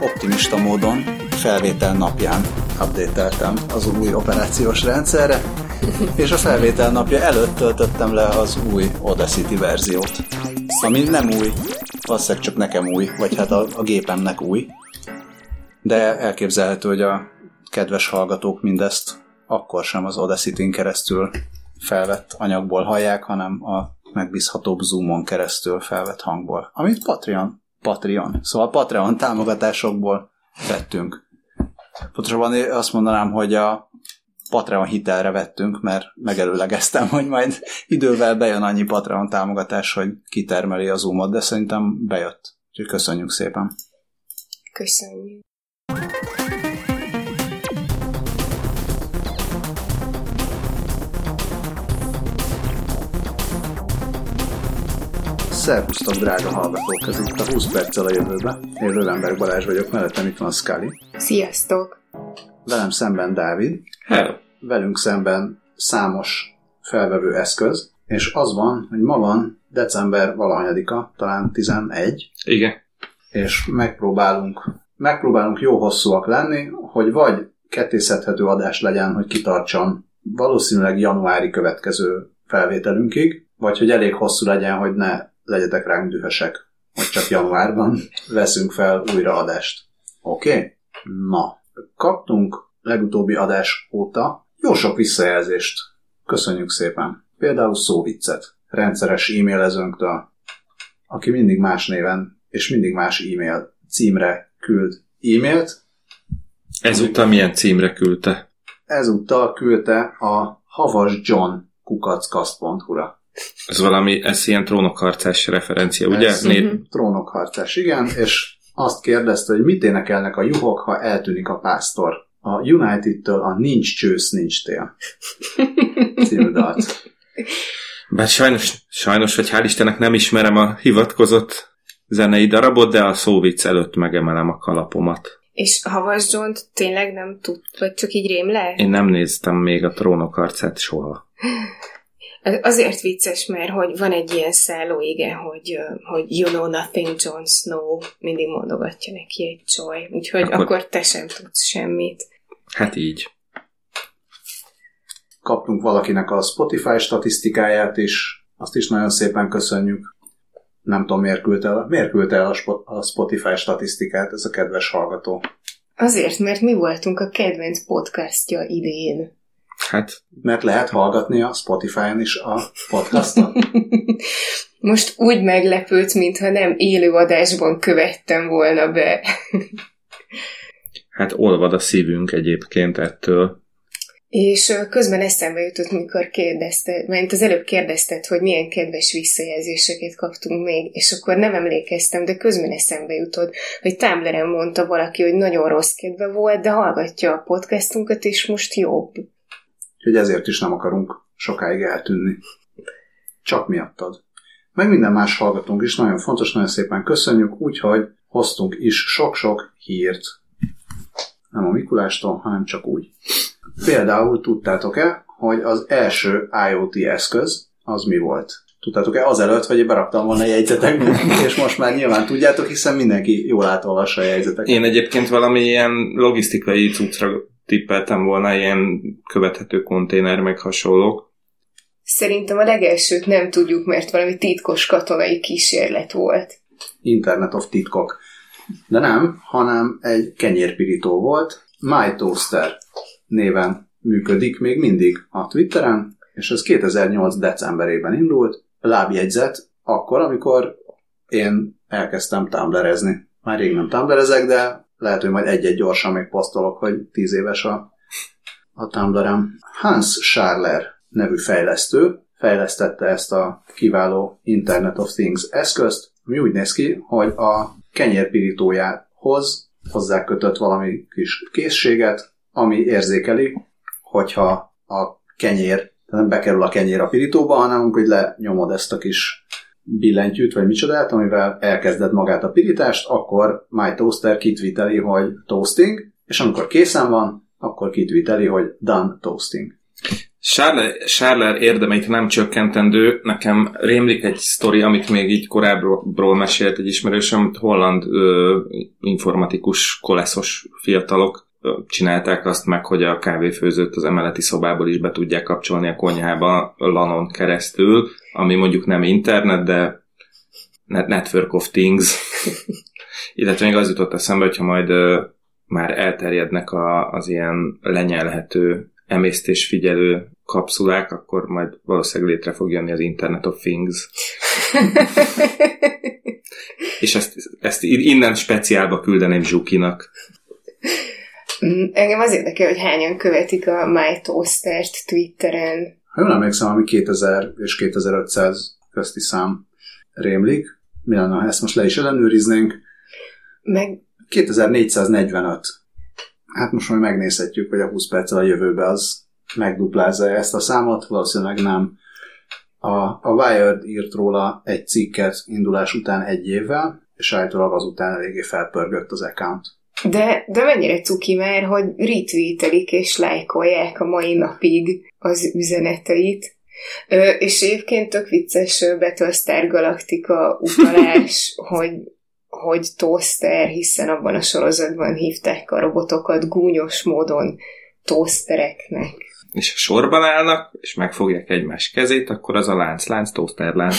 optimista módon felvétel napján update-eltem az új operációs rendszerre, és a felvétel napja előtt töltöttem le az új Audacity verziót. Ami nem új, valószínűleg csak nekem új, vagy hát a gépemnek új. De elképzelhető, hogy a kedves hallgatók mindezt akkor sem az Audacity-n keresztül felvett anyagból hallják, hanem a megbízhatóbb Zoomon keresztül felvett hangból. Amit Szóval Patreon támogatásokból vettünk. Pontosabban azt mondanám, hogy a Patreon hitelre vettünk, mert megelőlegeztem, hogy majd idővel bejön annyi Patreon támogatás, hogy kitermeli a Zoomot, de szerintem bejött. Úgyhogy köszönjük szépen. Köszönjük. Szervusztok, drága hallgatók! Ez itt a 20 perccel a jövőbe. Én Rövenberg Balázs vagyok, mellettem itt van Scully. Sziasztok! Velem szemben Dávid. Hello! Velünk szemben számos felvevő eszköz, és az van, hogy ma van december valahanyadika, talán 11. Igen. És megpróbálunk jó hosszúak lenni, hogy vagy kettészedhető adás legyen, hogy kitartson valószínűleg januári következő felvételünkig, vagy hogy elég hosszú legyen, hogy ne legyetek ránk dühösek, hogy csak januárban veszünk fel újra adást. Oké? Na, kaptunk legutóbbi adás óta jó sok visszajelzést. Köszönjük szépen. Például szóviccet. Rendszeres e-mailezőnktől, aki mindig más néven és mindig más e-mail címre küld e-mailt. Ezúttal milyen címre küldte? Ezúttal küldte a havasjohn@kast.hu-ra. Ez ilyen trónokharcás referencia, ugye? Trónokharcás, igen, és azt kérdezte, hogy mit énekelnek a juhok, ha eltűnik a pásztor. A United-től a Nincs csősz, nincs tél című dalt. Bár sajnos, hogy hál' Istennek nem ismerem a hivatkozott zenei darabot, de a szóvic előtt megemelem a kalapomat. És Havas John-t tényleg nem tud, vagy csak így rém le? Én nem néztem még a trónokharcát soha. Azért vicces, mert hogy van egy ilyen szálló, igen, hogy you know nothing, Jon Snow, mindig mondogatja neki egy csaj, úgyhogy akkor te sem tudsz semmit. Hát így. Kaptunk valakinek a Spotify statisztikáját is, azt is nagyon szépen köszönjük. Nem tudom, miért küldte el a Spotify statisztikát ez a kedves hallgató. Azért, mert mi voltunk a kedvenc podcastja idén. Hát, mert lehet hallgatni a Spotify-on is a podcastot. Most úgy meglepődsz, mintha nem élő adásban követtem volna be. Hát olvad a szívünk egyébként ettől. És közben eszembe jutott, mikor kérdezted, mert az előbb kérdezted, hogy milyen kedves visszajelzéseket kaptunk még, és akkor nem emlékeztem, de közben eszembe jutott, hogy Tumblr-en mondta valaki, hogy nagyon rossz kedve volt, de hallgatja a podcastunkat, és most jobb. Úgyhogy ezért is nem akarunk sokáig eltűnni. Csak miattad. Meg minden más hallgatónk is nagyon fontos, nagyon szépen köszönjük, úgyhogy hoztunk is sok-sok hírt. Nem a Mikulástól, hanem csak úgy. Például tudtátok-e, hogy az első IoT eszköz az mi volt? Tudtátok-e azelőtt, hogy én beraktam volna jegyzetekbe, és most már nyilván tudjátok, hiszen mindenki jól átolvassa a jegyzeteket. Én egyébként valami ilyen logisztikai cuccra tippeltem volna, ilyen követhető konténer, meg hasonlók. Szerintem a legelsőt nem tudjuk, mert valami titkos katonai kísérlet volt. Internet of titkok. De nem, hanem egy kenyérpirító volt. My Toaster néven működik még mindig a Twitteren, és ez 2008. decemberében indult. Lábjegyzet akkor, amikor én elkezdtem tumblerezni. Már rég nem tumblerezek, de lehet, hogy majd egy-egy gyorsan még posztolok, hogy 10 éves a Tumblr-em. Hans Scharler nevű fejlesztő fejlesztette ezt a kiváló Internet of Things eszközt, ami úgy néz ki, hogy a kenyérpirítójához hozzákötött valami kis készséget, ami érzékeli, hogyha a kenyér, nem bekerül a kenyér a pirítóba, hanem hogy lenyomod ezt a kis billentyűt, vagy micsodát, amivel elkezded magát a pirítást, akkor My Toaster kitviteli, hogy toasting, és amikor készen van, akkor kitviteli, hogy done toasting. Sárler érdemeit nem csökkentendő. Nekem rémlik egy sztori, amit még így korábbról mesélt egy ismerősöm, holland informatikus, koleszos fiatalok csinálták azt meg, hogy a kávéfőzőt az emeleti szobából is be tudják kapcsolni a konyhába LAN-on keresztül, ami mondjuk nem internet, de Network of Things. Illetve még az jutott eszembe, hogyha majd már elterjednek az ilyen lenyelhető emésztésfigyelő kapszulák, akkor majd valószínűleg létre fog jönni az Internet of Things. És ezt innen speciálba küldeném Zsukinak. Engem az érdekel, hogy hányan követik a MyToastert Twitteren. Ha jól emlékszem, ami 2000 és 2500 közti szám rémlik. Mi lenne, ha ezt most le is ellenőriznénk? Meg 2445. Hát most majd megnézhetjük, hogy a 20 perccel a jövőbe az megduplázza ezt a számot, valószínűleg nem. A Wired írt róla egy cikket indulás után 1 évvel, és állítólag azután eléggé felpörgött az account. De mennyire cuki már, hogy retweetelik és lájkolják a mai napig az üzeneteit. És egyébként tök vicces Battlestar Galactica utalás, hogy toaster, hiszen abban a sorozatban hívták a robotokat gúnyos módon toastereknek. És ha sorban állnak, és megfogják egymás kezét, akkor az a lánc, toasterlánc.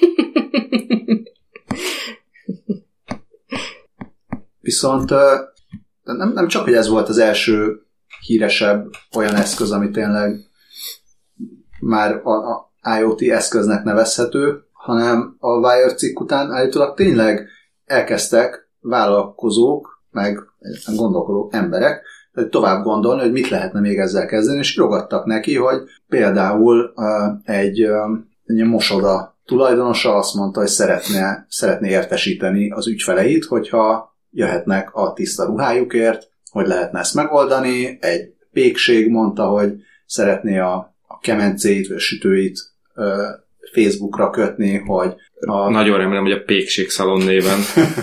Viszont nem csak, hogy ez volt az első híresebb olyan eszköz, ami tényleg már a IoT eszköznek nevezhető, hanem a Wired cikk után állítólag tényleg elkezdtek vállalkozók, meg gondolkodó emberek tovább gondolni, hogy mit lehetne még ezzel kezdeni, és rogadtak neki, hogy például egy mosoda tulajdonosa azt mondta, hogy szeretné értesíteni az ügyfeleit, hogyha jöhetnek a tiszta ruhájukért, hogy lehetne ezt megoldani. Egy pékség mondta, hogy szeretné a kemencéit vagy sütőit Facebookra kötni, hogy Nagyon remélem, hogy a pékség szalon néven.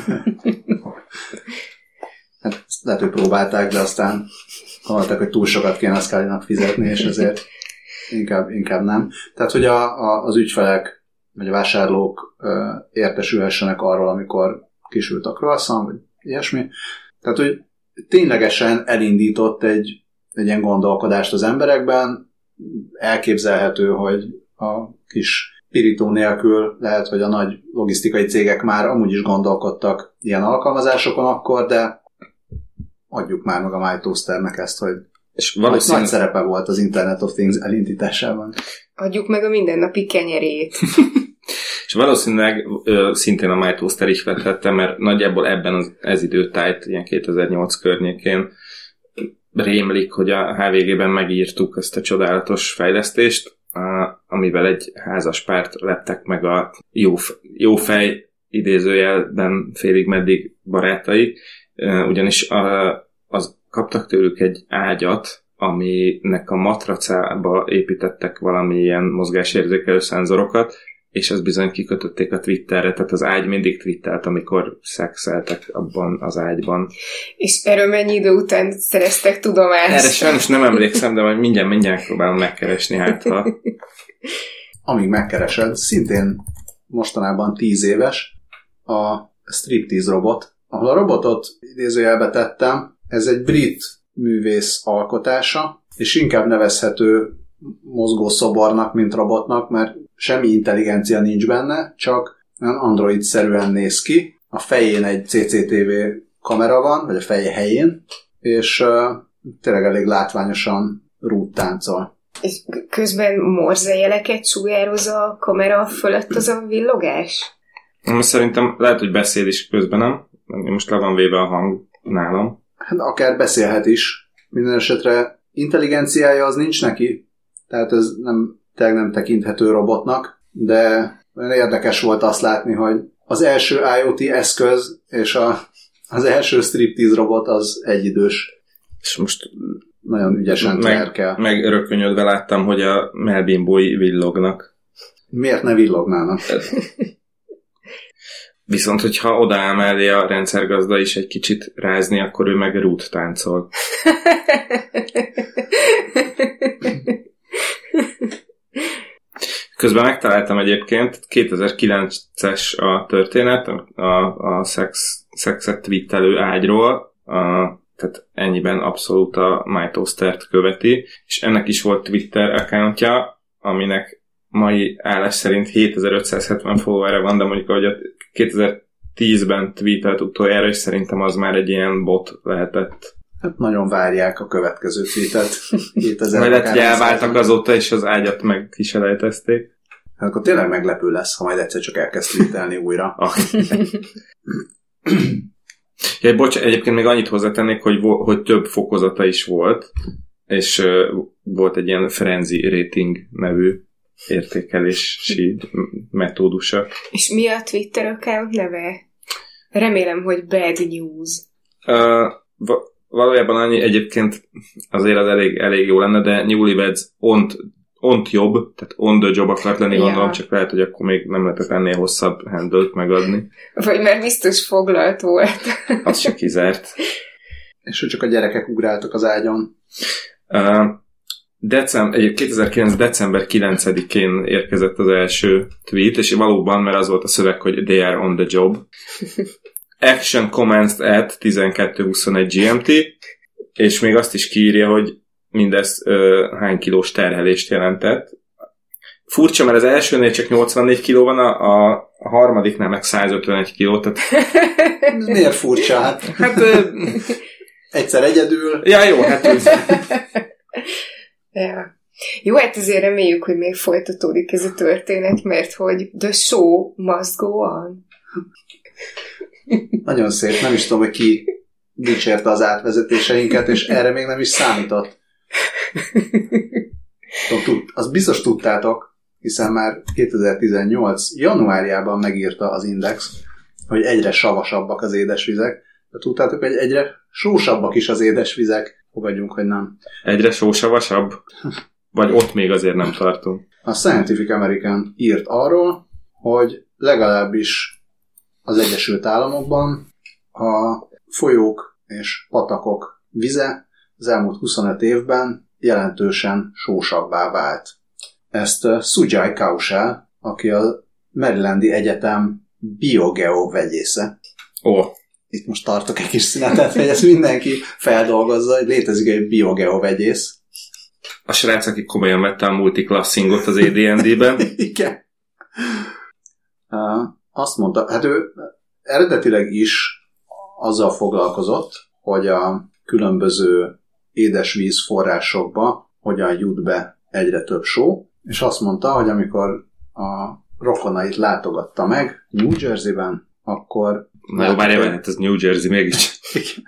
Hát lehet, hogy próbálták, de aztán hallották, hogy túl sokat kéne a Scully-nak fizetni, és ezért inkább nem. Tehát, hogy az ügyfelek vagy a vásárlók értesülhessenek arról, amikor kisült a croissant, vagy ilyesmi. Tehát, hogy ténylegesen elindított egy ilyen gondolkodást az emberekben. Elképzelhető, hogy a kis pirító nélkül lehet, hogy a nagy logisztikai cégek már amúgy is gondolkodtak ilyen alkalmazásokon akkor, de adjuk már meg a MyToasternek ezt, hogy és nagy szerepe volt az Internet of Things elindításában. Adjuk meg a mindennapi kenyerét. És valószínűleg szintén a MyToaster is vethette, mert nagyjából ebben ez időtájt, ilyen 2008 környékén rémlik, hogy a HVG-ben megírtuk ezt a csodálatos fejlesztést, amivel egy házas párt lettek meg a jó fej idézőjelben félig meddig barátai, ugyanis kaptak tőlük egy ágyat, aminek a matracába építettek valamilyen mozgásérzékelő szenzorokat, és ezt bizony kikötötték a Twitterre, tehát az ágy mindig twittelt, amikor szexeltek abban az ágyban. És erről mennyi idő után szereztek tudomást? Erre sajnos nem emlékszem, de majd mindjárt próbálom megkeresni, hát ha... Amíg megkeresed, szintén mostanában 10 éves a Striptease robot, ahol a robotot idézőjelbe tettem, ez egy brit művész alkotása, és inkább nevezhető mozgószobornak, mint robotnak, mert semmi intelligencia nincs benne, csak android-szerűen néz ki. A fején egy CCTV kamera van, vagy a feje helyén, és tényleg elég látványosan rúdtáncol. És közben morzejeleket sugároz a kamera fölött az a villogás? Szerintem lehet, hogy beszél is közben, nem? Most le van véve a hang nálam. Hát akár beszélhet is. Minden esetre intelligenciája az nincs neki, tehát ez nem tekinthető robotnak, de olyan érdekes volt azt látni, hogy az első IoT eszköz és az első striptease robot az egyidős. És most nagyon ügyesen terkel. Megrökönyödve láttam, hogy a melbimbói villognak. Miért ne villognának? Viszont, hogyha odaáll mellé a rendszergazda is egy kicsit rázni, akkor ő meg rút táncol. Közben megtaláltam egyébként, 2009-es a történet, a szexet twittelő ágyról, tehát ennyiben abszolút a MyToastert követi, és ennek is volt Twitter accountja, aminek mai állás szerint 7570 followerre van, de mondjuk ahogy a 2010-ben tweetelt utoljára, és szerintem az már egy ilyen bot lehetett. Hát nagyon várják a következő tweetet. Majd lehet, hogy elváltak azóta, és az ágyat meg kiselejtezték. Hát akkor tényleg meglepő lesz, ha majd egyszer csak elkezd tweetelni újra. Ja, bocs, egyébként még annyit hozzátennék, hogy több fokozata is volt, és volt egy ilyen frenzy rating nevű értékelési metódusa. És mi a Twitter account neve? Remélem, hogy Bad News. Valójában annyi, egyébként azért az elég jó lenne, de Newlyweds ont jobb, tehát on the job akart lenni, gondolom, csak lehet, hogy akkor még nem lehetett ennél hosszabb handle-t megadni. Vagy már biztos foglalt volt. Az se kizárt. És hogy csak a gyerekek ugráltak az ágyon. 2009. december 9-én érkezett az első tweet, és valóban, mert az volt a szöveg, hogy they are on the job. Action commenced at 12:21 GMT, és még azt is kiírja, hogy mindez hány kilós terhelést jelentett. Furcsa, mert az elsőnél csak 84 kiló van, a harmadiknál meg 151 kiló. Tehát... Miért furcsa? Hát egyszer egyedül. Ja, jó, hát ja. Jó, hát azért reméljük, hogy még folytatódik ez a történet, mert hogy the show must go on. Nagyon szép, nem is tudom, hogy ki dicsérte az átvezetéseinket, és erre még nem is számított. Azt biztos tudtátok, hiszen már 2018. januárjában megírta az Index, hogy egyre savasabbak az édesvizek, de tudtátok, hogy egyre sósabbak is az édesvizek? Fogadjunk, hogy nem. Egyre sósavasabb? Vagy ott még azért nem tartunk? A Scientific American írt arról, hogy legalábbis az Egyesült Államokban a folyók és patakok vize az elmúlt 25 évben jelentősen sósabbá vált. Ezt Sujai Kaushal, aki a Marylandi Egyetem biogeovegyésze. Itt most tartok egy kis szünetet, hogy ezt mindenki feldolgozza, hogy létezik egy biogeovegyész. A srác, aki komolyan vette a multiclassingot az AD&D-ben. Igen. Azt mondta, hát ő eredetileg is azzal foglalkozott, hogy a különböző édesvíz forrásokba hogyan jut be egyre több só, és azt mondta, hogy amikor a rokonait látogatta meg New Jersey-ben, akkor... Na jó, bár hát ez New Jersey mégis.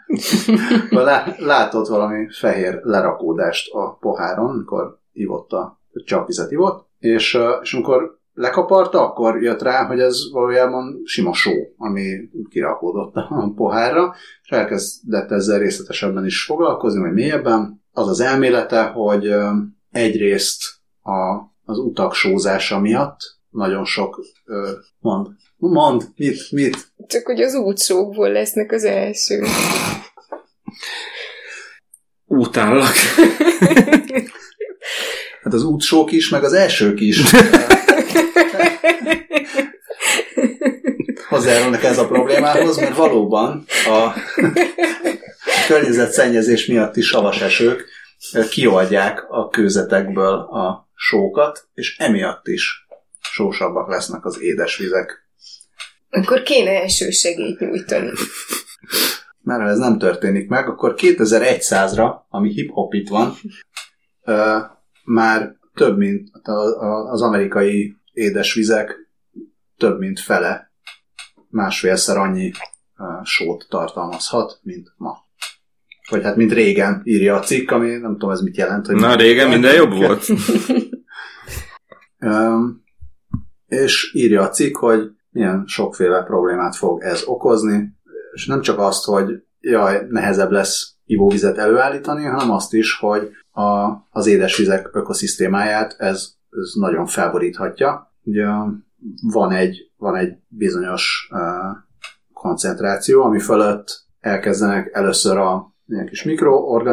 Látott valami fehér lerakódást a poháron, amikor csapvizet ivott, és amikor lekaparta, akkor jött rá, hogy ez valójában sima só, ami kirakódott a pohárra, és elkezdett ezzel részletesebben is foglalkozni, vagy mélyebben. Az az elmélete, hogy egyrészt az utak sózása miatt nagyon sok... Mond, mit? Csak hogy az útsókból lesznek az első. Utállak. Hát az útsók is, meg az elsők is. Hozzájárulnak ez a problémához, mert valóban a környezetszennyezés miatti savas esők kioldják a kőzetekből a sókat, és emiatt is sósabbak lesznek az édesvizek. Akkor kéne elsősegélyt nyújtani. Mert ha ez nem történik meg, akkor 2100-ra, ami hip-hop itt van, már több mint az amerikai édesvizek több mint fele, másfélszer annyi sót tartalmazhat, mint ma. Vagy hát mint régen írja a cikk, ami nem tudom ez mit jelent. Hogy na régen minden jobb volt. És írja a cikk, hogy milyen sokféle problémát fog ez okozni, és nem csak azt, hogy nehezebb lesz ivóvizet előállítani, hanem azt is, hogy az édesvizek ökoszisztémáját ez nagyon felboríthatja. Ugye van egy bizonyos koncentráció, ami fölött elkezdenek először a ilyen kis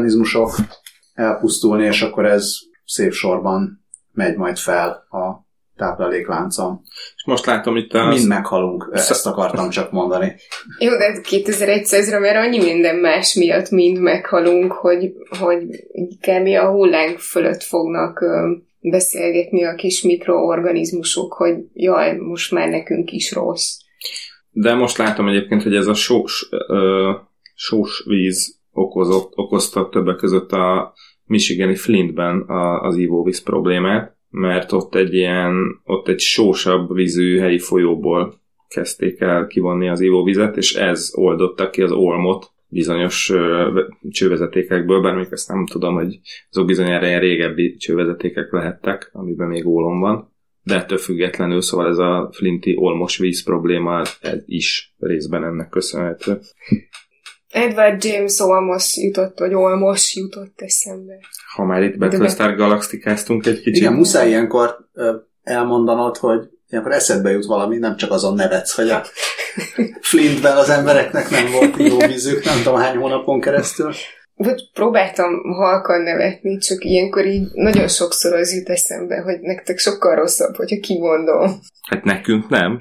mikroorganizmusok elpusztulni, és akkor ez szép sorban megy majd fel a táplálékláncon. És most látom itt mind meghalunk, ezt akartam csak mondani. Jó, de 2100-ra már annyi minden más miatt mind meghalunk, hogy kb. A hullánk fölött fognak beszélgetni a kis mikroorganizmusok, hogy jaj, most már nekünk is rossz. De most látom egyébként, hogy ez a sós víz okozta többek között a michigani Flintben az ivóvíz problémát, mert ott egy sósabb vízű helyi folyóból kezdték el kivonni az ivóvizet, és ez oldotta ki az olmot bizonyos csővezetékekből, bár még ezt nem tudom, hogy azok bizonyára ilyen régebbi csővezetékek lehettek, amiben még ólom van, de ettől függetlenül, szóval ez a flinti olmos víz probléma ez is részben ennek köszönhető. Edward James Olmos jutott eszembe. Ha már itt Battlestar galaktikáztunk egy kicsit. Igen, muszáj ilyenkor elmondanod, hogy ilyenkor eszedbe jut valami, nem csak azon nevetsz, hogy a Flintben az embereknek nem volt ivóvízük, nem tudom hány hónapon keresztül. Vagy próbáltam halkan nevetni, csak ilyenkor így nagyon sokszor az jut eszembe, hogy nektek sokkal rosszabb, hogyha kimondom. Hát nekünk nem.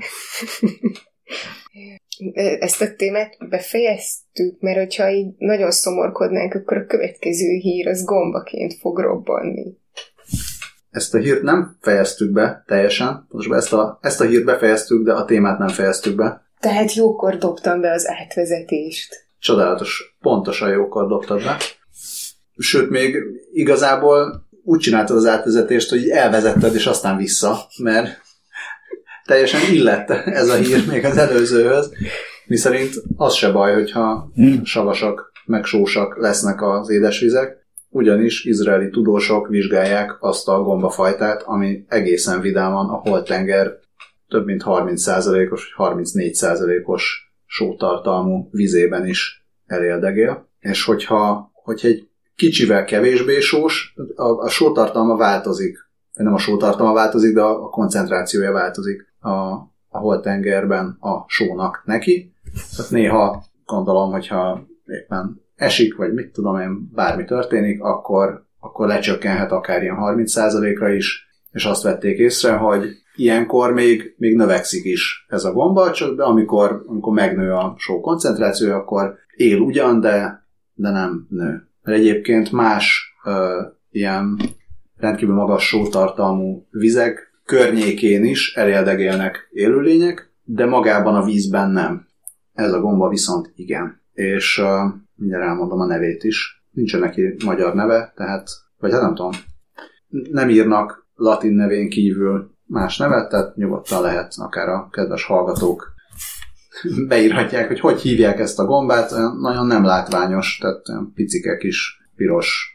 Ezt a témát befejeztük, mert hogyha így nagyon szomorkodnánk, akkor a következő hír az gombaként fog robbanni. Ezt a hírt nem fejeztük be teljesen. Most ezt a hírt befejeztük, de a témát nem fejeztük be. Tehát jókor dobtam be az átvezetést. Csodálatos, pontosan jókor dobtad be. Sőt, még igazából úgy csináltad az átvezetést, hogy elvezetted, és aztán vissza, mert teljesen illett ez a hír még az előzőhöz. Miszerint az se baj, hogyha savasak, meg sósak lesznek az édesvizek, ugyanis izraeli tudósok vizsgálják azt a gombafajtát, ami egészen vidáman a Holt-tenger több mint 30%-os, vagy 34%-os sótartalmú vizében is eléldegél. És hogyha egy kicsivel kevésbé sós, a sótartalma változik. Nem a sótartalma változik, de a koncentrációja változik a Holt-tengerben a sónak neki. Tehát néha gondolom, hogyha éppen esik, vagy mit tudom én, bármi történik, akkor lecsökkenhet akár ilyen 30%-ra is, és azt vették észre, hogy ilyenkor még növekszik is ez a gomba, de amikor megnő a só koncentrációja, akkor él ugyan, de nem nő. Mert egyébként más ilyen rendkívül magas sótartalmú vizek környékén is eléldegélnek élőlények, de magában a vízben nem. Ez a gomba viszont igen. És mindjárt elmondom a nevét is. Nincsen neki magyar neve, tehát, vagy hát nem tudom, nem írnak latin nevén kívül más nevet, tehát nyugodtan lehet akár a kedves hallgatók beírhatják, hogy hívják ezt a gombát. Nagyon nem látványos, tehát olyan picike kis piros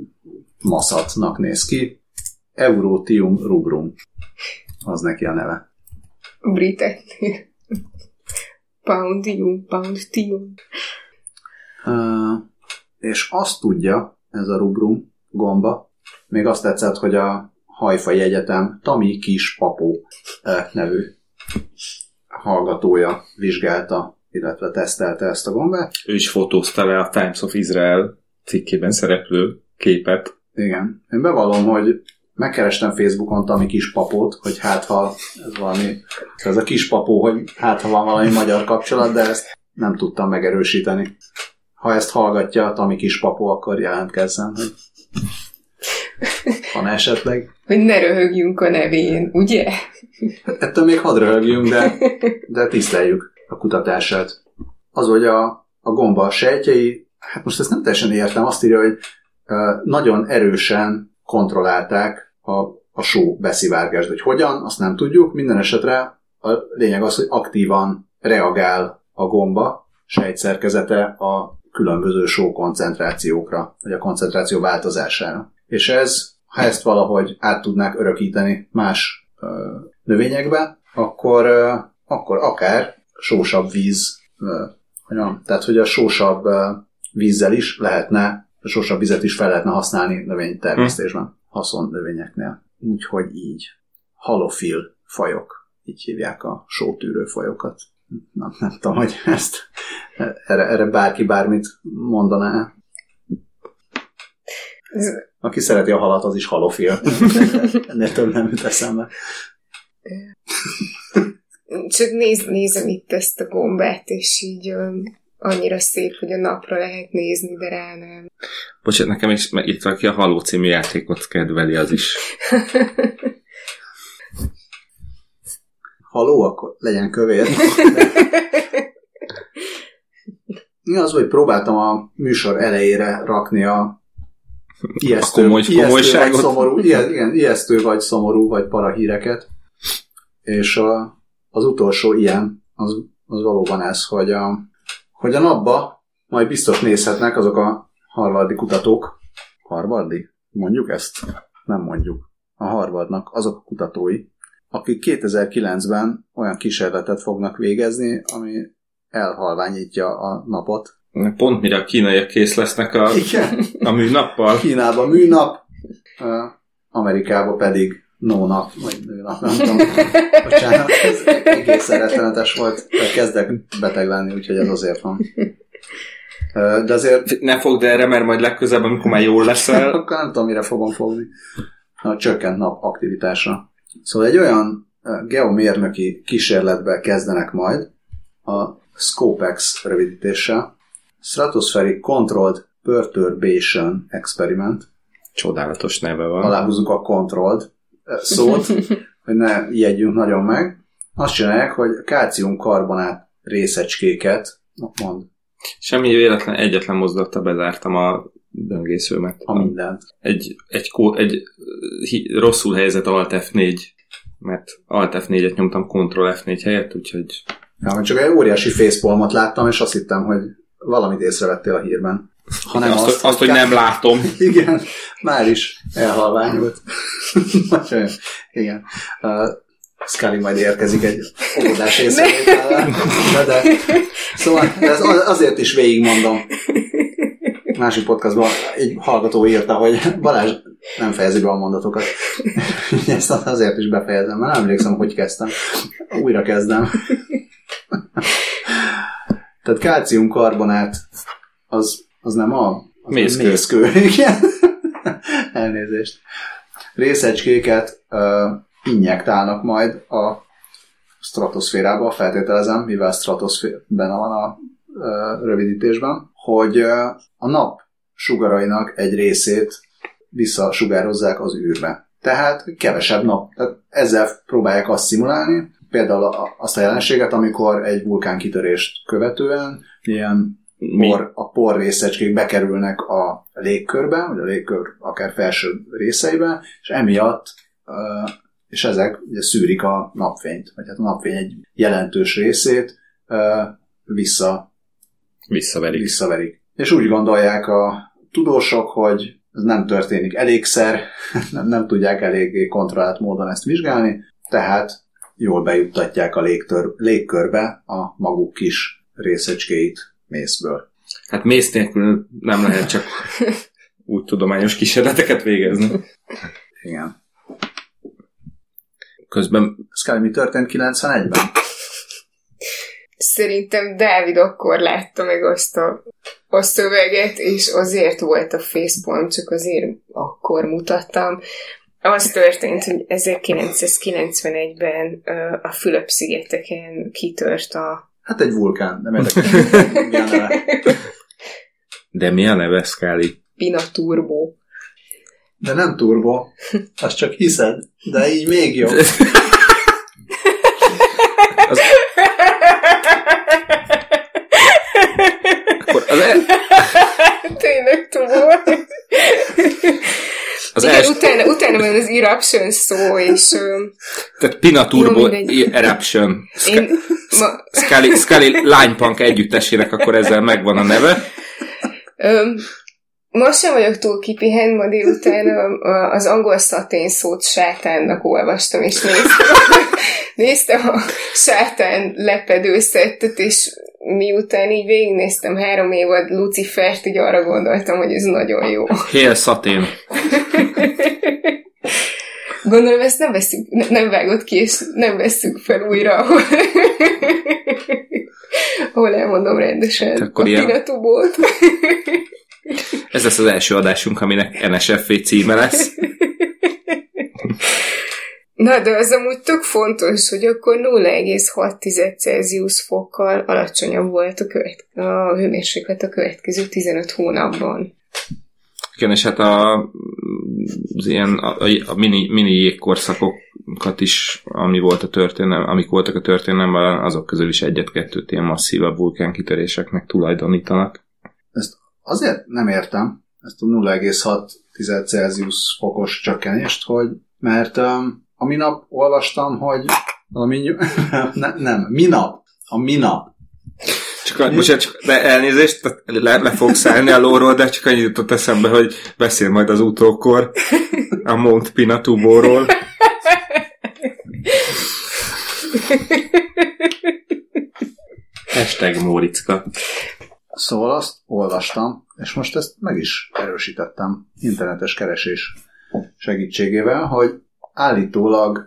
maszatnak néz ki. Eurotium rubrum. Az neki a neve. Briteknél. Poundium. És azt tudja, ez a rubrum gomba, még azt tetszett, hogy a Hajfai Egyetem Tami Kispapó nevű hallgatója vizsgálta, illetve tesztelte ezt a gombát. Ő is fotózta le a Times of Israel cikkében szereplő képet. Igen. Én bevallom, hogy megkerestem Facebookon Tami Kispapót, hogy hát ha ez a Kispapó, hogy hát ha van valami magyar kapcsolat, de ezt nem tudtam megerősíteni. Ha ezt hallgatja Tami Kispapó, akkor jelentkezzen, hogy van esetleg. Hogy ne röhögjünk a nevén, ugye? Ettől még hadd röhögjünk, de tiszteljük a kutatását. Az, hogy a gomba sejtjei, hát most ezt nem teljesen értem, azt írja, hogy nagyon erősen kontrollálták a só beszivárgást, hogy hogyan, azt nem tudjuk. Minden esetre a lényeg az, hogy aktívan reagál a gomba sejtszerkezete a különböző só koncentrációkra, vagy a koncentráció változására. És ha ezt valahogy át tudnák örökíteni más növényekbe, akkor akár sósabb víz, tehát hogy a sósabb vízzel is lehetne, a sósabb vizet is fel lehetne használni növénytermesztésben, haszonnövényeknél. Úgyhogy így. Halofil fajok, így hívják a sótűrő fajokat. Nem tudom, hogy erre bárki bármit mondaná. Aki szereti a halat, az is halofil. Ennél több nem jut eszembe. Csak nézem itt ezt a gombát, és így annyira szép, hogy a napra lehet nézni, de rá nem. Bocsánat, nekem is itt valaki a Halo című játékot kedveli, az is. Halló, akkor legyen kövér. Mi az, hogy próbáltam a műsor elejére rakni a ijesztő vagy szomorú, ijesztő vagy szomorú vagy parahíreket, és az utolsó ilyen, az valóban ez, hogy a napba majd biztos nézhetnek azok a harvardi kutatók. Harvardi? Mondjuk ezt? Nem mondjuk. A Harvardnak azok a kutatói, akik 2009-ben olyan kísérletet fognak végezni, ami elhalványítja a napot. Pont mire a kínaiak kész lesznek a műnappal. Kínában műnap, Amerikában pedig no-nap, vagy nőnap, nem tudom. Bocsánat, ez egészen rettenetes volt. Kezdek beteg lenni, úgyhogy ez azért van. De azért... Ne fogd erre, mert majd legközelebb, amikor már jól leszel. Akkor nem tudom, mire fogom fogni. A csökkent nap aktivitásra. Szóval egy olyan geomérnöki kísérletbe kezdenek majd a SCOPEX rövidítéssel. Stratospheric Controlled Perturbation Experiment. Csodálatos neve van. Aláhúzzuk a controlled szót, hogy ne ijedjünk nagyon meg. Azt csinálják, hogy kálciumkarbonát részecskéket, mond. Semmi véletlen, egyetlen mozdulattal bezártam a böngészőmet. A mindent. Egy rosszul helyezett Alt F4, mert Alt F4-et nyomtam Ctrl F4 helyett, úgyhogy... Ja, csak egy óriási facepalmot láttam, és azt hittem, hogy valamit észrevettél a hírben. Hanem azt, hogy nem látom. Igen, már is elhalványult. Igen. Scully majd érkezik egy óvodás észrevétellel. De szóval ez azért is végigmondom. Másik podcastban egy hallgató írta, hogy Balázs nem fejezi be a mondatokat. Ezt azért is befejezem, mert nem emlékszem, hogy kezdtem. Újra kezdem. Tehát kálciumkarbonát az nem a mészkő. Igen. Elnézést. Részecskéket injektálnak majd a stratoszférába, feltételezem, mivel stratoszféra benne van a rövidítésben, hogy a nap sugarainak egy részét visszasugározzák az űrbe. Tehát kevesebb nap. Tehát ezzel próbálják azt szimulálni, például azt a jelenséget, amikor egy vulkánkitörést követően ilyen a por részecskék bekerülnek a légkörbe, vagy a légkör akár felső részeibe, és emiatt és ezek ugye szűrik a napfényt, vagy hát a napfény egy jelentős részét visszaverik. És úgy gondolják a tudósok, hogy ez nem történik elégszer, nem tudják eléggé kontrollált módon ezt vizsgálni, tehát jól bejuttatják a légkörbe a maguk kis részecskéit mészből. Hát mész nélkül nem lehet csak úgy tudományos kísérleteket végezni. Igen. Közben... Scully, mi történt 91-ben? Szerintem Dávid akkor látta meg azt a szöveget, és azért volt a facepalm, csak azért akkor mutattam. Az történt, hogy 1991-ben a Fülöp-szigeteken kitört a... Hát egy vulkán, nem érdekes. De mi a neve, Scully? Pinaturbo. De nem turbo, azt csak hiszed, de így még jobb. Tényleg turbo. Utána van az eruption szó, és... Tehát Pinaturbo eruption. Scully lánypunk együttesének akkor ezzel megvan a neve. Most sem vagyok túl kipihent, ma délután az angol szatén szót sátánnak olvastam, és néztem a sátán lepedőszettet, és miután így végignéztem 3 évad Lucifert, így arra gondoltam, hogy ez nagyon jó. Hail szatén. Gondolom, ezt nem vágott ki, és nem vesszük fel újra, ahol elmondom rendesen a Pinatubót. Ez lesz az első adásunk, aminek NSFV címe lesz. Na, de az amúgy tök fontos, hogy akkor 0,6 Celsius fokkal alacsonyabb volt a hőmérséklet a következő 15 hónapban. Igen, és hát az ilyen a mini jégkorszakokat is, amik voltak a történelemben, azok közül is egyet-kettőt ilyen masszívabb vulkánkitöréseknek tulajdonítanak. Ezt azért nem értem, ezt a 0,6 Celsius fokos csökkenést, mert a minap olvastam, hogy minap. De elnézést, le fogsz állni a lóról, de csak annyit jutott eszembe, hogy beszél majd az utókor a Mount Pinatubo-ról. #Móriczka. Szóval azt olvastam, és most ezt meg is erősítettem internetes keresés segítségével, hogy állítólag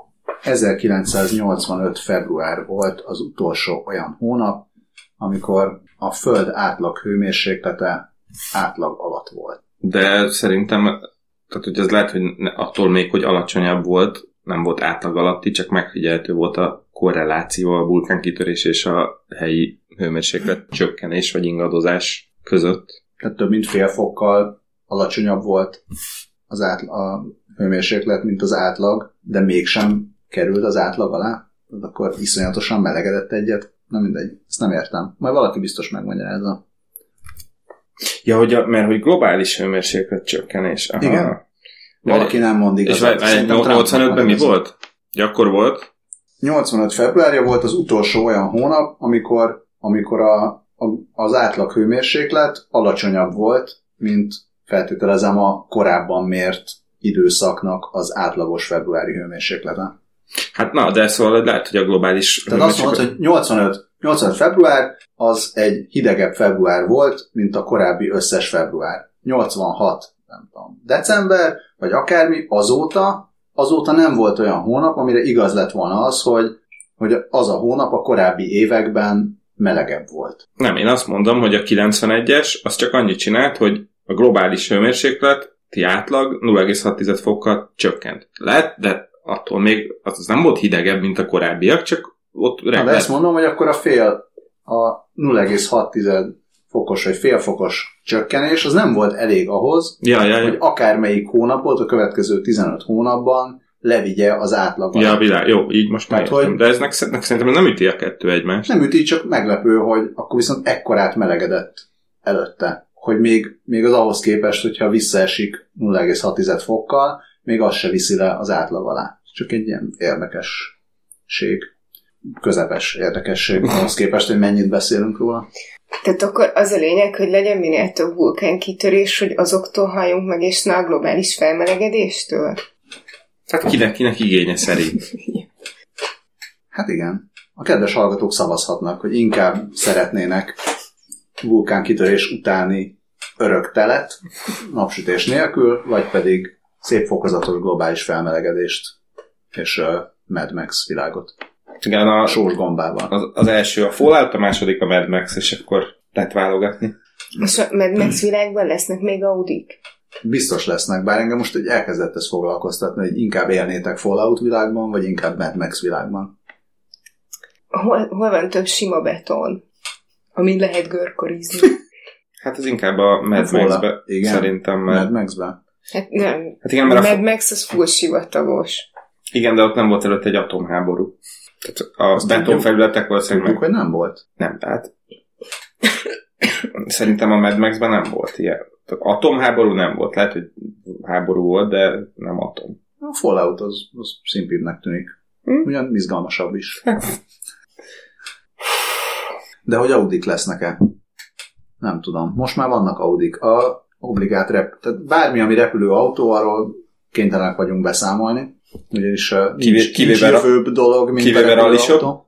1985. február volt az utolsó olyan hónap, amikor a Föld átlag hőmérséklete átlag alatt volt. De szerintem, tehát hogy ez lehet, hogy attól még, hogy alacsonyabb volt, nem volt átlag alatti, csak megfigyelhető volt a korreláció a vulkánkitörés és a helyi hőmérséklet csökkenés vagy ingadozás között. Tehát több mint fél fokkal alacsonyabb volt a hőmérséklet, mint az átlag, de mégsem került az átlag alá. Akkor iszonyatosan melegedett egyet. Nem mindegy, ezt nem értem. Majd valaki biztos megmagyarázza. Ja, mert hogy globális hőmérséklet csökkenés. Aha. Igen. Valaki nem mond igazat. És 85-ben mi volt? Akkor volt? 85 februárja volt az utolsó olyan hónap, amikor az átlag hőmérséklet alacsonyabb volt, mint feltételezem a korábban mért időszaknak az átlagos februári hőmérséklete. Hát na, de szóval lehet, hogy a globális... Tehát azt mondod, hogy 85 február az egy hidegebb február volt, mint a korábbi összes február. 86, nem tudom, december, vagy akármi, azóta nem volt olyan hónap, amire igaz lett volna az, hogy az a hónap a korábbi években melegebb volt. Nem, én azt mondom, hogy a 91-es az csak annyit csinált, hogy a globális hőmérsékleti átlag 0,6 fokkal csökkent. Lehet, de attól még az nem volt hidegebb, mint a korábbiak, csak ott de ezt mondom, hogy akkor a 0,6 fokos vagy félfokos csökkenés az nem volt elég ahhoz, hogy akármelyik hónapot a következő 15 hónapban levigye az átlagot. Ja, világ. Jó, így most megértem. De eznek szerintem nem üti a kettő egymást. Nem üti, csak meglepő, hogy akkor viszont ekkorát melegedett előtte. Hogy még az ahhoz képest, hogyha visszaesik 0,6 fokkal, még az se viszi le az átlag alá. Csak egy ilyen érdekesség, közepes érdekesség ahhoz képest, hogy mennyit beszélünk róla. Tehát akkor az a lényeg, hogy legyen minél több vulkánkitörés, hogy azoktól halljunk meg, és ne a globális felmelegedéstől? Hát kinek igénye szerint. Hát igen. A kedves hallgatók szavazhatnak, hogy inkább szeretnének vulkánkitörés utáni örök telet, napsütés nélkül, vagy pedig szép fokozatos globális felmelegedést és Mad Max világot. Igen, a sós gombával. Az első a Fallout, a második a Mad Max, és akkor lehet válogatni. És a Mad Max világban lesznek még Audik? Biztos lesznek, bár engem most elkezdett ezt foglalkoztatni, hogy inkább élnétek Fallout világban, vagy inkább Mad Max világban. Hol van több sima beton, amin lehet görkorizni? Hát ez inkább a Mad Max-be, szerintem. Mad Max-be? Hát nem. Hát igen, a Mad Max az full sivatagos. Igen, de ott nem volt előtt egy atomháború. Tehát a betonfelületek valószínűleg... hogy nem volt? Nem, tehát... Szerintem a Mad Max-ben nem volt ilyen. Tehát atomháború nem volt. Lehet, hogy háború volt, de nem atom. A Fallout az szimpibbnek tűnik. Ugyan izgalmasabb is. De hogy Audik lesznek-e? Nem tudom. Most már vannak Audik. A obligát tehát bármi, ami repülő autó, arról kénytelenek vagyunk beszámolni. Ugyanis nincs jövőbb dolog, mint a repülőautó.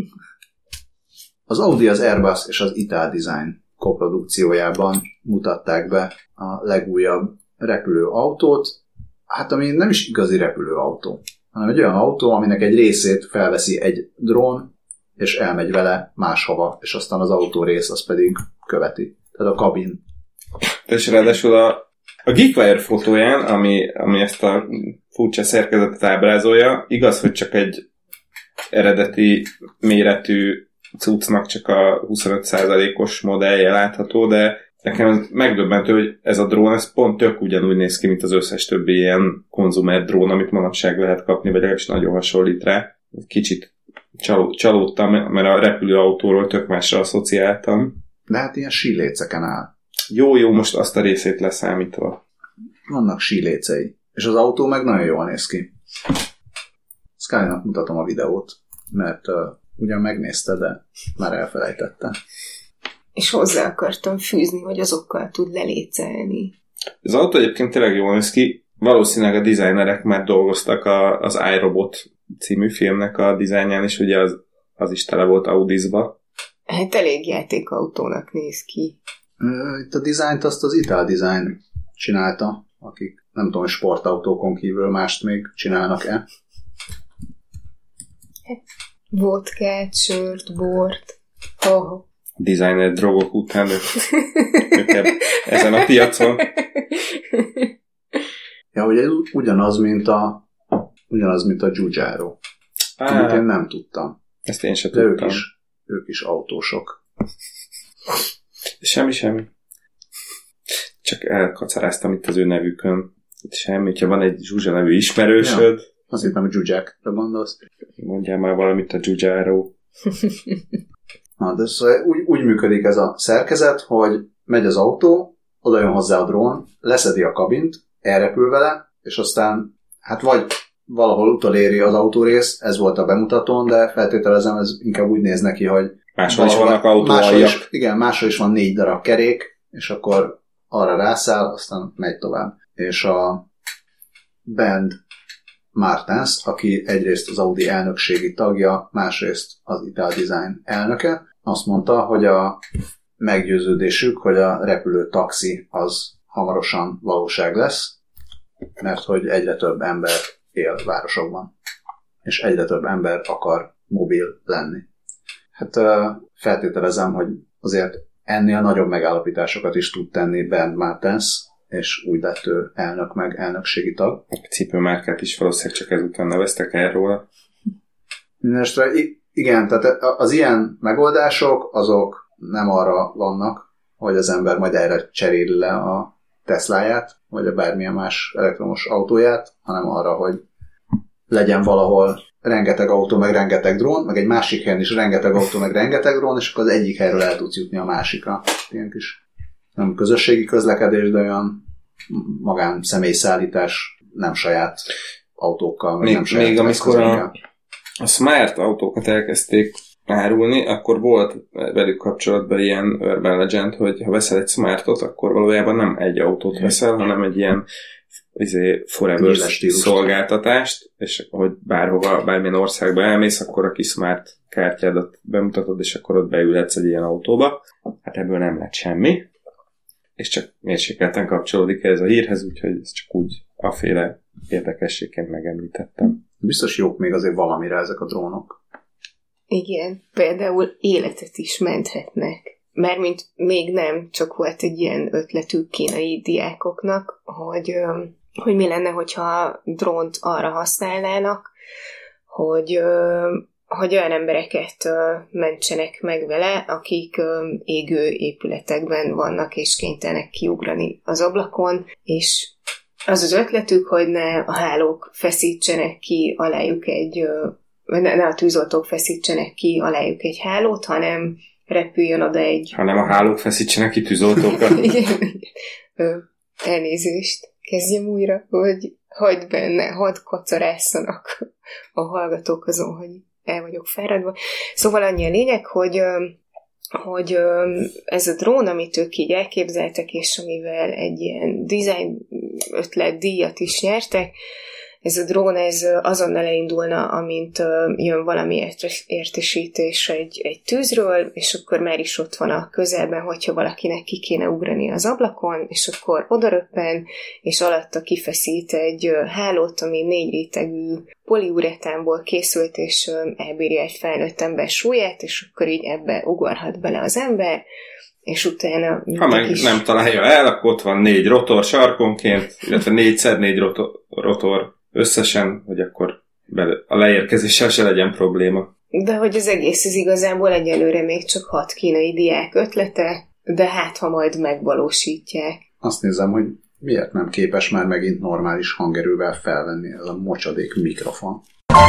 Az Audi, az Airbus és az Ital Design koprodukciójában mutatták be a legújabb repülőautót, hát ami nem is igazi repülőautó, hanem egy olyan autó, aminek egy részét felveszi egy drón, és elmegy vele máshova, és aztán az autórész az pedig követi. Tehát a kabin. És ráadásul a Geekwire fotóján, ami ezt a furcsa szerkezetet ábrázolja. Igaz, hogy csak egy eredeti méretű cuccnak csak a 25%-os modellje látható, de nekem ez megdöbbentő, hogy ez a drón, ez pont tök ugyanúgy néz ki, mint az összes többi ilyen konzumer drón, amit manapság lehet kapni, vagy legalábbis nagyon hasonlít rá. Kicsit csalódtam, mert a repülőautóról tök másra asszociáltam. De hát ilyen síléceken áll. Jó, most azt a részét leszámítva. Vannak sílécei. És az autó meg nagyon jól néz ki. Skynak mutatom a videót, mert ugyan megnézte, de már elfelejtette. És hozzá akartam fűzni, hogy azokkal tud lelécelni. Az autó egyébként tényleg jól néz ki. Valószínűleg a designerek már dolgoztak az iRobot című filmnek a dizájnján, és ugye az is tele volt Audizba. Hát elég játékautónak néz ki. Itt a dizájnt azt az Ital Design csinálta, akik nem tudom, hogy sportautókon kívül mást még csinálnak-e. Vodkát, sört, bort. Designer drogok után ők ezen a piacon. Ja, ugye ugyanaz, mint a Giugiaro. Amit én nem tudtam. Ezt én sem tudtam. De ők is autósok. Semmi. Csak elkacaráztam itt az ő nevükön. Semmi, ha van egy Zsuzsa nevű ismerősöd. Ja, azt hittem, hogy Zsuzsákra gondolsz. Mondjál már valamit a Giugiaro. Na, de szóval úgy működik ez a szerkezet, hogy megy az autó, oda jön hozzá a drón, leszedi a kabint, elrepül vele, és aztán hát vagy valahol utoléri az autórész, ez volt a bemutatón, de feltételezem, ez inkább úgy néz neki, hogy máshol is vannak autóaljak. Igen, máshol is van 4 darab kerék, és akkor arra rászáll, aztán megy tovább. És a Bernd Martens, aki egyrészt az Audi elnökségi tagja, másrészt az Ital Design elnöke, azt mondta, hogy a meggyőződésük, hogy a repülő taxi az hamarosan valóság lesz, mert hogy egyre több ember él városokban, és egyre több ember akar mobil lenni. Hát feltételezem, hogy azért ennél nagyobb megállapításokat is tud tenni Bernd Martens, és úgy lett ő elnök meg elnökségi tag. A cipőmárkát is valószínűleg csak ezután neveztek el róla. Mindenestre igen, tehát az ilyen megoldások azok nem arra vannak, hogy az ember majd erre cseréli le a Tesláját, vagy a bármilyen más elektromos autóját, hanem arra, hogy legyen valahol rengeteg autó, meg rengeteg drón, meg egy másik helyen is rengeteg autó, meg rengeteg drón, és akkor az egyik helyről el tudsz jutni a másikra. Ilyen kis nem közösségi közlekedés, de olyan magán személyszállítás, nem saját autókkal, meg nem saját még amikor a smart autókat elkezdték árulni, akkor volt velük kapcsolatban ilyen urban legend, hogy ha veszel egy smartot, akkor valójában nem egy autót veszel, hanem egy ilyen forever szolgáltatást, és hogy bárhova, bármilyen országba elmész, akkor a kis smart kártyádat bemutatod, és akkor ott beülhetsz egy ilyen autóba. Hát ebből nem lett semmi, és csak mérsékelten kapcsolódik ez a hírhez, úgyhogy ez csak úgy aféle érdekességként megemlítettem. Biztos jók még azért valamire ezek a drónok. Igen, például életet is menthetnek. Mármint még nem, csak volt egy ilyen ötletük kínai diákoknak, hogy mi lenne, hogyha drónt arra használnának, hogy olyan embereket mentsenek meg vele, akik égő épületekben vannak, és kénytelenek kiugrani az ablakon, és az ötletük, hogy ne a hálók feszítsenek ki alájuk ne a tűzoltók feszítsenek ki alájuk egy hálót, hanem repüljön oda egy... Hanem a hálók feszítsenek ki tűzoltókat. Igen. Elnézést. Kezdjem újra, hogy hagyd benne, hadd kacarásszanak a hallgatók azon, hogy el vagyok fáradva. Szóval annyi a lényeg, hogy ez a drón, amit ők így elképzeltek, és amivel egy ilyen design ötlet díjat is nyertek, ez a drón azonnal elindulna, amint jön valami értesítés egy tűzről, és akkor már is ott van a közelben, hogyha valakinek ki kéne ugrani az ablakon, és akkor odaröppen, és alatta kifeszít egy hálót, ami 4 rétegű poliuretánból készült, és elbírja egy felnőtt ember súlyát, és akkor így ebbe ugorhat bele az ember, és utána... Ha meg nem találja el, akkor ott van 4 rotor sarkonként, illetve 4x4 rotor összesen, hogy akkor a leérkezéssel se legyen probléma. De hogy az egész az igazából egyelőre még csak 6 kínai diák ötlete, de hát ha majd megvalósítják. Azt nézem, hogy miért nem képes már megint normális hangerővel felvenni ez a mocsadék mikrofon.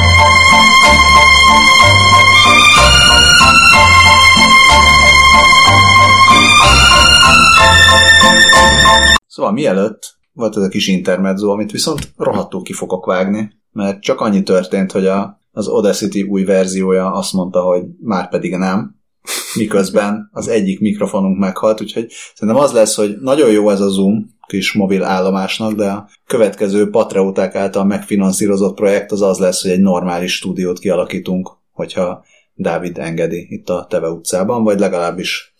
Szóval mielőtt volt ez a kis intermezzo, amit viszont rohadtul ki fogok vágni, mert csak annyi történt, hogy az Audacity új verziója azt mondta, hogy már pedig nem, miközben az egyik mikrofonunk meghalt, úgyhogy szerintem az lesz, hogy nagyon jó ez a Zoom kis mobil állomásnak, de a következő patrióták által megfinanszírozott projekt az lesz, hogy egy normális stúdiót kialakítunk, hogyha Dávid engedi itt a Teve utcában, vagy legalábbis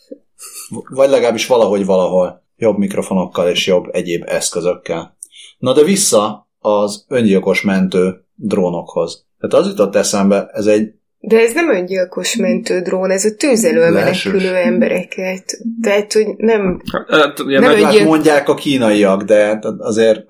valahol jobb mikrofonokkal és jobb egyéb eszközökkel. Na de vissza az öngyilkos mentő drónokhoz. Tehát az jutott eszembe, ez egy... De ez nem öngyilkos mentő drón, ez a tőzelő menekülő embereket. Tehát, hogy nem... nem mondják a kínaiak, de azért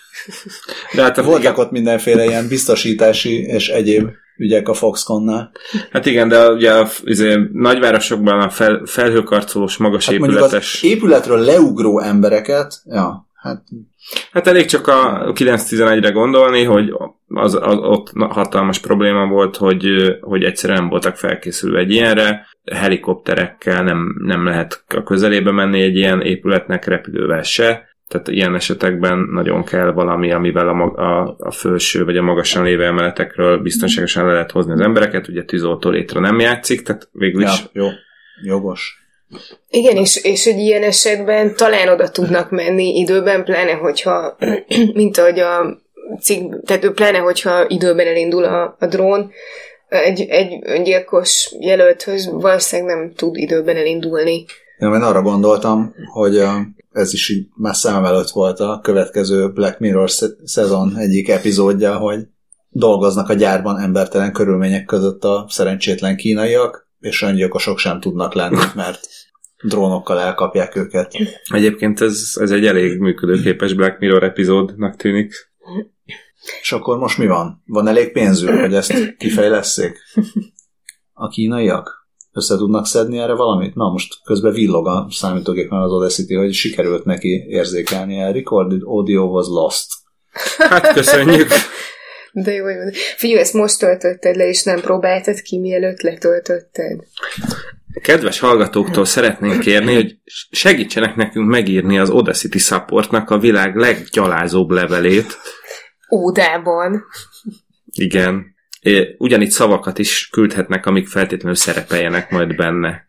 de hát voltak ott mindenféle ilyen biztosítási és egyéb ügyek a Foxconnnál. Hát igen, de ugye nagyvárosokban a felhőkarcolós magas épületes... Az épületről leugró embereket, ja, Hát elég csak a 9-11-re gondolni, hogy ott hatalmas probléma volt, hogy egyszerűen nem voltak felkészülve egy ilyenre, helikopterekkel nem lehet a közelébe menni egy ilyen épületnek, repülővel se, tehát ilyen esetekben nagyon kell valami, amivel a felső vagy a magasan lévő emeletekről biztonságosan le lehet hozni az embereket, ugye tűzoltó létre nem játszik, tehát végül is... Ja, jogos. Igen, és egy ilyen esetben talán oda tudnak menni időben, pláne hogyha, mint ahogy tehát pláne hogyha időben elindul a drón, egy öngyilkos jelölthöz valószínűleg nem tud időben elindulni. Én arra gondoltam, hogy ez is így már szemem előtt volt a következő Black Mirror szezon egyik epizódja, hogy dolgoznak a gyárban embertelen körülmények között a szerencsétlen kínaiak, és öngyilkosok sem tudnak lenni, mert drónokkal elkapják őket. Egyébként ez egy elég működőképes Black Mirror epizódnak tűnik. És akkor most mi van? Van elég pénzük, hogy ezt kifejlesszék? A kínaiak? Össze tudnak szedni erre valamit? Na, most közben villog a számítógépen az Audacity, hogy sikerült neki érzékelni. A recorded audio was lost. Hát köszönjük! De jó. Figyelj, ezt most töltötted le, és nem próbáltad ki, mielőtt letöltötted. Kedves hallgatóktól szeretnénk kérni, hogy segítsenek nekünk megírni az Audacity Supportnak a világ leggyalázóbb levelét. Ódában. Igen. Ugyanígy szavakat is küldhetnek, amik feltétlenül szerepeljenek majd benne.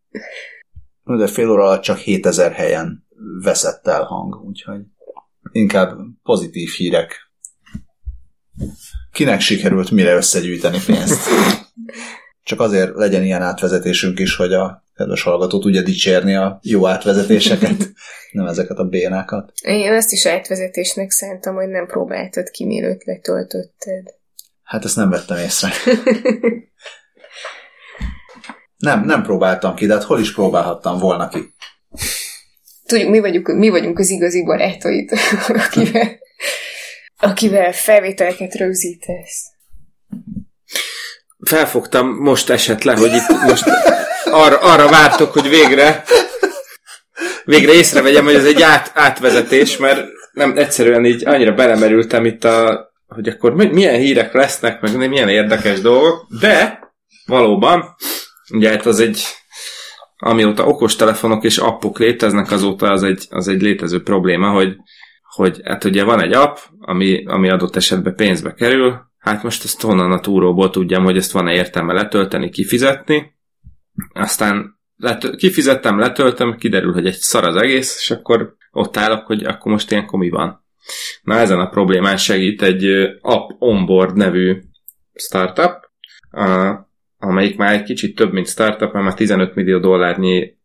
De fél óra alatt csak 7000 helyen veszett el hang, úgyhogy inkább pozitív hírek. Kinek sikerült mire összegyűjteni pénzt? Csak azért legyen ilyen átvezetésünk is, hogy a kedves hallgató tudja dicsérni a jó átvezetéseket, nem ezeket a bénákat. Én ezt is átvezetésnek szántam, hogy nem próbáltad ki, mielőtt letöltötted. Hát ezt nem vettem észre. Nem próbáltam ki, de hát hol is próbálhattam volna ki? Tudjuk, mi vagyunk az igazi barátaid, akivel felvételeket rögzítesz. Felfogtam, most esett le, hogy itt most arra vártok, hogy végre észrevegyem, hogy ez egy átvezetés, mert nem egyszerűen így annyira belemerültem itt hogy akkor milyen hírek lesznek, meg milyen érdekes dolgok, de valóban, ugye hát amióta okostelefonok és appok léteznek, azóta az egy létező probléma, hogy hát ugye van egy app, ami adott esetben pénzbe kerül, hát most ezt honnan a túróból tudjam, hogy ezt van-e értelme letölteni, kifizetni, aztán kifizettem, letöltöm, kiderül, hogy egy szar az egész, és akkor ott állok, hogy akkor most ilyenkor mi van. Na ezen a problémán segít egy App Onboard nevű startup, amelyik már egy kicsit több, mint startup, mert már 15 millió dollárnyi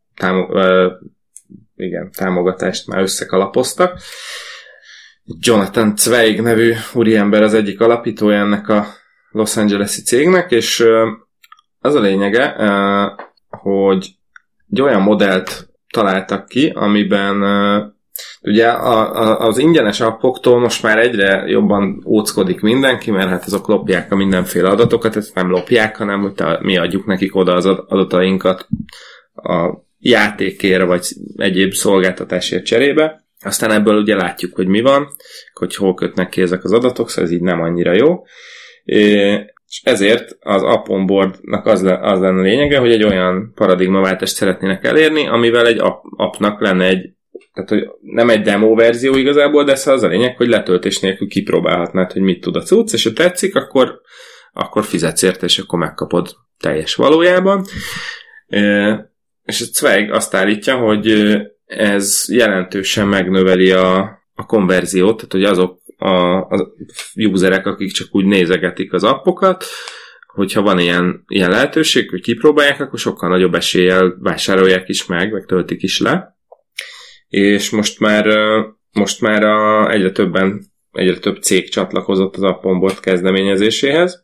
támogatást már összekalapoztak. Jonathan Zweig nevű úriember az egyik alapítója ennek a Los Angeles-i cégnek, és az a lényege, hogy egy olyan modellt találtak ki, amiben Ugye az ingyenes appoktól most már egyre jobban óckodik mindenki, mert hát azok lopják a mindenféle adatokat, ezt nem lopják, hanem mi adjuk nekik oda az adatainkat a játékért, vagy egyéb szolgáltatásért cserébe. Aztán ebből ugye látjuk, hogy mi van, hogy hol kötnek ki ezek az adatok, szóval ez így nem annyira jó. És ezért az app on boardnak az lenne a lényege, hogy egy olyan paradigmaváltást szeretnének elérni, amivel egy appnak lenne tehát hogy nem egy demo verzió igazából, de az a lényeg, hogy letöltés nélkül kipróbálhatnád, hogy mit tud a cucc, és ha tetszik, akkor fizetsz érte, és akkor megkapod teljes valójában. És a Zweig azt állítja, hogy ez jelentősen megnöveli a konverziót, tehát hogy azok a userek, akik csak úgy nézegetik az appokat, hogyha van ilyen lehetőség, hogy kipróbálják, akkor sokkal nagyobb eséllyel vásárolják is meg töltik is le. És most már egyre több cég csatlakozott az App on Board kezdeményezéséhez.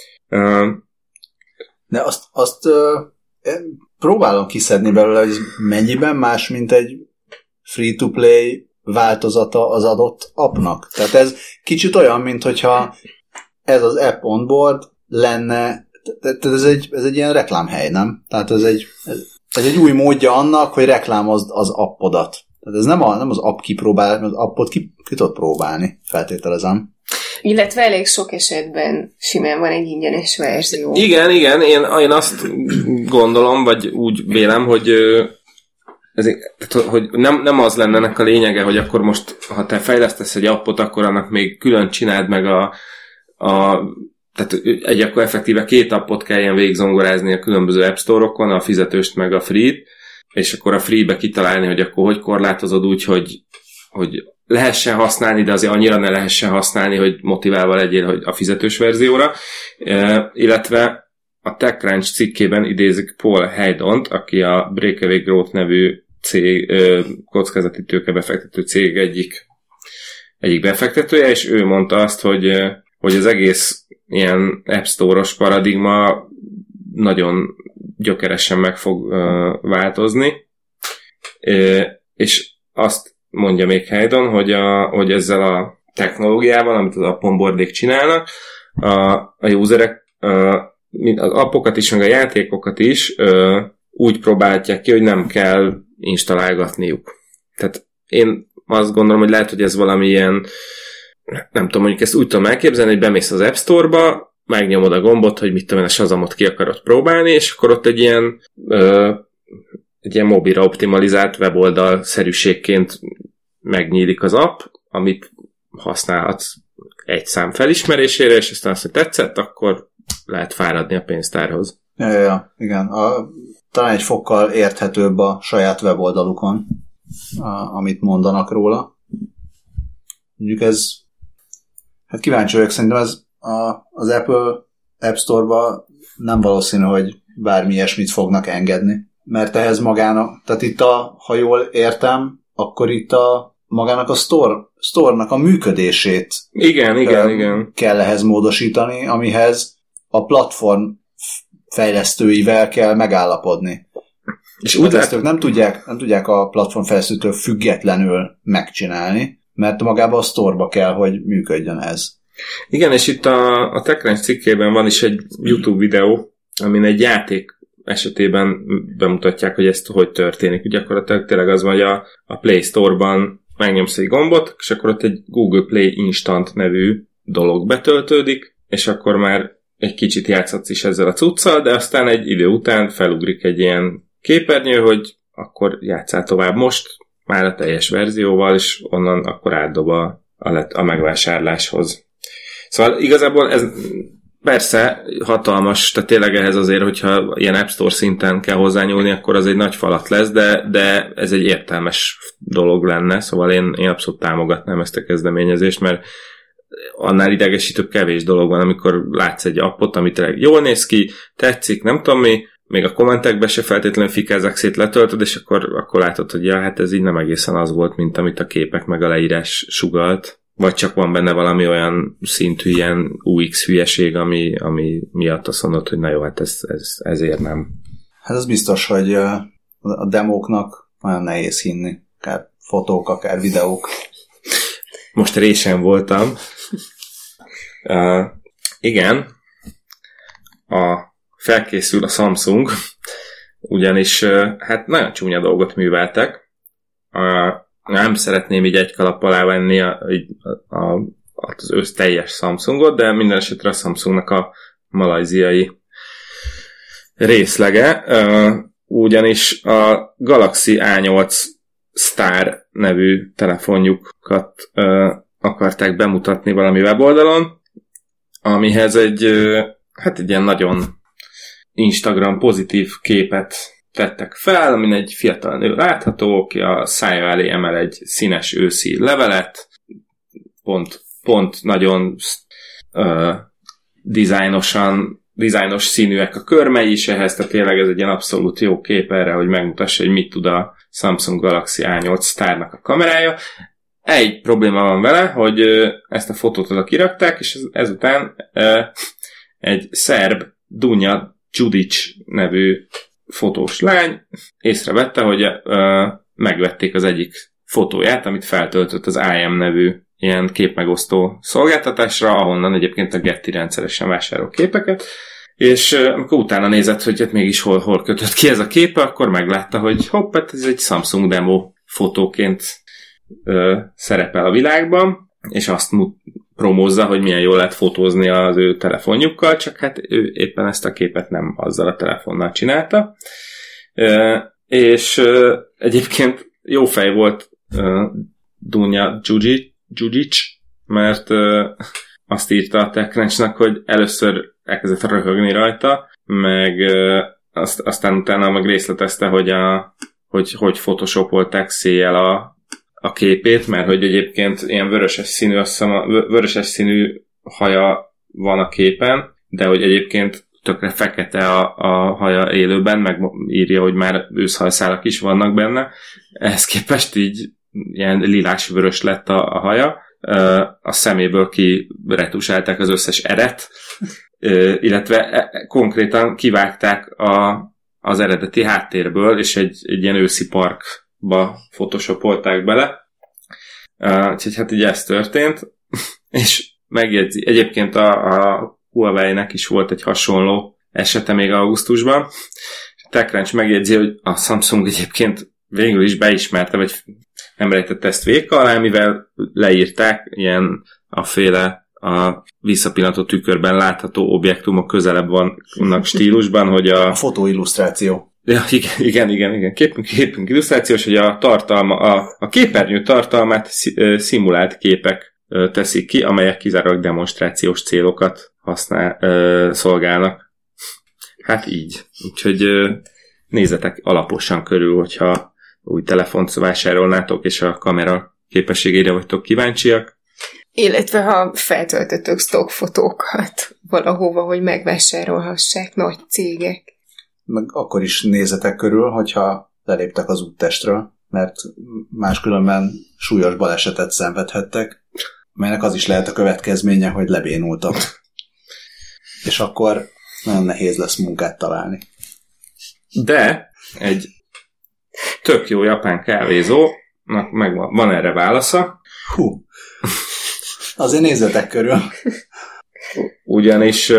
De azt próbálom kiszedni belőle, hogy mennyiben más, mint egy free-to-play változata az adott appnak. Tehát ez kicsit olyan, mint hogyha ez az App on Board lenne, tehát ez egy ilyen reklámhely, nem? Tehát ez egy új módja annak, hogy reklámozd az appodat. Tehát ez nem az app kipróbál, az appot ki tud próbálni, feltételezem. Illetve elég sok esetben simán van egy ingyenes verzió. Igen, én azt gondolom, vagy úgy vélem, hogy hogy nem az lenne ennek a lényege, hogy akkor most, ha te fejlesztesz egy appot, akkor annak még külön csináld meg tehát akkor effektíve 2 appot kelljen végigzongorázni a különböző App Store-okon, a fizetőst meg a free-t, és akkor a free-be kitalálni, hogy akkor hogy korlátozod úgy, hogy lehessen használni, de azért annyira ne lehessen használni, hogy motiválva legyél hogy a fizetős verzióra. Illetve a TechCrunch cikkében idézik Paul Haydont, aki a Breakaway Growth nevű cég, kockázati tőkebefektető cég egyik befektetője, és ő mondta azt, hogy az egész ilyen App Store-os paradigma nagyon gyökeresen meg fog változni, és azt mondja még Haydon, hogy ezzel a technológiával, amit az App on Boardék csinálnak, a userek az appokat is, meg a játékokat is úgy próbálják ki, hogy nem kell installálgatniuk. Tehát én azt gondolom, hogy lehet, hogy ez valami ilyen, nem tudom, mondjuk ezt úgy tudom elképzelni, hogy bemész az App Store-ba, megnyomod a gombot, hogy mit tudom én, a Shazamot ki akarod próbálni, és akkor ott egy ilyen mobilra optimalizált weboldal szerűségként megnyílik az app, amit használhatsz egy szám felismerésére, és aztán azt, hogy tetszett, akkor lehet fáradni a pénztárhoz. Ja, igen. Talán egy fokkal érthetőbb a saját weboldalukon, amit mondanak róla. Mondjuk ez, hát kíváncsi vagyok, szerintem ez az Apple App Store-ba nem valószínű, hogy bármi ilyesmit fognak engedni. Mert ehhez magának, tehát itt ha jól értem, akkor itt magának a store-nak a működését igen. kell ehhez módosítani, amihez a platform fejlesztőivel kell megállapodni. És úgy fejlesztők nem tudják a platform fejlesztőtől függetlenül megcsinálni, mert magában a store-ba kell, hogy működjön ez. Igen, és itt a TechCrunch cikkében van is egy YouTube videó, amin egy játék esetében bemutatják, hogy ezt hogy történik. Ugye gyakorlatilag tényleg az van, hogy a Play Store-ban megnyomsz egy gombot, és akkor ott egy Google Play Instant nevű dolog betöltődik, és akkor már egy kicsit játszhatsz is ezzel a cuccal, de aztán egy idő után felugrik egy ilyen képernyő, hogy akkor játsszál tovább most, már a teljes verzióval, és onnan akkor átdob a megvásárláshoz. Szóval igazából ez persze hatalmas, tehát tényleg ehhez azért, hogyha ilyen App Store szinten kell hozzányúlni, akkor az egy nagy falat lesz, de ez egy értelmes dolog lenne, szóval én abszolút támogatnám ezt a kezdeményezést, mert annál idegesítőbb kevés dolog van, amikor látsz egy appot, amit jól néz ki, tetszik, nem tudom mi, még a kommentekbe se feltétlenül fikázzák szét, letöltöd, és akkor látod, hogy ja, hát ez így nem egészen az volt, mint amit a képek meg a leírás sugalt. Vagy csak van benne valami olyan szintű ilyen UX hülyeség, ami miatt azt mondod, hogy na jó, hát ezért nem. Hát ez biztos, hogy a demóknak nagyon nehéz hinni. Akár fotók, akár videók. Most résen voltam. Igen, felkészül a Samsung, ugyanis hát nagyon csúnya dolgot műveltek. Nem szeretném így egy kalap alá venni az teljes Samsungot, de minden esetre a Samsungnak a malajziai részlege, ugyanis a Galaxy A8 Star nevű telefonjukat akarták bemutatni valami weboldalon, amihez egy ilyen nagyon Instagram pozitív képet tettek fel, amin egy fiatal nő látható, aki a szája elé emel egy színes őszi levelet, pont nagyon dizájnos színűek a körmei is ehhez, tehát tényleg ez egy ilyen abszolút jó kép erre, hogy megmutassa, hogy mit tud a Samsung Galaxy A8 Starnak a kamerája. Egy probléma van vele, hogy ezt a fotót oda kirakták, és ezután egy szerb Dunja Đudić nevű fotós lány észrevette, hogy megvették az egyik fotóját, amit feltöltött az IM nevű ilyen képmegosztó szolgáltatásra, ahonnan egyébként a Getty rendszeresen vásárol képeket, és amikor utána nézett, hogy hát mégis hol kötött ki ez a képe, akkor meglátta, hogy hát ez egy Samsung demo fotóként szerepel a világban, és azt promózza, hogy milyen jól lehet fotózni az ő telefonjukkal, csak hát ő éppen ezt a képet nem azzal a telefonnal csinálta. És egyébként jó fej volt Dunja Đudić, mert azt írta a TechCrunchnak, hogy először elkezdett röhögni rajta, meg aztán utána meg részletezte, hogy photoshopolták széjjel a képét, mert hogy egyébként ilyen vöröses színű haja van a képen, de hogy egyébként tökre fekete a haja élőben, meg írja, hogy már őszhajszálak is vannak benne. Ehhez képest így ilyen lilás-vörös lett a haja. A szeméből kiretusálták az összes eret, illetve konkrétan kivágták az eredeti háttérből, és egy ilyen őszi parkba photoshopolták bele. Úgyhogy hát így ez történt. És megjegyzi, egyébként a Huawei-nek is volt egy hasonló esete még augusztusban. A TechCrunch megjegyzi, hogy a Samsung egyébként végül is beismerte, vagy nem rejtette ezt véka alá, mivel leírták ilyen a visszapillantó tükörben látható objektumok közelebb vannak stílusban, hogy a fotóillusztráció. Ja, igen. Képünk illusztrációs, hogy a képernyő tartalmát szimulált képek teszik ki, amelyek kizárólag demonstrációs célokat szolgálnak. Hát így. Úgyhogy nézzetek alaposan körül, hogyha új telefont vásárolnátok, és a kamera képességére vagytok kíváncsiak. Illetve ha feltöltöttök stockfotókat valahova, hogy megvásárolhassák nagy cégek. Meg akkor is nézzetek körül, hogyha leléptek az úttestről, mert máskülönben súlyos balesetet szenvedhettek, melynek az is lehet a következménye, hogy lebénultak. És akkor nagyon nehéz lesz munkát találni. De egy tök jó japán kávézónak van erre válasza. Azért nézzetek körül. Ugyanis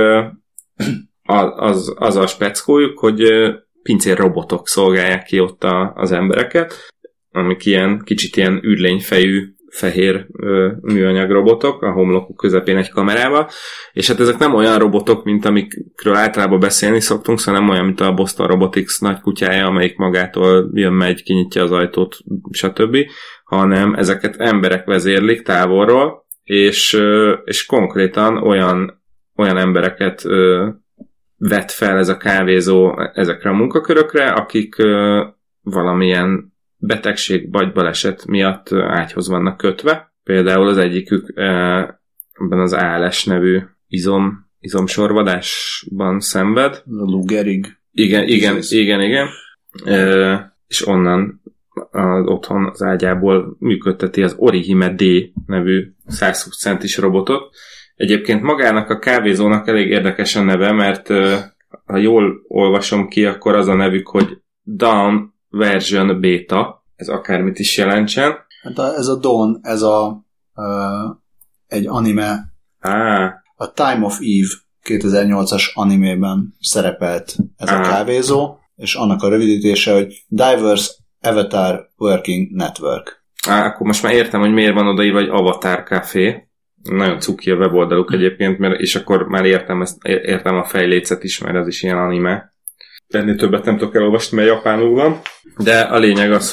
az a speckójuk, hogy pincérrobotok szolgálják ki ott az embereket, amik kicsit ilyen ürlényfejű fehér műanyag robotok a homlokuk közepén egy kamerával, és hát ezek nem olyan robotok, mint amikről általában beszélni szoktunk, hanem olyan, mint a Boston Robotics nagy kutyája, amelyik magától jön-megy, kinyitja az ajtót, stb., hanem ezeket emberek vezérlik távolról, és konkrétan olyan embereket vett fel ez a kávézó ezekre a munkakörökre, akik valamilyen betegség vagy baleset miatt ágyhoz vannak kötve. Például az egyikük ebben az ALS nevű izomsorvadásban szenved. Lou Gehrig. Igen. És onnan otthon az ágyából működteti az Orihime D nevű 120 centis robotot. Egyébként magának a kávézónak elég érdekes a neve, mert ha jól olvasom ki, akkor az a nevük, hogy Down Version Beta, ez akármit is jelentsen. Hát ez a Dawn, ez egy anime. A Time of Eve 2008-as animében szerepelt ez a kávézó, és annak a rövidítése, hogy Diverse Avatar Working Network. Akkor most már értem, hogy miért van odaírva, hogy Avatar Café. Nagyon cuki a weboldaluk egyébként, és akkor már értem a fejlécet is, mert ez is ilyen anime. Ennél többet nem tudok elolvasni, mert japánul van. De a lényeg az,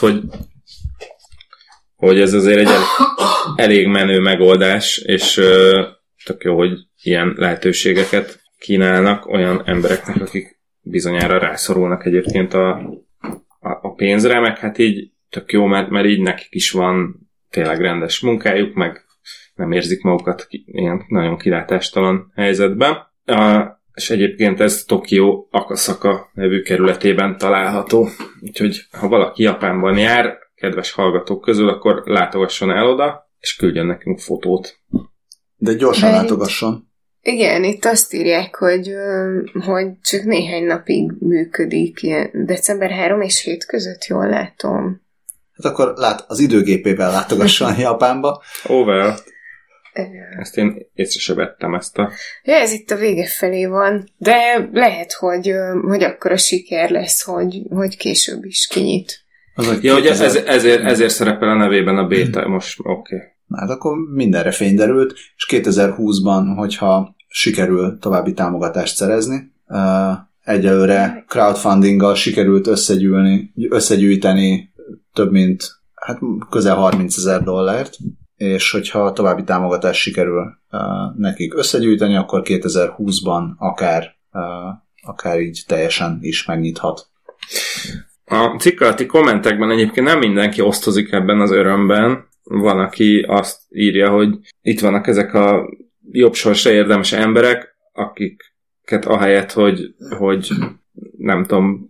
hogy ez azért egy elég menő megoldás, és tök jó, hogy ilyen lehetőségeket kínálnak olyan embereknek, akik bizonyára rászorulnak egyébként a pénzre, meg hát így tök jó, mert így nekik is van tényleg rendes munkájuk, meg nem érzik magukat ilyen nagyon kilátástalan helyzetben. És egyébként ez Tokió Akasaka nevű kerületében található. Úgyhogy ha valaki Japánban jár, kedves hallgatók közül, akkor látogasson el oda, és küldjön nekünk fotót. De gyorsan látogasson. Igen, itt azt írják, hogy csak néhány napig működik, ilyen december 3 és 7 között, jól látom. Hát akkor az időgépével látogasson Japánba. Well. Ezt én észre se vettem ezt a... Ja, ez itt a vége felé van, de lehet, hogy akkor a siker lesz, hogy később is kinyit. Ja, hogy ezért szerepel a nevében a béta, most oké. Hát akkor mindenre fény derült, és 2020-ban, hogyha sikerül további támogatást szerezni, egyelőre crowdfundinggal sikerült összegyűjteni több mint közel $30,000, és hogyha további támogatást sikerül nekik összegyűjteni, akkor 2020-ban akár így teljesen is megnyithat. A cikk alatti kommentekben egyébként nem mindenki osztozik ebben az örömben. Van, aki azt írja, hogy itt vannak ezek a jobb sorsra érdemes emberek, akiket ahelyett, hogy nem tudom,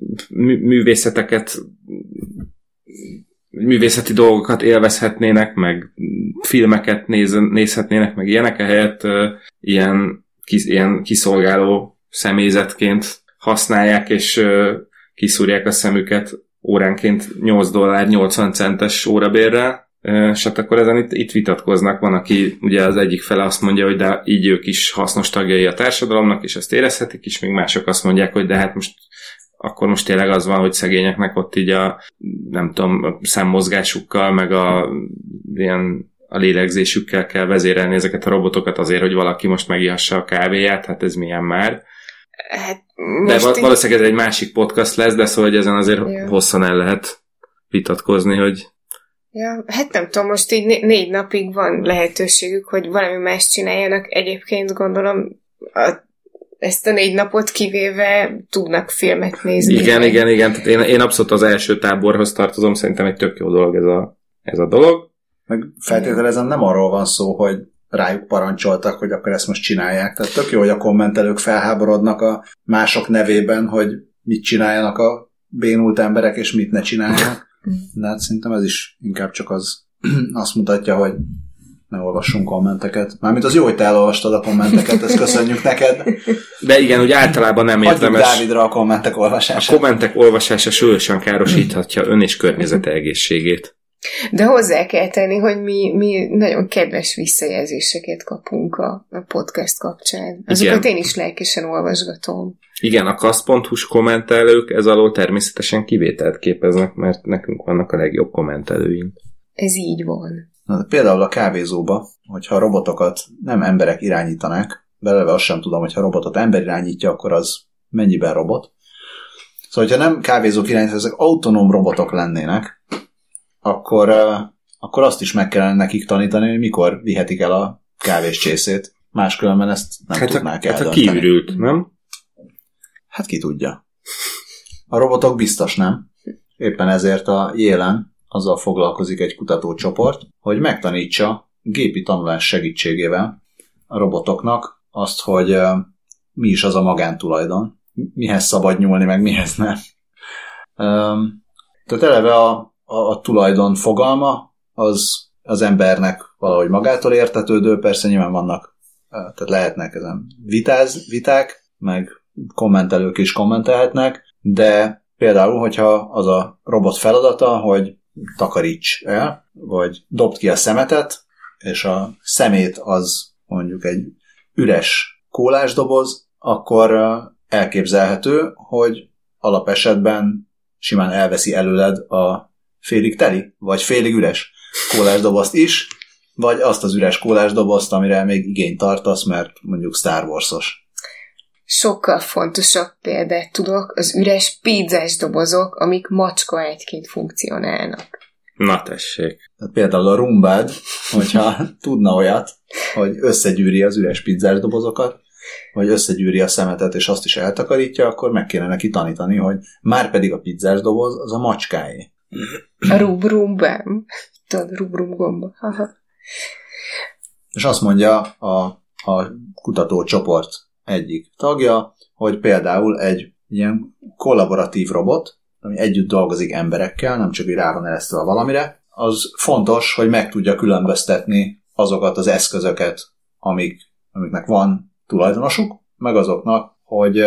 művészeti dolgokat élvezhetnének, meg filmeket nézhetnének, meg ilyenek, ehelyett ilyen kiszolgáló személyzetként használják, és kiszúrják a szemüket óránként $8.80 órabérrel, és hát akkor ezen itt vitatkoznak. Van, aki ugye az egyik fele azt mondja, hogy de így ők is hasznos tagjai a társadalomnak, és ezt érezhetik is, még mások azt mondják, hogy de hát akkor most tényleg az van, hogy szegényeknek ott így a szemmozgásukkal, meg a lélegzésükkel kell vezérelni ezeket a robotokat azért, hogy valaki most megihassa a kávéját, hát ez milyen már. De valószínűleg ez egy másik podcast lesz, de szóval hogy ezen azért hosszan el lehet vitatkozni, hogy... Ja, hát nem tudom, most így 4 napig van lehetőségük, hogy valami más csináljanak. Egyébként gondolom ezt a 4 napot kivéve tudnak filmet nézni. Igen. Tehát én abszolút az első táborhoz tartozom, szerintem egy tök jó dolog ez a dolog. Meg feltételezem nem arról van szó, hogy rájuk parancsoltak, hogy akkor ezt most csinálják. Tehát tök jó, hogy a kommentelők felháborodnak a mások nevében, hogy mit csináljanak a bénult emberek, és mit ne csináljanak. De hát szerintem ez is inkább csak azt mutatja, hogy ne olvassunk kommenteket. Mármint az jó, hogy te elolvastad a kommenteket, ezt köszönjük neked. De igen, úgy általában nem érdemes. Hagyjuk Dávidra a kommentek olvasását. A kommentek olvasása súlyosan károsíthatja ön és környezete egészségét. De hozzá kell tenni, hogy mi nagyon kedves visszajelzéseket kapunk a podcast kapcsán. Azokat én is lelkesen olvasgatom. Igen, a kasz.hu-s kommentelők ez alól természetesen kivételt képeznek, mert nekünk vannak a legjobb kommentelőink. Ez így van. Na, például a kávézóba, hogyha a robotokat nem emberek irányítanák, belőle azt sem tudom, hogyha a robotot ember irányítja, akkor az mennyiben robot. Szóval, hogyha nem kávézók irányítanak, ezek autonóm robotok lennének, akkor azt is meg kellene nekik tanítani, hogy mikor vihetik el a kávéscsészét. Máskülönben ezt nem tudnák eldönteni. Hát kiürült, nem? Hát ki tudja. A robotok biztos nem. Éppen ezért a Yale-en azzal foglalkozik egy kutatócsoport, hogy megtanítsa gépi tanulás segítségével a robotoknak azt, hogy mi is az a magántulajdon, mihez szabad nyúlni, meg mihez nem. Tehát eleve a tulajdon fogalma az embernek valahogy magától értetődő, persze nyilván vannak, tehát lehetnek ezen viták, meg kommentelők is kommentelhetnek, de például, hogyha az a robot feladata, hogy takaríts el, vagy dobd ki a szemetet, és a szemét az mondjuk egy üres kólásdoboz, akkor elképzelhető, hogy alapesetben simán elveszi előled a félig teli, vagy félig üres kólásdobozt is, vagy azt az üres kólásdobozt, amire még igényt tartasz, mert mondjuk Star Wars-os. Sokkal fontosabb példát tudok, az üres pizzás dobozok, amik macskaágyként funkcionálnak. Na tessék. Tehát például a Rumbád, hogyha tudna olyat, hogy összegyűri az üres pizzás dobozokat, vagy összegyűri a szemetet, és azt is eltakarítja, akkor meg kéne neki tanítani, hogy már pedig a pizzás doboz az a macskáé. A rubrumbám. Tudod, rubrumgomba. És azt mondja a kutatócsoport egyik tagja, hogy például egy ilyen kollaboratív robot, ami együtt dolgozik emberekkel, nem csak így rá van eresztve valamire, az fontos, hogy meg tudja különböztetni azokat az eszközöket, amiknek van tulajdonosuk, meg azoknak, hogy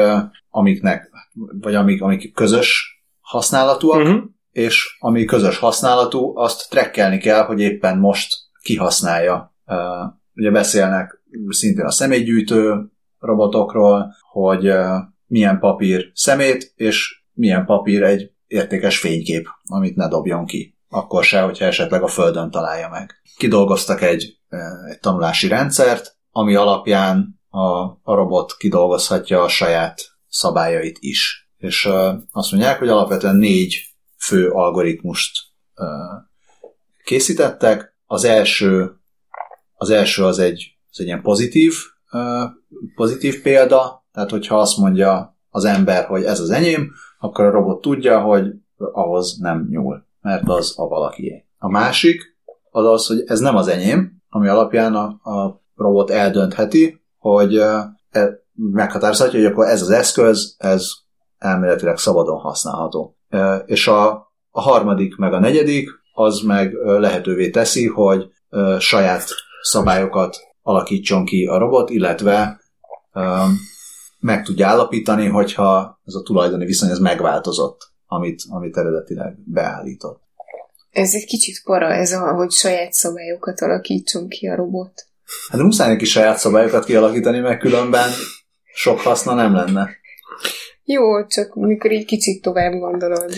amik közös használatúak, és ami közös használatú, azt trekkelni kell, hogy éppen most kihasználja. Ugye beszélnek szintén a szemétgyűjtő robotokról, hogy milyen papír szemét, és milyen papír egy értékes fénykép, amit ne dobjon ki. Akkor se, hogyha esetleg a Földön találja meg. Kidolgoztak egy tanulási rendszert, ami alapján a robot kidolgozhatja a saját szabályait is. És azt mondják, hogy alapvetően 4 fő algoritmust készítettek. Az első az egy ilyen pozitív példa, tehát hogyha azt mondja az ember, hogy ez az enyém, akkor a robot tudja, hogy ahhoz nem nyúl, mert az a valakié. A másik az az, hogy ez nem az enyém, ami alapján a robot eldöntheti, hogy meghatározhatja, hogy akkor ez az eszköz, ez elméletileg szabadon használható. És a harmadik meg a negyedik, az meg lehetővé teszi, hogy saját szabályokat alakítson ki a robot, illetve meg tudja állapítani, hogyha ez a tulajdoni viszony ez megváltozott, amit eredetileg beállított. Ez egy kicsit para, hogy saját szabályokat alakítson ki a robot. Hát de muszáj neki saját szabályokat kialakítani, mert különben sok haszna nem lenne. Jó, csak mikor így kicsit tovább gondolod.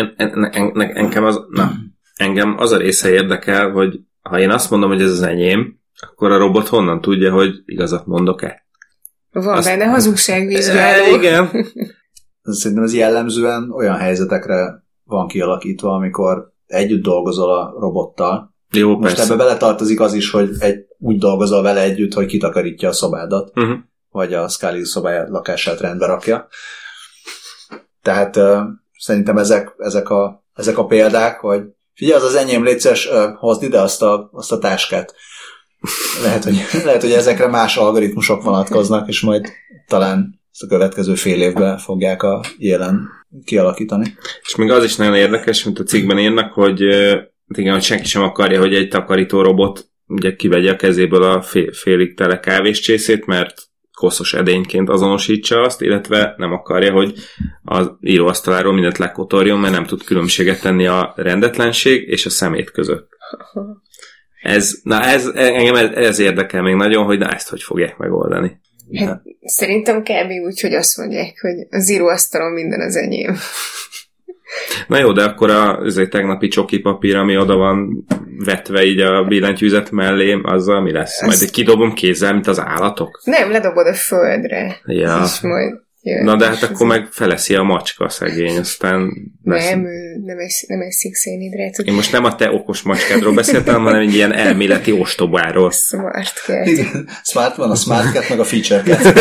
Engem az a része érdekel, hogy ha én azt mondom, hogy ez az enyém, akkor a robot honnan tudja, hogy igazat mondok-e? Van benne hazugságvizsgáló. Igen. Szerintem ez jellemzően olyan helyzetekre van kialakítva, amikor együtt dolgozol a robottal. Jó, most persze. ebbe beletartozik az is, hogy úgy dolgozol vele együtt, hogy kitakarítja a szobádat, vagy a Scully szobáját, lakását rendbe rakja. Tehát szerintem ezek a példák, hogy figyelj, az enyém, légy szíves, hozd ide azt a táskát. Lehet, hogy ezekre más algoritmusok vonatkoznak, és majd talán ezt a következő fél évben fogják a jelen kialakítani. És még az is nagyon érdekes, mint a cikkben írnak, hogy igen, hogy senki sem akarja, hogy egy takarító robot ugye kivegye a kezéből a félig tele kávéscsészét, mert koszos edényként azonosítsa azt, illetve nem akarja, hogy az íróasztaláról mindent lekotorjon, mert nem tud különbséget tenni a rendetlenség és a szemét között. Engem ez érdekel még nagyon, hogy ezt hogy fogják megoldani. Hát, szerintem kb. Úgy, hogy azt mondják, hogy az íróasztalon minden az enyém. Na jó, de akkor az egy tegnapi csoki papír, ami oda van vetve így a billentyűzet mellé, azzal mi lesz? Majd kidobom kézzel, mint az állatok? Nem, ledobod a földre. Ja. És majd jön. Na de hát akkor meg feleszi a macska szegény, aztán... Nem eszik szénhidrátot. Én most nem a te okos macskádról beszéltem, hanem egy ilyen elméleti ostobáról. Smart cat. Igen, smart van a smart cat, meg a feature cat.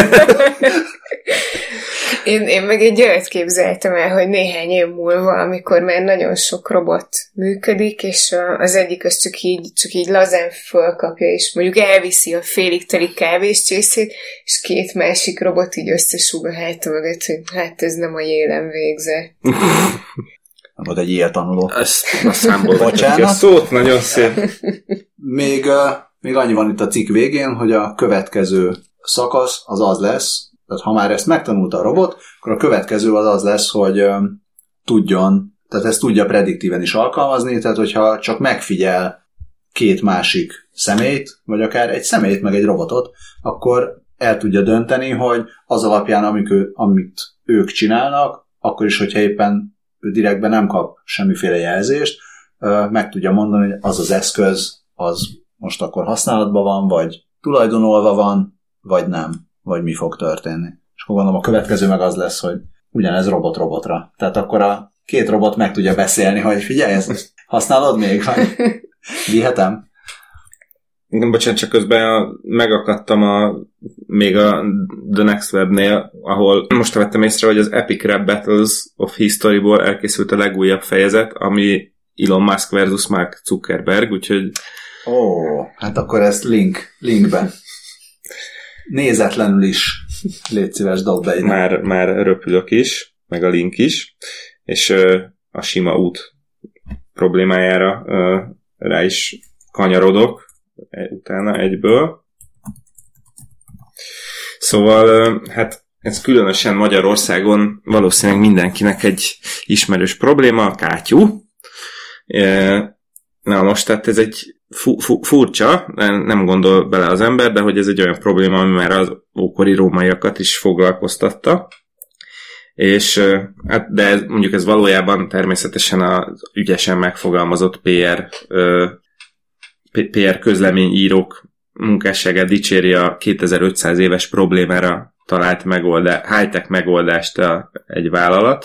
Én meg egy olyat képzeltem el, hogy néhány év múlva, amikor már nagyon sok robot működik, és az egyik az csak így lazán fölkapja, és mondjuk elviszi a félig teli kávéscsészét, és 2 másik robot így összesúg a háta mögött, hogy hát ez nem a jélem végzett. Volt egy ilyen tanuló. Ezt a számból Bocsánat. a szót, nagyon szép. Még annyi van itt a cikk végén, hogy a következő szakasz az lesz, tehát ha már ezt megtanulta a robot, akkor a következő az lesz, hogy tudjon tehát ezt tudja prediktíven is alkalmazni, tehát hogyha csak megfigyel két másik személyt, vagy akár egy személyt, meg egy robotot, akkor el tudja dönteni, hogy az alapján, amit ők csinálnak, akkor is, hogyha éppen ő direktben nem kap semmiféle jelzést, meg tudja mondani, hogy az az eszköz, az most akkor használatban van, vagy tulajdonolva van, vagy nem, vagy mi fog történni. És akkor gondolom a következő meg az lesz, hogy ugyanez robot-robotra. Tehát akkor a két robot meg tudja beszélni, hogy figyelj, ezt használod még? Vihetem? Bocsánat, csak közben megakadtam még a The Next Webnél, ahol most vettem észre, hogy az Epic Rap Battles of History-ból elkészült a legújabb fejezet, ami Elon Musk versus Mark Zuckerberg, úgyhogy... Hát akkor ezt linkben. Nézetlenül is légy szíves, dob be ide. Már röpülök is, meg a link is, és a sima út problémájára rá is kanyarodok utána egyből. Szóval, hát ez különösen Magyarországon valószínűleg mindenkinek egy ismerős probléma, a kátyú. Na most, tehát ez egy furcsa, nem gondol bele az ember, de hogy ez egy olyan probléma, ami már az ókori rómaiakat is foglalkoztatta. És, hát, de mondjuk ez valójában természetesen az ügyesen megfogalmazott PR közleményírók munkásságát dicséri a 2500 éves problémára talált high-tech megoldást egy vállalat.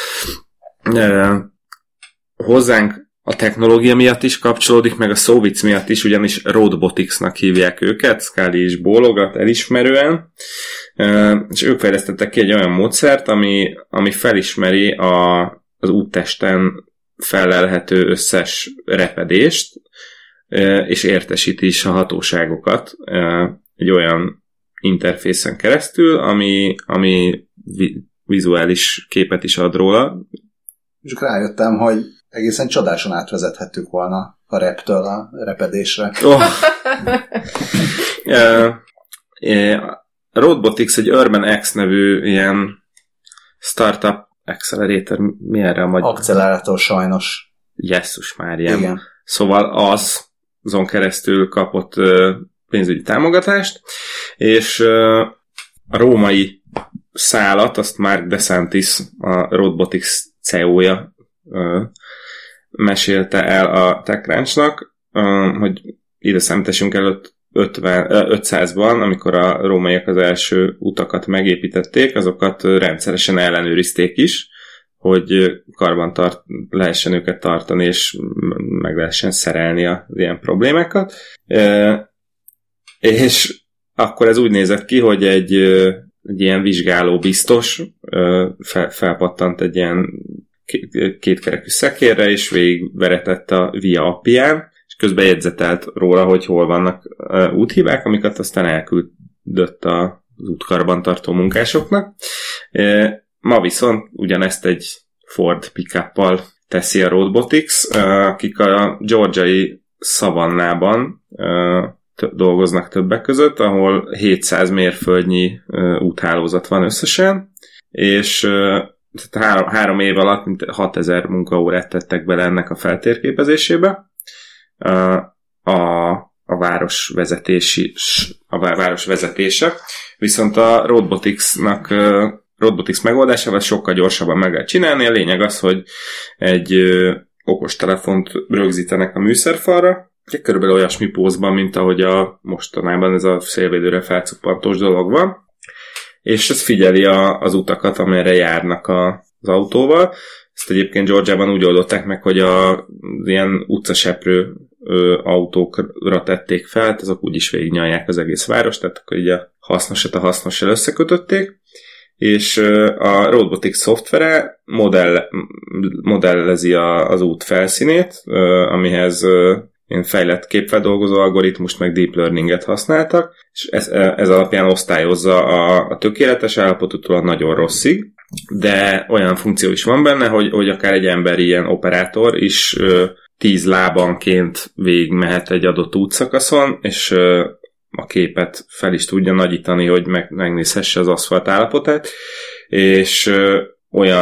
Hozzánk a technológia miatt is kapcsolódik, meg a szó vicc miatt is, ugyanis Roadbotics-nak hívják őket, Scully is bólogat elismerően, és ők fejlesztettek ki egy olyan módszert, ami felismeri az úttesten fellelhető összes repedést, és értesíti is a hatóságokat egy olyan interfészen keresztül, ami vizuális képet is ad róla. És rájöttem, hogy egészen csodásan átvezethettük volna a reptől a repedésre. Roadbotics egy Urban X nevű ilyen startup accelerator, mi erre a magyar? Akcelerátor sajnos. Jesszus Máriám. Igen. Szóval azon keresztül kapott pénzügyi támogatást, és a római szálat, azt Mark DeSantis, a Roadbotics CEO-ja mesélte el a TechCrunchnak, hogy ide számításunk előtt 500-ban, amikor a rómaiak az első utakat megépítették, azokat rendszeresen ellenőrizték is, hogy karban lehessen őket tartani, és meg lehessen szerelni az ilyen problémákat. És akkor ez úgy nézett ki, hogy egy ilyen vizsgáló biztos felpattant egy ilyen kétkerekű szekérre, és végigveretett a VIA appján, és közben jegyzetelt róla, hogy hol vannak úthibák, amiket aztán elküldött az útkarbantartó munkásoknak. Ma viszont ugyanezt egy Ford pick-uppal teszi a Roadbotics, akik a georgiai szavannában dolgoznak többek között, ahol 700 mérföldnyi úthálózat van összesen, és 3 év alatt 6000 munkaórát tettek bele ennek a feltérképezésébe. A város vezetése. Viszont a Roadbotics megoldásával sokkal gyorsabban meg lehet csinálni. A lényeg az, hogy egy okostelefont rögzítenek a műszerfalra, körülbelül olyasmi pózban, mint ahogy mostanában ez a szélvédőre felcuppantós dolog van, és ez figyeli az utakat, amelyre járnak az autóval. Ezt egyébként Georgiában úgy oldották meg, hogy az ilyen utcaseprő autókra tették fel, azok úgyis végignyalják az egész várost, tehát akkor így a hasznossal összekötötték, és a Roadbotics szoftvere modellezi az út felszínét, amihez ilyen fejlett képfeldolgozó algoritmust, meg deep learninget használtak, és ez alapján osztályozza a tökéletes állapotútól a nagyon rosszig, de olyan funkció is van benne, hogy akár egy emberi ilyen operátor is 10 lábanként végigmehet egy adott útszakaszon, és a képet fel is tudja nagyítani, hogy megnézhesse az aszfalt állapotát, és olyan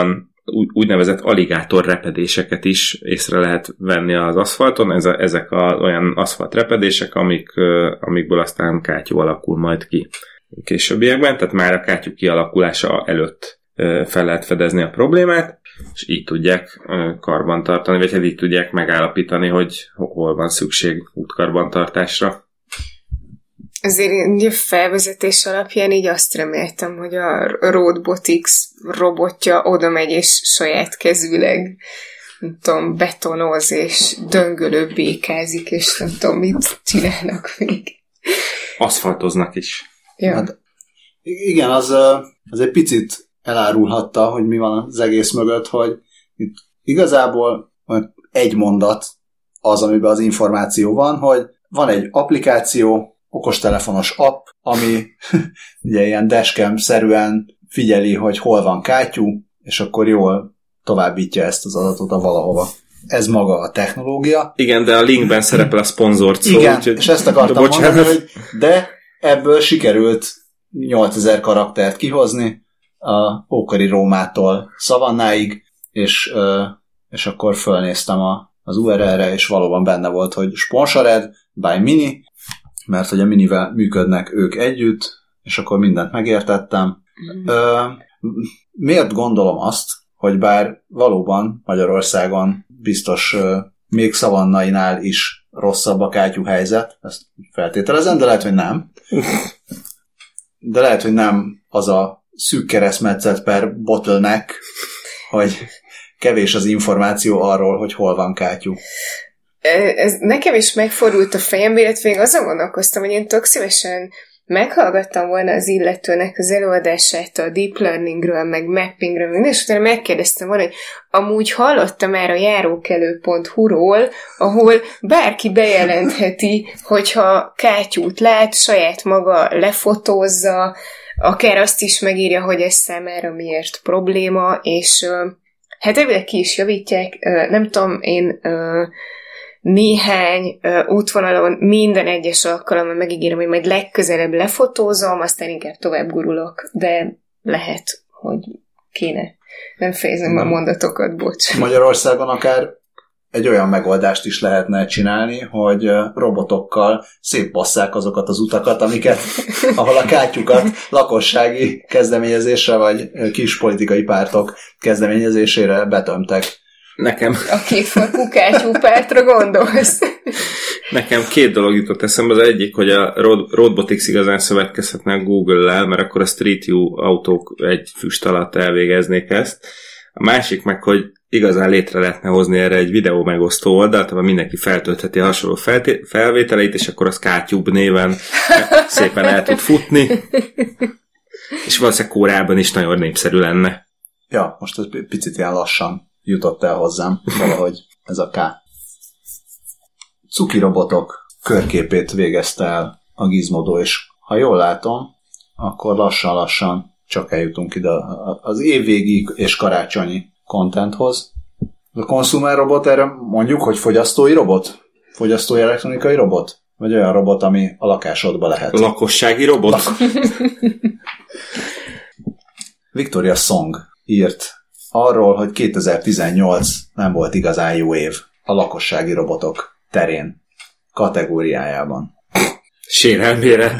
úgynevezett aligátor repedéseket is észre lehet venni az aszfalton. Ezek olyan aszfalt repedések, amikből aztán kátyú alakul majd ki későbbiekben, tehát már a kátyú kialakulása előtt fel lehet fedezni a problémát, és így tudják karbantartani, vagy így tudják megállapítani, hogy hol van szükség útkarbantartásra. Azért így felvezetés alapján így azt reméltem, hogy a Robotics robotja oda megy és saját kezűleg, nem tudom, betonoz és döngölő békázik, és nem tudom, mit csinálnak még. Aszfaltoznak is. Ja. Hát, igen, az egy picit elárulhatta, hogy mi van az egész mögött, hogy itt igazából egy mondat az, amiben az információ van, hogy van egy applikáció, okostelefonos app, ami ugye ilyen dashcam-szerűen figyeli, hogy hol van kátyú, és akkor jól továbbítja ezt az adatot a valahova. Ez maga a technológia. Igen, de a linkben szerepel a szponzort szó. Igen, és ezt akartam mondani, hogy de ebből sikerült 8000 karaktert kihozni a ókori Rómától Szavannáig, és akkor fölnéztem az URL-re, és valóban benne volt, hogy Sponsored by Mini, mert hogy a Minivel működnek ők együtt, és akkor mindent megértettem. Miért gondolom azt, hogy bár valóban Magyarországon biztos még Szavannainál is rosszabb a kátyú helyzet, ezt feltételezem, de lehet, hogy nem. De lehet, hogy nem az a szűk keresztmetszet per bottleneck, hogy kevés az információ arról, hogy hol van kátyú. Ez nekem is megfordult a fejembe, illetve még azon gondolkoztam, hogy én tök szívesen meghallgattam volna az illetőnek az előadását a deep learningről, meg mappingről, és utána megkérdeztem volna, hogy amúgy hallottam már a járókelő.hu-ról, ahol bárki bejelentheti, hogyha kátyút lát, saját maga lefotózza, akár azt is megírja, hogy ez számára miért probléma, és hát ebből ki is javítják, nem tudom, én néhány útvonalon minden egyes alkalommal megígérem, hogy majd legközelebb lefotózom, aztán inkább tovább gurulok, de lehet, hogy kéne. Nem fejezem a mondatokat, bocs. Magyarországon akár egy olyan megoldást is lehetne csinálni, hogy robotokkal szétbasszák azokat az utakat, ahol a kátyukat lakossági kezdeményezésre, vagy kis politikai pártok kezdeményezésére betömtek. Nekem... A kétfarkú kátyúpártra gondolsz? Nekem két dolog jutott eszembe. Az egyik, hogy a Robotics igazán szövetkezhetne a Google-lel, mert akkor a Street View autók egy füst alatt elvégeznék ezt. A másik meg, hogy igazán létre lehetne hozni erre egy videó megosztó oldalt, ahol mindenki feltöltheti a hasonló felvételeit, és akkor az Kátyúb néven szépen el tud futni. És valószínűleg korábban is nagyon népszerű lenne. Ja, most ez picit ilyen lassan jutott el hozzám valahogy ez a K. Cuki robotok körképét végezte el a Gizmodo, és ha jól látom, akkor lassan-lassan csak eljutunk ide az évvégi és karácsonyi contenthoz. A consumer robot, erre mondjuk, hogy fogyasztói robot? Fogyasztói elektronikai robot? Vagy olyan robot, ami a lakásodba lehet? Lakossági robot? Victoria Song írt arról, hogy 2018 nem volt igazán jó év a lakossági robotok terén, kategóriájában. Sérelmére.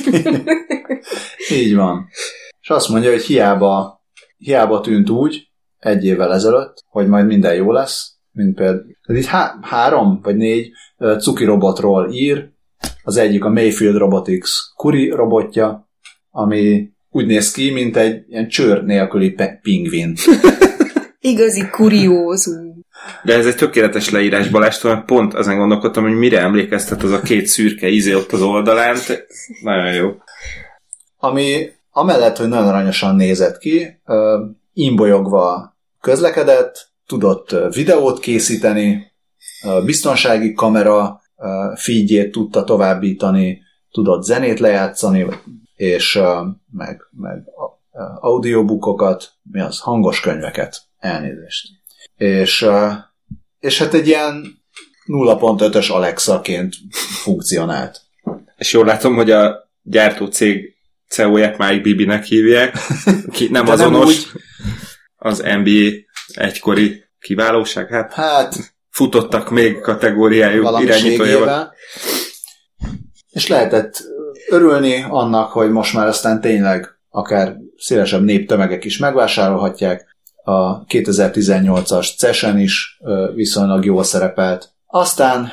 Így van. És azt mondja, hogy hiába tűnt úgy egy évvel ezelőtt, hogy majd minden jó lesz, mint például itt 3 vagy 4 cuki robotról ír, az egyik a Mayfield Robotics Kuri robotja, ami úgy néz ki, mint egy ilyen csőr nélküli pingvin. Igazi kuriózum. De ez egy tökéletes leírás, Balástól, mert pont ezen gondolkodtam, hogy mire emlékeztet az a két szürke ízé ott az oldalán. Nagyon jó. Ami amellett, hogy nagyon aranyosan nézett ki, imbolyogva közlekedett, tudott videót készíteni, biztonsági kamera feedjét tudta továbbítani, tudott zenét lejátszani, és meg audiobookokat, hangos könyveket, elnézést. És hát egy ilyen 0.5-ös Alexa-ként funkcionált. És jól látom, hogy a gyártócég CEO-ját Mike Bibinek hívják, ki nem de azonos, nem úgy, az NBA egykori kiválóság? Hát futottak még kategóriájú irányítójával. És lehetett örülni annak, hogy most már aztán tényleg akár szélesebb néptömegek is megvásárolhatják. A 2018-as CES-en is viszonylag jól szerepelt. Aztán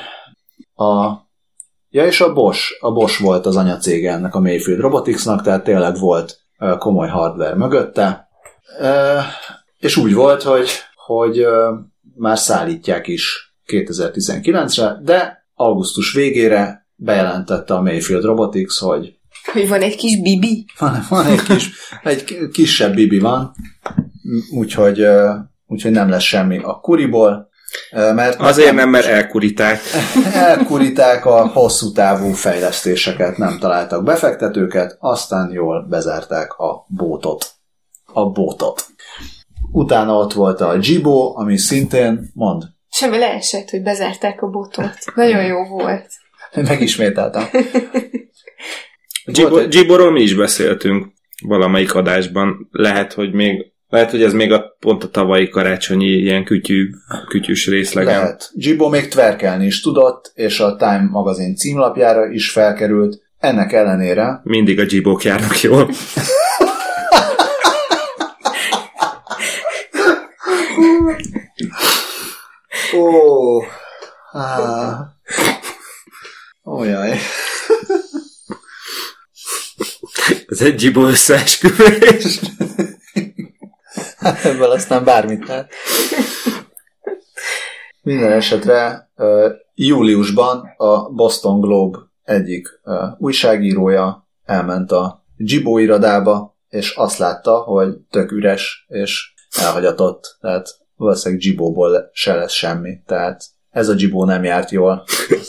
és a Bosch volt az anyacége ennek a Mayfield Roboticsnak, tehát tényleg volt komoly hardware mögötte. És úgy volt, hogy már szállítják is 2019-re, de augusztus végére bejelentette a Mayfield Robotics, hogy van egy kis bibi? Van egy kisebb bibi van, úgyhogy nem lesz semmi a kuriból. Mert elkuriták. Elkuriták a hosszú távú fejlesztéseket, nem találtak befektetőket, aztán jól bezárták a bótot. Utána ott volt a Jibo, ami szintén, Semmi leesett, hogy bezárták a botot. Nagyon jó volt. Megismételtem. Jiboról mi is beszéltünk valamelyik adásban. Lehet, hogy ez még pont a tavalyi karácsonyi ilyen kütyűs részlegen. Lehet. Jibo még tverkelni is tudott, és a Time magazin címlapjára is felkerült. Ennek ellenére... Mindig a Jibok járnak jól. Jaj. Ez egy Jibo összeesküvés. Ebből aztán bármit lehet. Minden esetre júliusban a Boston Globe egyik újságírója elment a Jibo irodába, és azt látta, hogy tök üres és elhagyatott, tehát valószínűleg Jibóból se lesz semmi, tehát ez a Jibo nem járt jól.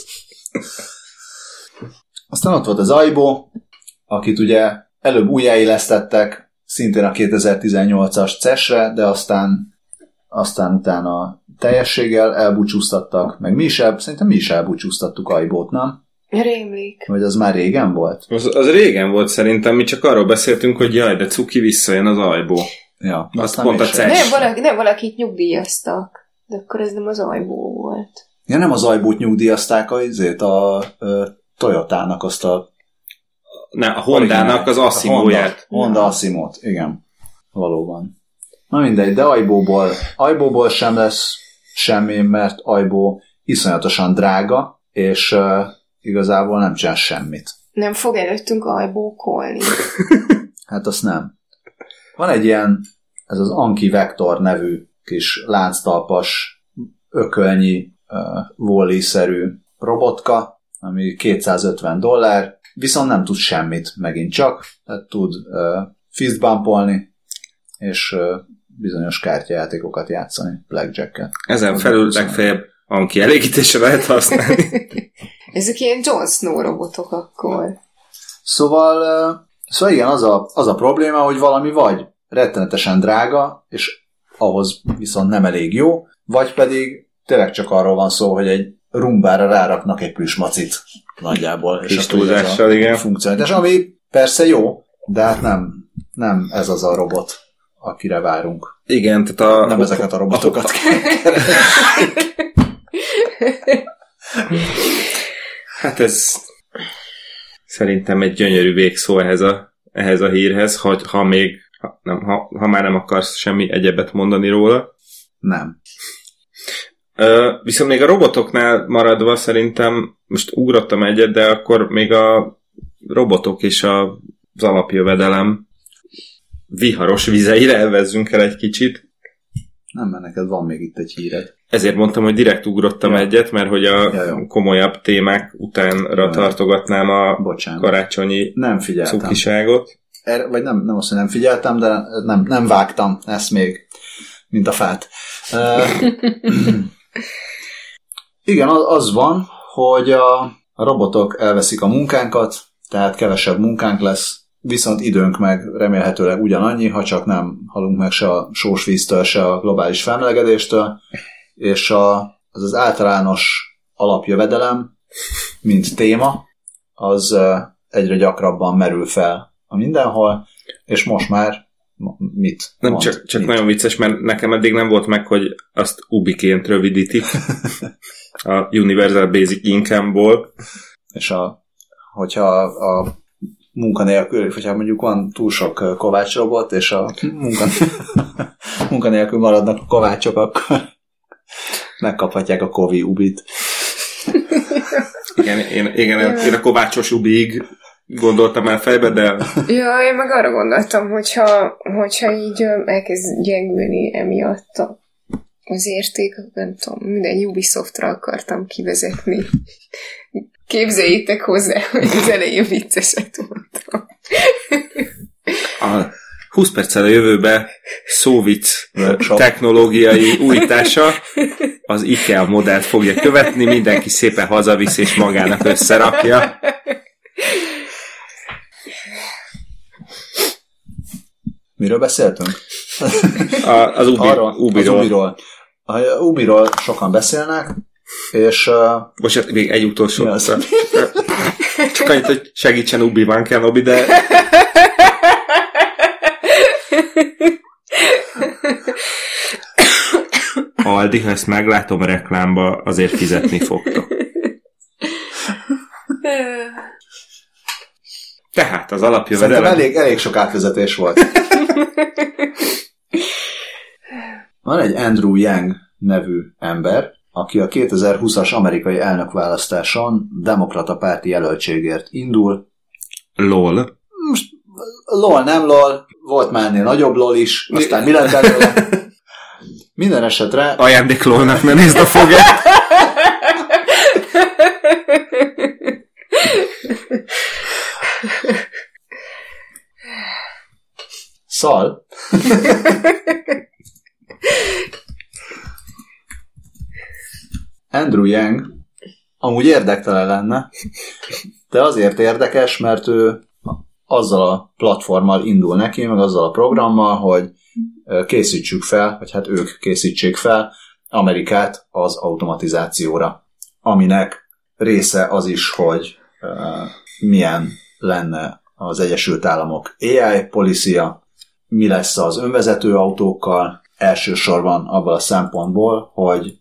Aztán ott volt az Aibo, akit ugye előbb újjáélesztettek, szintén a 2018-as CES-re, de aztán utána teljességgel elbúcsúztattak, meg szerintem mi is elbúcsúztattuk Aibót, nem? Rémlik. Vagy az már régen volt? Az régen volt szerintem, mi csak arról beszéltünk, hogy jaj, de cuki, visszajön az Aibó. Ja, azt pont a CES. Nem, valakit nyugdíjaztak, de akkor ez nem az Aibó volt. Ja, nem az Aibót nyugdíjazták a Toyotának azt a Hondának az Asimóját. Honda Asimót, igen. Valóban. Na mindegy, de Aibóból sem lesz semmi, mert Aibó iszonyatosan drága, és igazából nem csinál semmit. Nem fog előttünk Aibókolni. Hát azt nem. Van egy ilyen, ez az Anki Vector nevű kis lánctalpas, ökölnyi, Wall-E-szerű robotka, ami $250, viszont nem tud semmit megint csak, tehát tud fistbumpolni, és bizonyos kártyajátékokat játszani, blackjacket. Ezen felül legfeljebb Anki elégítésre lehet használni. Ezek ilyen Jon Snow robotok akkor. Szóval igen, az a probléma, hogy valami vagy rettenetesen drága, és ahhoz viszont nem elég jó, vagy pedig tényleg csak arról van szó, hogy egy rumbára ráraknak egy plüsmacit nagyjából. És túlzással, igen. Funkcionalitás, ami persze jó, de hát nem ez az a robot, akire várunk. Igen, tehát nem ezeket a robotokat Hát ez szerintem egy gyönyörű végszó ehhez a hírhez, ha már nem akarsz semmi egyebet mondani róla. Nem. Viszont még a robotoknál maradva szerintem, most ugrottam egyet, de akkor még a robotok és az alapjövedelem viharos vizeire elvezzünk el egy kicsit. Nem, mert neked van még itt egy híred. Ezért mondtam, hogy direkt ugrottam egyet, mert hogy a komolyabb témák utánra tartogatnám a karácsonyi cukiságot. Vagy nem azt, hogy nem figyeltem, de nem vágtam ezt még, mint a fát. Igen, az van, hogy a robotok elveszik a munkánkat, tehát kevesebb munkánk lesz, viszont időnk meg remélhetőleg ugyanannyi, ha csak nem halunk meg se a sósvíztől, se a globális felmelegedéstől, és az általános alapjövedelem, mint téma, az egyre gyakrabban merül fel a mindenhol, és most már mit Nem, mond, csak mit? nagyon vicces, mert nekem eddig nem volt meg, hogy azt UBI-ként rövidítik a Universal Basic Income-ból. És hogyha a munkanélkül, hogyha mondjuk van túl sok kovácsrobot, és a munkanélkül maradnak a kovácsok, akkor megkaphatják a Kovi UBI-t. Igen, én a kovácsos UBI-ig gondoltam el fejbe, de... Ja, én meg arra gondoltam, hogyha így elkezd gyengülni emiatt az érték, nem tudom, minden Ubisoftra akartam kivezetni. Képzeljétek hozzá, hogy az elején vicceset mondtam. A 20 perccel a jövőbe szóvic technológiai újítása az IKEA modellt fogja követni, mindenki szépen hazavisz és magának összerakja. Miről beszéltünk? Az Ubiról. Az Ubiról sokan beszélnek, és... Most még egy utolsó. Csak annyit, hogy segítsen Ubi-Wan Kenobi, de... Aldi, ha ezt meglátom a reklámba, azért fizetni fogtok. Tehát az alapjövedelem... Szerintem elég sok átvezetés volt. Van egy Andrew Yang nevű ember, aki a 2020-as amerikai elnökválasztáson demokrata párti jelöltségért indul. LOL. Most LOL nem LOL, volt már ennél nagyobb LOL is, aztán mi lett belőle? Minden esetre... Ajándék LOL-nak ne nézd a fogát! Szal. Andrew Yang amúgy érdektelen lenne, de azért érdekes, mert ő azzal a platformmal indul neki, meg azzal a programmal, hogy készítsük fel, vagy hát ők készítsék fel Amerikát az automatizációra, aminek része az is, hogy milyen lenne az Egyesült Államok AI policy-ja, mi lesz az önvezető autókkal, elsősorban abban a szempontból, hogy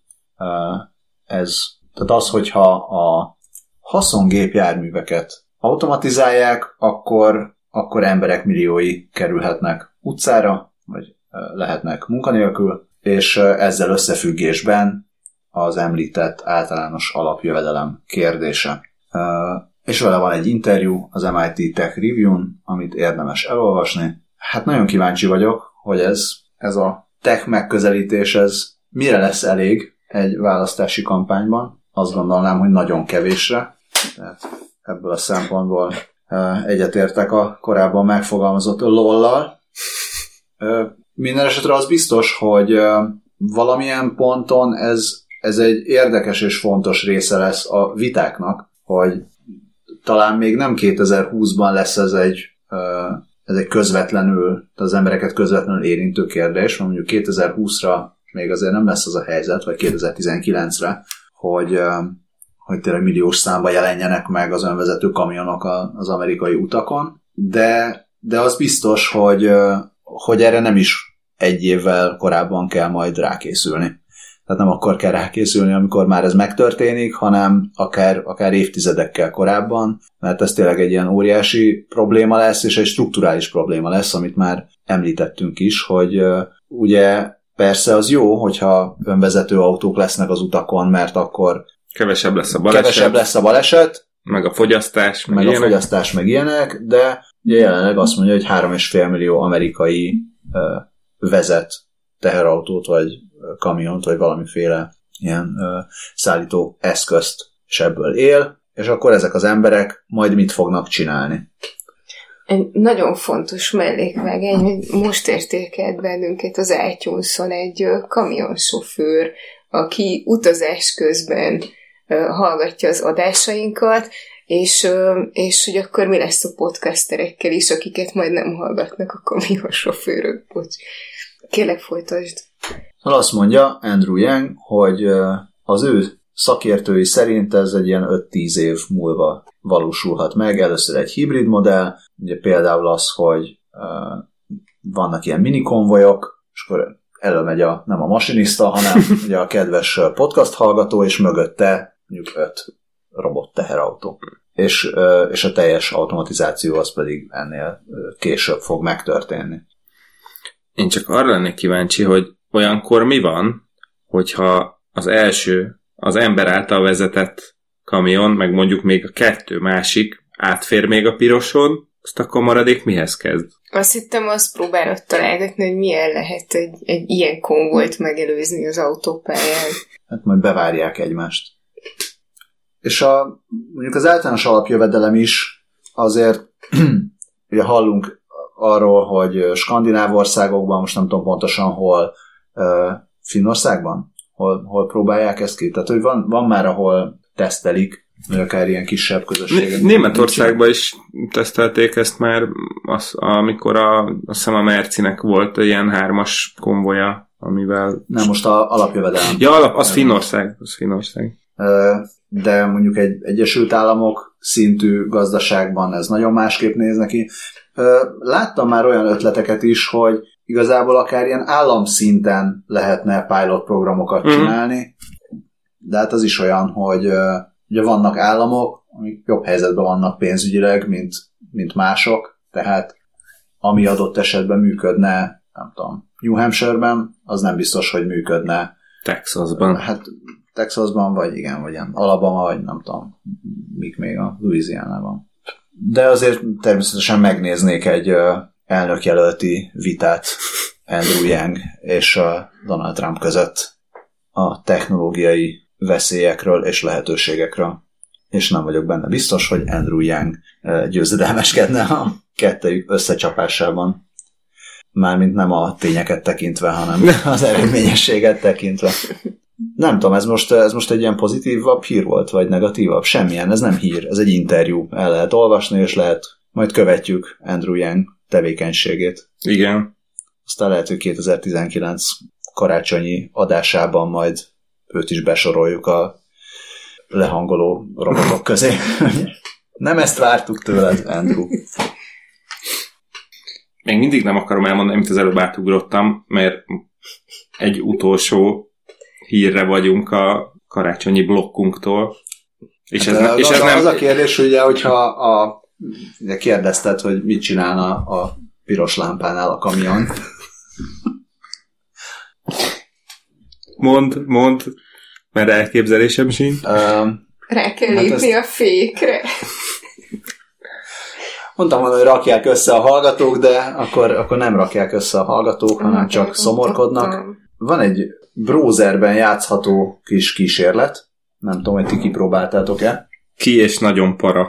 tehát az, hogyha a haszongépjárműveket automatizálják, akkor emberek milliói kerülhetnek utcára, vagy lehetnek munkanélkül, és ezzel összefüggésben az említett általános alapjövedelem kérdése. És vele van egy interjú az MIT Tech Review-n, amit érdemes elolvasni. Hát nagyon kíváncsi vagyok, hogy ez a tech megközelítés, ez mire lesz elég egy választási kampányban. Azt gondolnám, hogy nagyon kevésre. Tehát ebből a szempontból egyetértek a korábban megfogalmazott LOL-lal. Minden esetre az biztos, hogy valamilyen ponton ez egy érdekes és fontos része lesz a vitáknak, hogy talán még nem 2020-ban lesz ez egy közvetlenül, az embereket közvetlenül érintő kérdés, mert mondjuk 2020-ra még azért nem lesz az a helyzet, vagy 2019-re, hogy tényleg milliós számba jelenjenek meg az önvezető kamionok az amerikai utakon, de az biztos, hogy erre nem is egy évvel korábban kell majd rákészülni. Tehát nem akkor kell rákészülni, amikor már ez megtörténik, hanem akár évtizedekkel korábban, mert ez tényleg egy ilyen óriási probléma lesz, és egy strukturális probléma lesz, amit már említettünk is, hogy ugye persze az jó, hogyha önvezető autók lesznek az utakon, mert akkor kevesebb lesz a baleset, meg a fogyasztás, meg ilyenek, de ugye jelenleg azt mondja, hogy 3,5 millió amerikai vezet teherautót, vagy kamiont, vagy valamiféle ilyen szállító eszközt, és ebből él, és akkor ezek az emberek majd mit fognak csinálni? Egy nagyon fontos mellékvágány, hogy most értékelt bennünket az iTunes-on egy kamionsofőr, aki utazás közben hallgatja az adásainkat, és hogy akkor mi lesz a podcasterekkel is, akiket majd nem hallgatnak a kamionsofőrök. Bocs. Kérlek, folytasd. Azt mondja Andrew Yang, hogy az ő szakértői szerint ez egy ilyen 5-10 év múlva valósulhat meg. Először egy hibrid modell, ugye például az, hogy vannak ilyen mini konvojok, és akkor előmegy nem a masinista, hanem ugye a kedves podcast hallgató, és mögötte mondjuk 5 robot teherautó. És a teljes automatizáció az pedig ennél később fog megtörténni. Én csak arra lennék kíváncsi, hogy olyankor mi van, hogyha az első, az ember által vezetett kamion, meg mondjuk még a 2 másik átfér még a piroson, azt akkor maradék mihez kezd? Azt hittem, azt próbálod találgatni, hogy milyen lehet egy ilyen konvojt megelőzni az autópályán. Hát majd bevárják egymást. És mondjuk az általános alapjövedelem is azért, ugye hallunk arról, hogy skandináv országokban, most nem tudom pontosan hol, Finnországban, hol próbálják ezt ki. Tehát, hogy van már, ahol tesztelik, vagy akár ilyen kisebb közösségek. Németországban is tesztelték ezt már, amikor azt hiszem a Mercinek volt ilyen 3-as konvoja, amivel... Nem, most alapjövedelem. Ja, az Finnország. De mondjuk egy Egyesült Államok szintű gazdaságban ez nagyon másképp néz neki. Láttam már olyan ötleteket is, hogy igazából akár ilyen államszinten lehetne pilot programokat csinálni, de hát az is olyan, hogy ugye vannak államok, amik jobb helyzetben vannak pénzügyileg, mint mások, tehát ami adott esetben működne, nem tudom, New Hampshire-ben, az nem biztos, hogy működne Texasban. Hát Texasban, vagy igen, vagy Alabama, vagy nem tudom, mik még a Louisianában. De azért természetesen megnéznék egy elnökjelölti vitát Andrew Yang és Donald Trump között a technológiai veszélyekről és lehetőségekről. És nem vagyok benne biztos, hogy Andrew Yang győzedelmeskedne a kettejük összecsapásában. Mármint nem a tényeket tekintve, hanem az eredményességet tekintve. Nem tudom, ez most egy ilyen pozitívabb hír volt, vagy negatívabb? Semmilyen, ez nem hír, ez egy interjú. El lehet olvasni, és majd követjük Andrew Yang tevékenységét. Igen. Aztán lehet, hogy 2019 karácsonyi adásában majd őt is besoroljuk a lehangoló robotok közé. Nem ezt vártuk tőled, Andrew. Még mindig nem akarom elmondani, amit az előbb átugrottam, mert egy utolsó hírre vagyunk a karácsonyi blokkunktól. És hát ez nem... Az a kérdés, ugye, hogyha ugye kérdezted, hogy mit csinálna a piros lámpánál a kamion. Mond, mert elképzelésem sincs. Rá kell lépni a fékre. Mondtam volna, hogy rakják össze a hallgatók, de akkor nem rakják össze a hallgatók, hanem csak szomorkodnak. Van egy browserben játszható kis kísérlet. Nem tudom, hogy ti kipróbáltátok-e. Ki és nagyon para.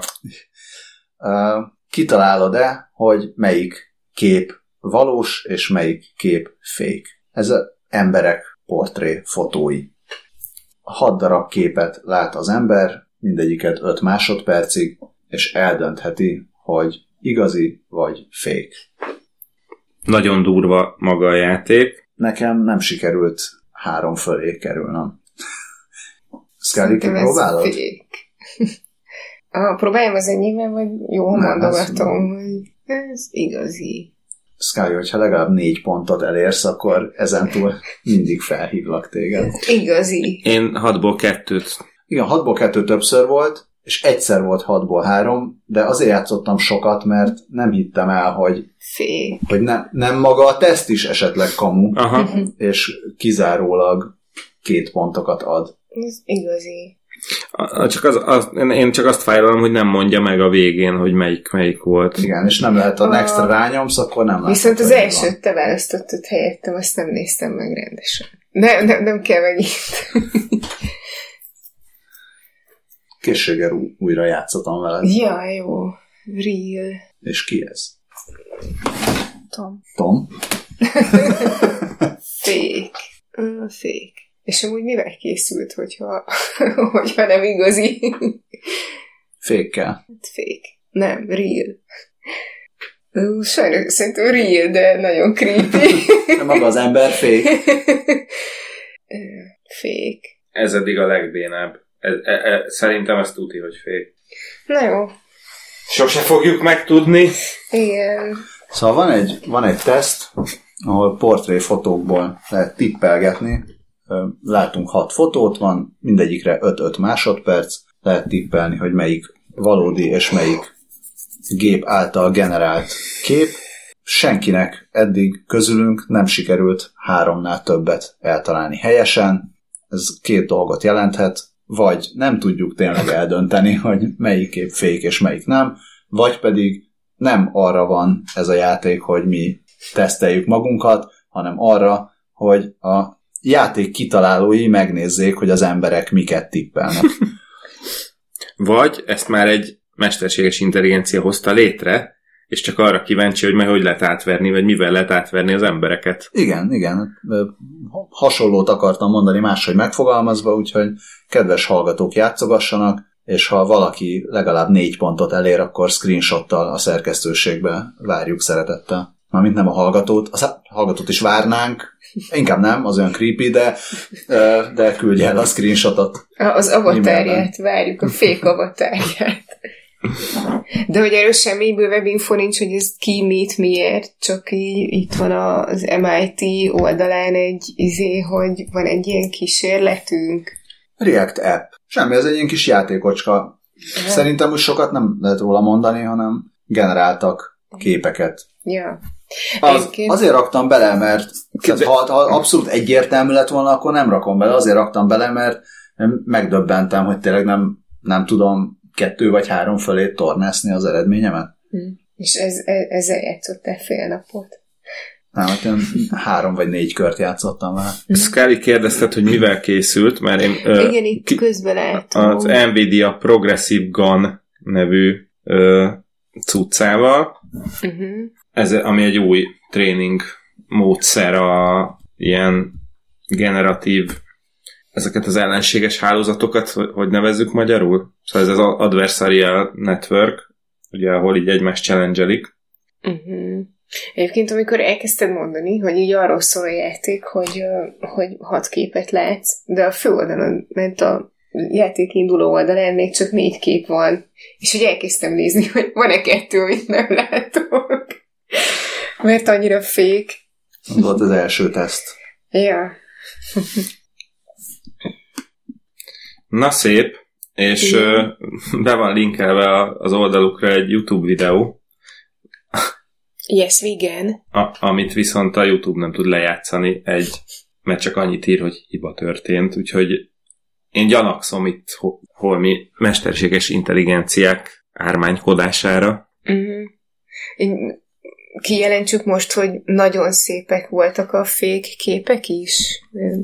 Kitalálod-e, hogy melyik kép valós, és melyik kép fake? Ez az emberek portré fotói. 6 darab képet lát az ember, mindegyiket 5 másodpercig, és eldöntheti, hogy igazi vagy fake. Nagyon durva maga a játék. Nekem nem sikerült 3 fölé kerülnem. Scully, kipróbálod? Próbáljam az enyémben, vagy jó, mondogatom, hogy ez igazi. Scully, hogyha legalább 4 pontot elérsz, akkor ezentúl mindig felhívlak téged. Igazi. Én 6-ból 2-t. Igen, 6-ból 2 többször volt, és egyszer volt 6-ból 3, de azért játszottam sokat, mert nem hittem el, hogy nem maga a teszt is esetleg kamu, és kizárólag 2 pontokat ad. Ez igazi. Én csak azt fájlalom, hogy nem mondja meg a végén, hogy melyik volt. Igen, és nem lehet a next-re rányomsz, akkor nem lehet. Viszont az elsőt te választottad helyettem, azt nem néztem meg rendesen. Nem kell megint. Készséggel újra játszottam veled. Ja, jó. Real. És ki ez? Tom? Fake. Fake. És amúgy mivel készült, hogyha nem igazi? Fake-kel. Fake. Nem, real. Sajnos szerintem real, de nagyon creepy. Maga az ember fake. Fake. Ez eddig a legbénább. Szerintem ezt tudja, hogy fake. Na jó. Sose fogjuk megtudni. Igen. Szóval van egy teszt, ahol portréfotókból lehet tippelgetni. Látunk 6 fotót, van mindegyikre 5-5 másodperc, lehet tippelni, hogy melyik valódi és melyik gép által generált kép. Senkinek eddig közülünk nem sikerült 3-nál többet eltalálni helyesen. Ez 2 dolgot jelenthet, vagy nem tudjuk tényleg eldönteni, hogy melyik kép fake és melyik nem, vagy pedig nem arra van ez a játék, hogy mi teszteljük magunkat, hanem arra, hogy a játék kitalálói megnézzék, hogy az emberek miket tippelnek. Vagy ezt már egy mesterséges intelligencia hozta létre, és csak arra kíváncsi, hogy hogy lehet átverni, vagy mivel lehet átverni az embereket. Igen. Hasonlót akartam mondani máshogy megfogalmazva, úgyhogy kedves hallgatók játszogassanak, és ha valaki legalább 4 pontot elér, akkor screenshottal a szerkesztőségbe várjuk szeretettel. Mármint nem a hallgatót, a hallgatót is várnánk, inkább nem, az olyan creepy, de küldje el a screenshotot. Az avatárját várjuk, a fake avatárját. De hogy erről semmi bővebb info nincs, hogy ez ki, mit, miért, csak így itt van az MIT oldalán hogy van egy ilyen kísérletünk. React app. Semmi, ez egy ilyen kis játékocska. Szerintem úgy sokat nem lehet róla mondani, hanem generáltak képeket. Ja. Azért raktam bele, mert ha abszolút egyértelmű lett volna, akkor nem rakom bele. Azért raktam bele, mert megdöbbentem, hogy tényleg nem tudom 2 vagy 3 fölé tornászni az eredményemet. És ezzel játszottál fél napot? Nem, hát én 3 vagy 4 kört játszottam vele. Scully kérdezted, hogy mivel készült, mert én igen, itt közben látom. Az Nvidia Progressive Gun nevű cuccával, ez, ami egy új tréning módszer a ilyen generatív, ezeket az ellenséges hálózatokat, hogy nevezzük magyarul? Szóval ez az adversarial network, ugye, ahol így egymást challenge-elik. Egyébként, amikor elkezdted mondani, hogy így arról szól a játék, hogy 6 képet látsz, de a fő oldalon, mert a játék induló oldalán még csak 4 kép van, és hogy elkezdtem nézni, hogy van-e 2, amit nem látok. Mert annyira fake. Az volt az első teszt. Ja. Na szép, és be van linkelve az oldalukra egy YouTube videó. Yes, vegan. Amit viszont a YouTube nem tud lejátszani, mert csak annyit ír, hogy hiba történt, úgyhogy én gyanakszom itt holmi mesterséges intelligenciák ármánykodására. Kijelentsük most, hogy nagyon szépek voltak a fake képek is.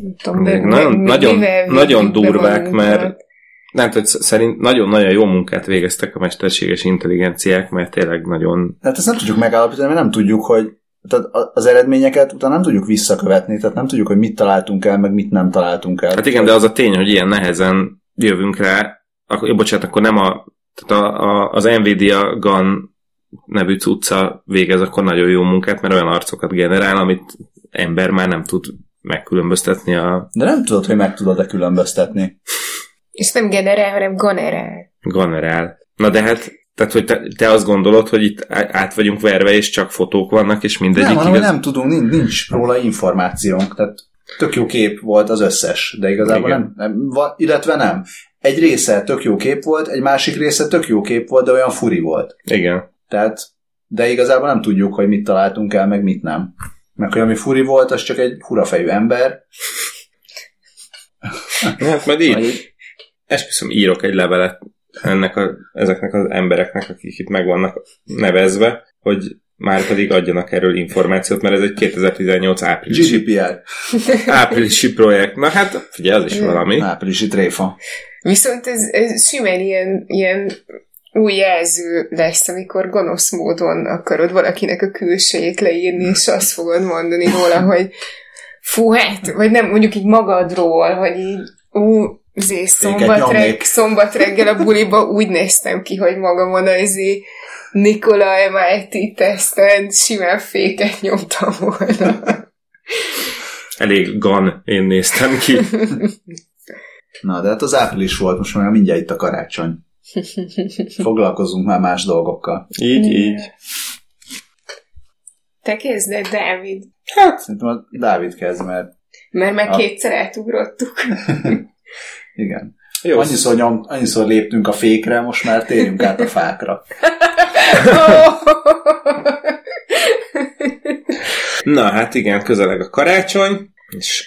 Nagyon durvák, mert nem tudom, szerint nagyon-nagyon jó munkát végeztek a mesterséges intelligenciák, mert tényleg nagyon... Tehát ezt nem tudjuk megállapítani, mert nem tudjuk, hogy tehát az eredményeket utána nem tudjuk visszakövetni, tehát nem tudjuk, hogy mit találtunk el, meg mit nem találtunk el. Hát igen, de az a tény, hogy ilyen nehezen jövünk rá, akkor nem az Nvidia Gun nevű cucca végez akkor nagyon jó munkát, mert olyan arcokat generál, amit ember már nem tud megkülönböztetni De nem tudod, hogy meg tudod-e különböztetni. És nem generál, hanem generál. Generál. Na de hát, tehát, hogy te azt gondolod, hogy itt át vagyunk verve, és csak fotók vannak, és mindegyik igaz? Nem tudunk, nincs róla információnk, tehát tök jó kép volt az összes, de igazából nem, illetve nem. Egy része tök jó kép volt, egy másik része tök jó kép volt, de olyan furi volt. Igen. Tehát, de igazából nem tudjuk, hogy mit találtunk el, meg mit nem. Meg hogy ami furi volt, az csak egy hurafejű ember. Hát majd így. Esküszöm, írok egy levelet ezeknek az embereknek, akik itt meg vannak nevezve, hogy már pedig adjanak erről információt, mert ez egy 2018 áprilisi. GDPR. Áprilisi projekt. Na hát, figyelj, az is valami. Áprilisi tréfa. Viszont ez simán ilyen új jelző lesz, amikor gonosz módon akarod valakinek a külsejét leírni, és azt fogod mondani róla, hogy fú, hát, vagy nem, mondjuk így magadról, hogy így szombat reggel a buliba úgy néztem ki, hogy magamon Nikola MIT teszten simán féket nyomtam volna. Elég én néztem ki. Na, de hát az április volt, most már mindjárt itt a karácsony. Foglalkozunk már más dolgokkal. Így. Te kezded, Dávid. Hát, szerintem a Dávid kezd, mert... Mert már kétszer átugrottuk. Igen. Jó, annyiszor léptünk a fékre, most már térjünk át a fákra. Na, hát igen, közeleg a karácsony, és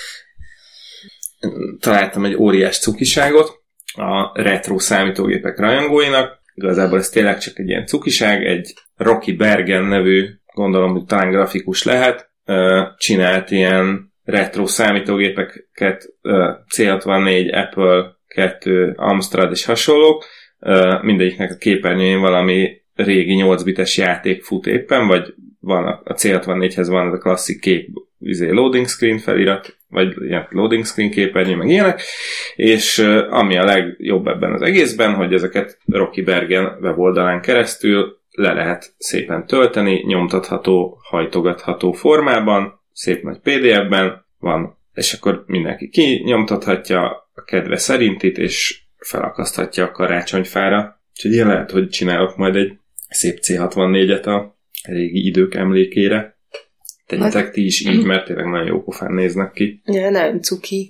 találtam egy óriás cukiságot a retro számítógépek rajongóinak. Igazából ez tényleg csak egy ilyen cukiság, egy Rocky Bergen nevű, gondolom, hogy talán grafikus lehet, csinált ilyen retro számítógépeket, C64, Apple, 2, Amstrad és hasonlók. Mindegyiknek a képernyőjén valami régi 8 bites játék fut éppen, vagy van a C64-hez van az a klasszik kék loading screen felirat, vagy ilyen loading screen képernyő, meg ilyenek, és ami a legjobb ebben az egészben, hogy ezeket Rocky Bergen weboldalán keresztül le lehet szépen tölteni, nyomtatható, hajtogatható formában, szép nagy PDF-ben van, és akkor mindenki kinyomtathatja a kedve szerintit, és felakaszthatja a karácsonyfára. Úgyhogy én lehet, hogy csinálok majd egy szép C64-et a régi idők emlékére. Tegyetek ti is így, mert tényleg nagyon jó pofán néznek ki. Ja, nem cuki.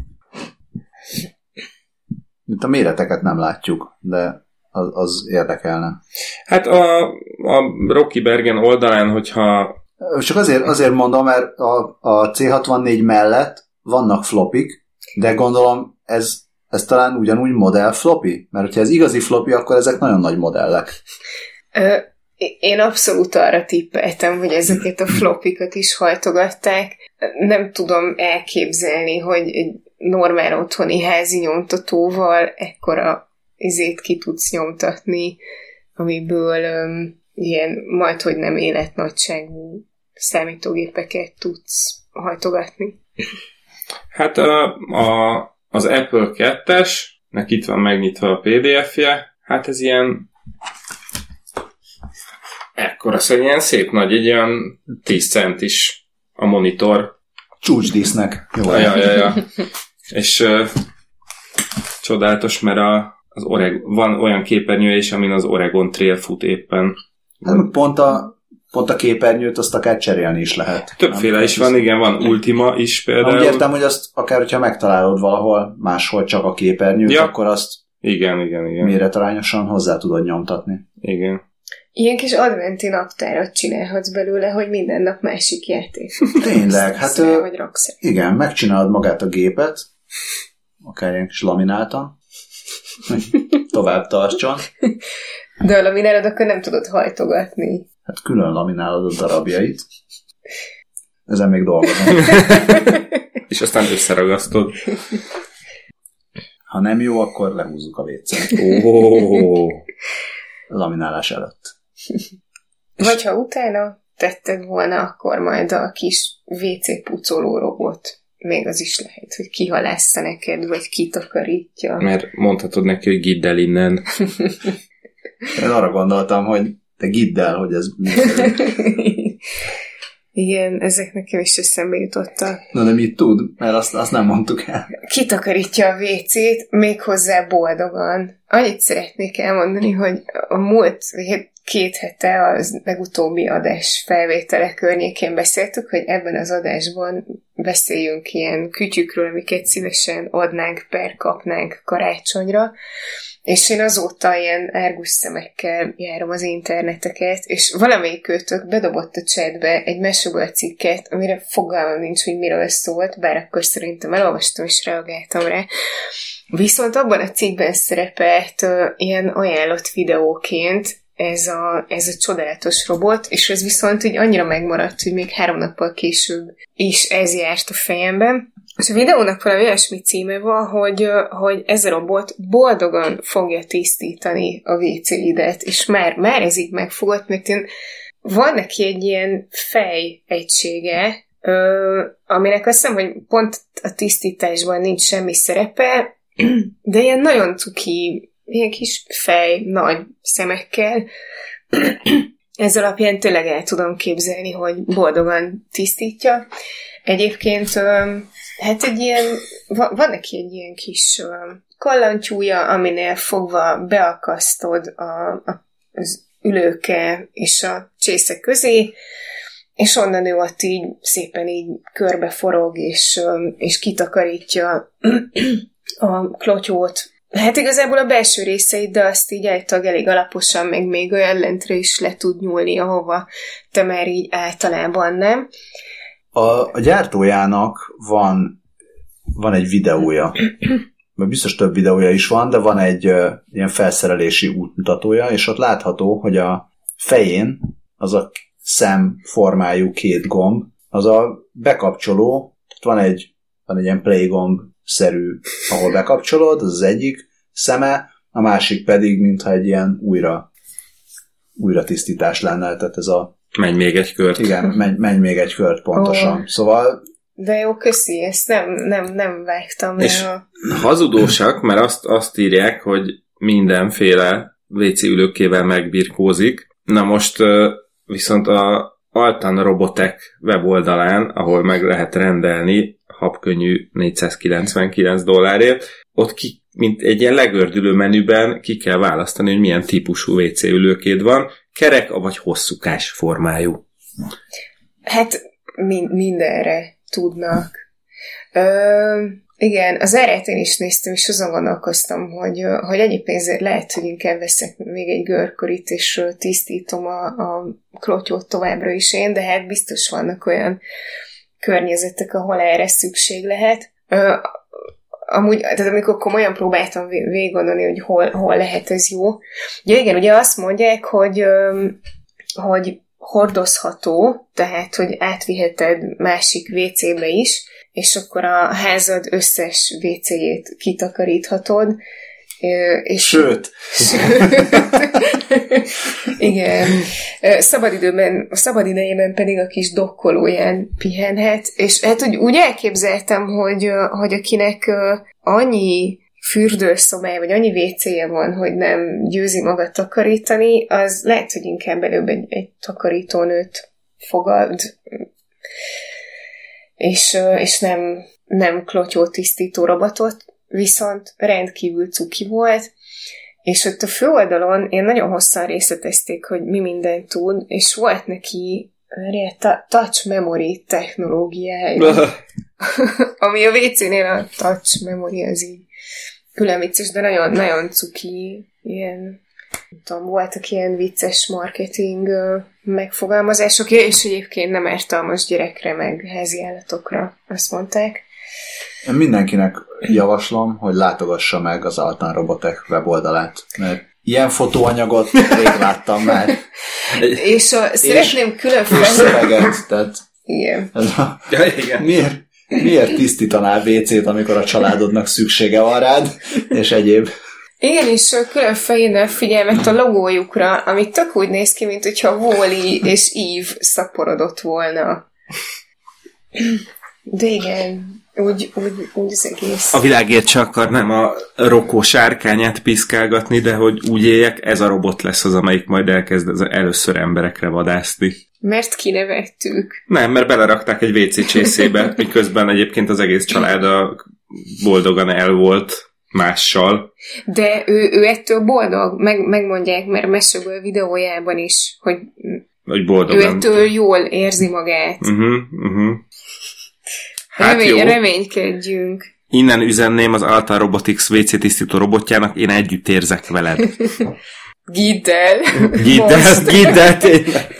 Itt a méreteket nem látjuk, de az érdekelne. Hát a Rocky Bergen oldalán, hogyha... Csak azért mondom, mert a C64 mellett vannak flopik, de gondolom ez talán ugyanúgy modell floppy? Mert hogyha ez igazi floppy, akkor ezek nagyon nagy modellek. Én abszolút arra tippeltem, hogy ezeket a floppikat is hajtogatták. Nem tudom elképzelni, hogy egy normál otthoni házi nyomtatóval ekkora izét ki tudsz nyomtatni, amiből ilyen majdhogy nem életnagyságú számítógépeket tudsz hajtogatni. Hát az Apple 2-esnek itt van megnyitva a PDF-je, hát ez ilyen ekkora, szóval ilyen szép nagy, egy olyan 10 centis a monitor. Csúcsdísznek. Jó. Ja. És csodálatos, mert van olyan képernyő is, amin az Oregon Trail fut éppen. Hát pont a képernyőt azt akár cserélni is lehet. Többféle is van, igen, van Ultima is például. Úgy értem, hogy azt akár, hogyha megtalálod valahol máshol csak a képernyőt, ja. Akkor azt igen. méretarányosan hozzá tudod nyomtatni. Igen. Ilyen kis adventi naptárat csinálhatsz belőle, hogy minden nap másik játék. Tényleg, hát igen, megcsinálod magát a gépet, akár ilyen kis lamináltan, tovább tartson. De a laminálod, akkor nem tudod hajtogatni. Hát külön laminálod a darabjait. Ezen még dolgozom. És aztán összeragasztod. Ha nem jó, akkor lehúzzuk a WC-t. Laminálás előtt. Vagy ha utána tetted volna, akkor majd a kis WC pucoló robot. Még az is lehet, hogy kihalásza neked, vagy kitakarítja. Mert mondhatod neki, hogy gidd el innen. Én arra gondoltam, hogy te gidd el, hogy ez Igen, ezek nekem is eszembe jutottak. Na de mit tud? Mert azt nem mondtuk el. Kitakarítja a WC-t, méghozzá boldogan. Annyit szeretnék elmondani, hogy a múlt 2 hete az legutóbbi adás felvétele környékén beszéltük, hogy ebben az adásban beszéljünk ilyen kütyükről, amiket szívesen adnánk kapnánk karácsonyra, és én azóta ilyen árgus szemekkel járom az interneteket, és valamelyikőtök bedobott a chatbe egy Mashable cikket, amire fogalmam nincs, hogy miről szólt, bár akkor szerintem elolvastam és reagáltam rá. Viszont abban a cikkben szerepelt ilyen ajánlott videóként ez a csodálatos robot, és ez viszont így annyira megmaradt, hogy még 3 nappal később is ez járt a fejemben. És a videónak valami olyasmi címe van, hogy ez a robot boldogan fogja tisztítani a WC-idet, és már ez így megfogott, mert van neki egy ilyen fejegysége, aminek azt hiszem, hogy pont a tisztításban nincs semmi szerepe, de ilyen nagyon cuki, ilyen kis fej, nagy szemekkel. Ez alapján tényleg el tudom képzelni, hogy boldogan tisztítja. Egyébként hát egy ilyen, van neki egy ilyen kis kallantyúja, aminél fogva beakasztod az ülőke és a csésze közé, és onnan ő ott így szépen így körbeforog, és kitakarítja a klotyót. Hát igazából a belső részeit, de azt így általában elég alaposan, meg még olyan lentre is le tud nyúlni, ahova te már így általában nem. A gyártójának van egy videója, mert biztos több videója is van, de van egy ilyen felszerelési útmutatója, és ott látható, hogy a fején az a szem formájú 2 gomb, az a bekapcsoló, van egy ilyen play gomb-szerű, ahol bekapcsolod, az egyik szeme, a másik pedig, mintha egy ilyen újra tisztítás lenne, tehát ez a... Menj még egy kört. Igen, menj még egy kört, pontosan. Szóval... De jó, köszi, ezt nem vágtam. És hazudósak, mert azt írják, hogy mindenféle WC ülőkével megbirkózik. Na most viszont a Altan Robotek weboldalán, ahol meg lehet rendelni habkönnyű $499, ott mint egy ilyen legördülő menüben ki kell választani, hogy milyen típusú WC ülőkéd van, kerek vagy hosszúkás formájú. Hát mindenre tudnak. Igen, az erét én is néztem, és azon gondolkoztam, hogy ennyi pénzért lehet, hogy inkább veszek még egy görkörit, és tisztítom a klotyót továbbra is én, de hát biztos vannak olyan környezetek, ahol erre szükség lehet. Amúgy, tehát amikor komolyan próbáltam végig gondolni, hogy hol lehet ez jó. Ja igen, ugye azt mondják, hogy hordozható, tehát, hogy átviheted másik WC-be is, és akkor a házad összes WC-jét kitakaríthatod. És Sőt! Igen. Szabad idejében pedig a kis dokkolóján pihenhet. És hát úgy elképzeltem, hogy akinek annyi fürdőszobája, vagy annyi WC-je van, hogy nem győzi maga takarítani, az lehet, hogy inkább előbb egy takarítónőt fogad, és nem klotyótisztító robotot, viszont rendkívül cuki volt, és ott a főoldalon én nagyon hosszan részletezték, hogy mi mindent tud, és volt neki touch memory technológiája, ami a WC-nél a touch memory az így külön vicces, de nagyon, nagyon cuki, ilyen, nem tudom, voltak ilyen vicces marketing megfogalmazások, és egyébként nem ártalmas gyerekre, meg házi állatokra, azt mondták. Én mindenkinek javaslom, hogy látogassa meg az Altan Robotek weboldalát, mert ilyen fotóanyagot rég láttam már. És szeretném külön szöveget, tehát igen. Miért tisztítanál WC-t, amikor a családodnak szüksége van rád, és egyéb. Igen, és külön fejénel figyelmet a logójukra, ami tök úgy néz ki, mint hogyha Wall-E és Eve szaporodott volna. De igen, úgy az egész. A világért se akarnám a Rokó sárkányát piszkálgatni, de hogy úgy éljek, ez a robot lesz az, amelyik majd elkezd először emberekre vadászni. Mert kinevettük. Nem, mert belerakták egy WC csészébe, miközben egyébként az egész család boldogan el volt mással. De ő ettől boldog, megmondják, mert mesélő videójában is, hogy boldogan. Ő ettől jól érzi magát. Hát reménykedjünk. Innen üzenném az Altan Robotics WC tisztító robotjának, én együtt érzek veled. Gidd el. Gidd el, tényleg.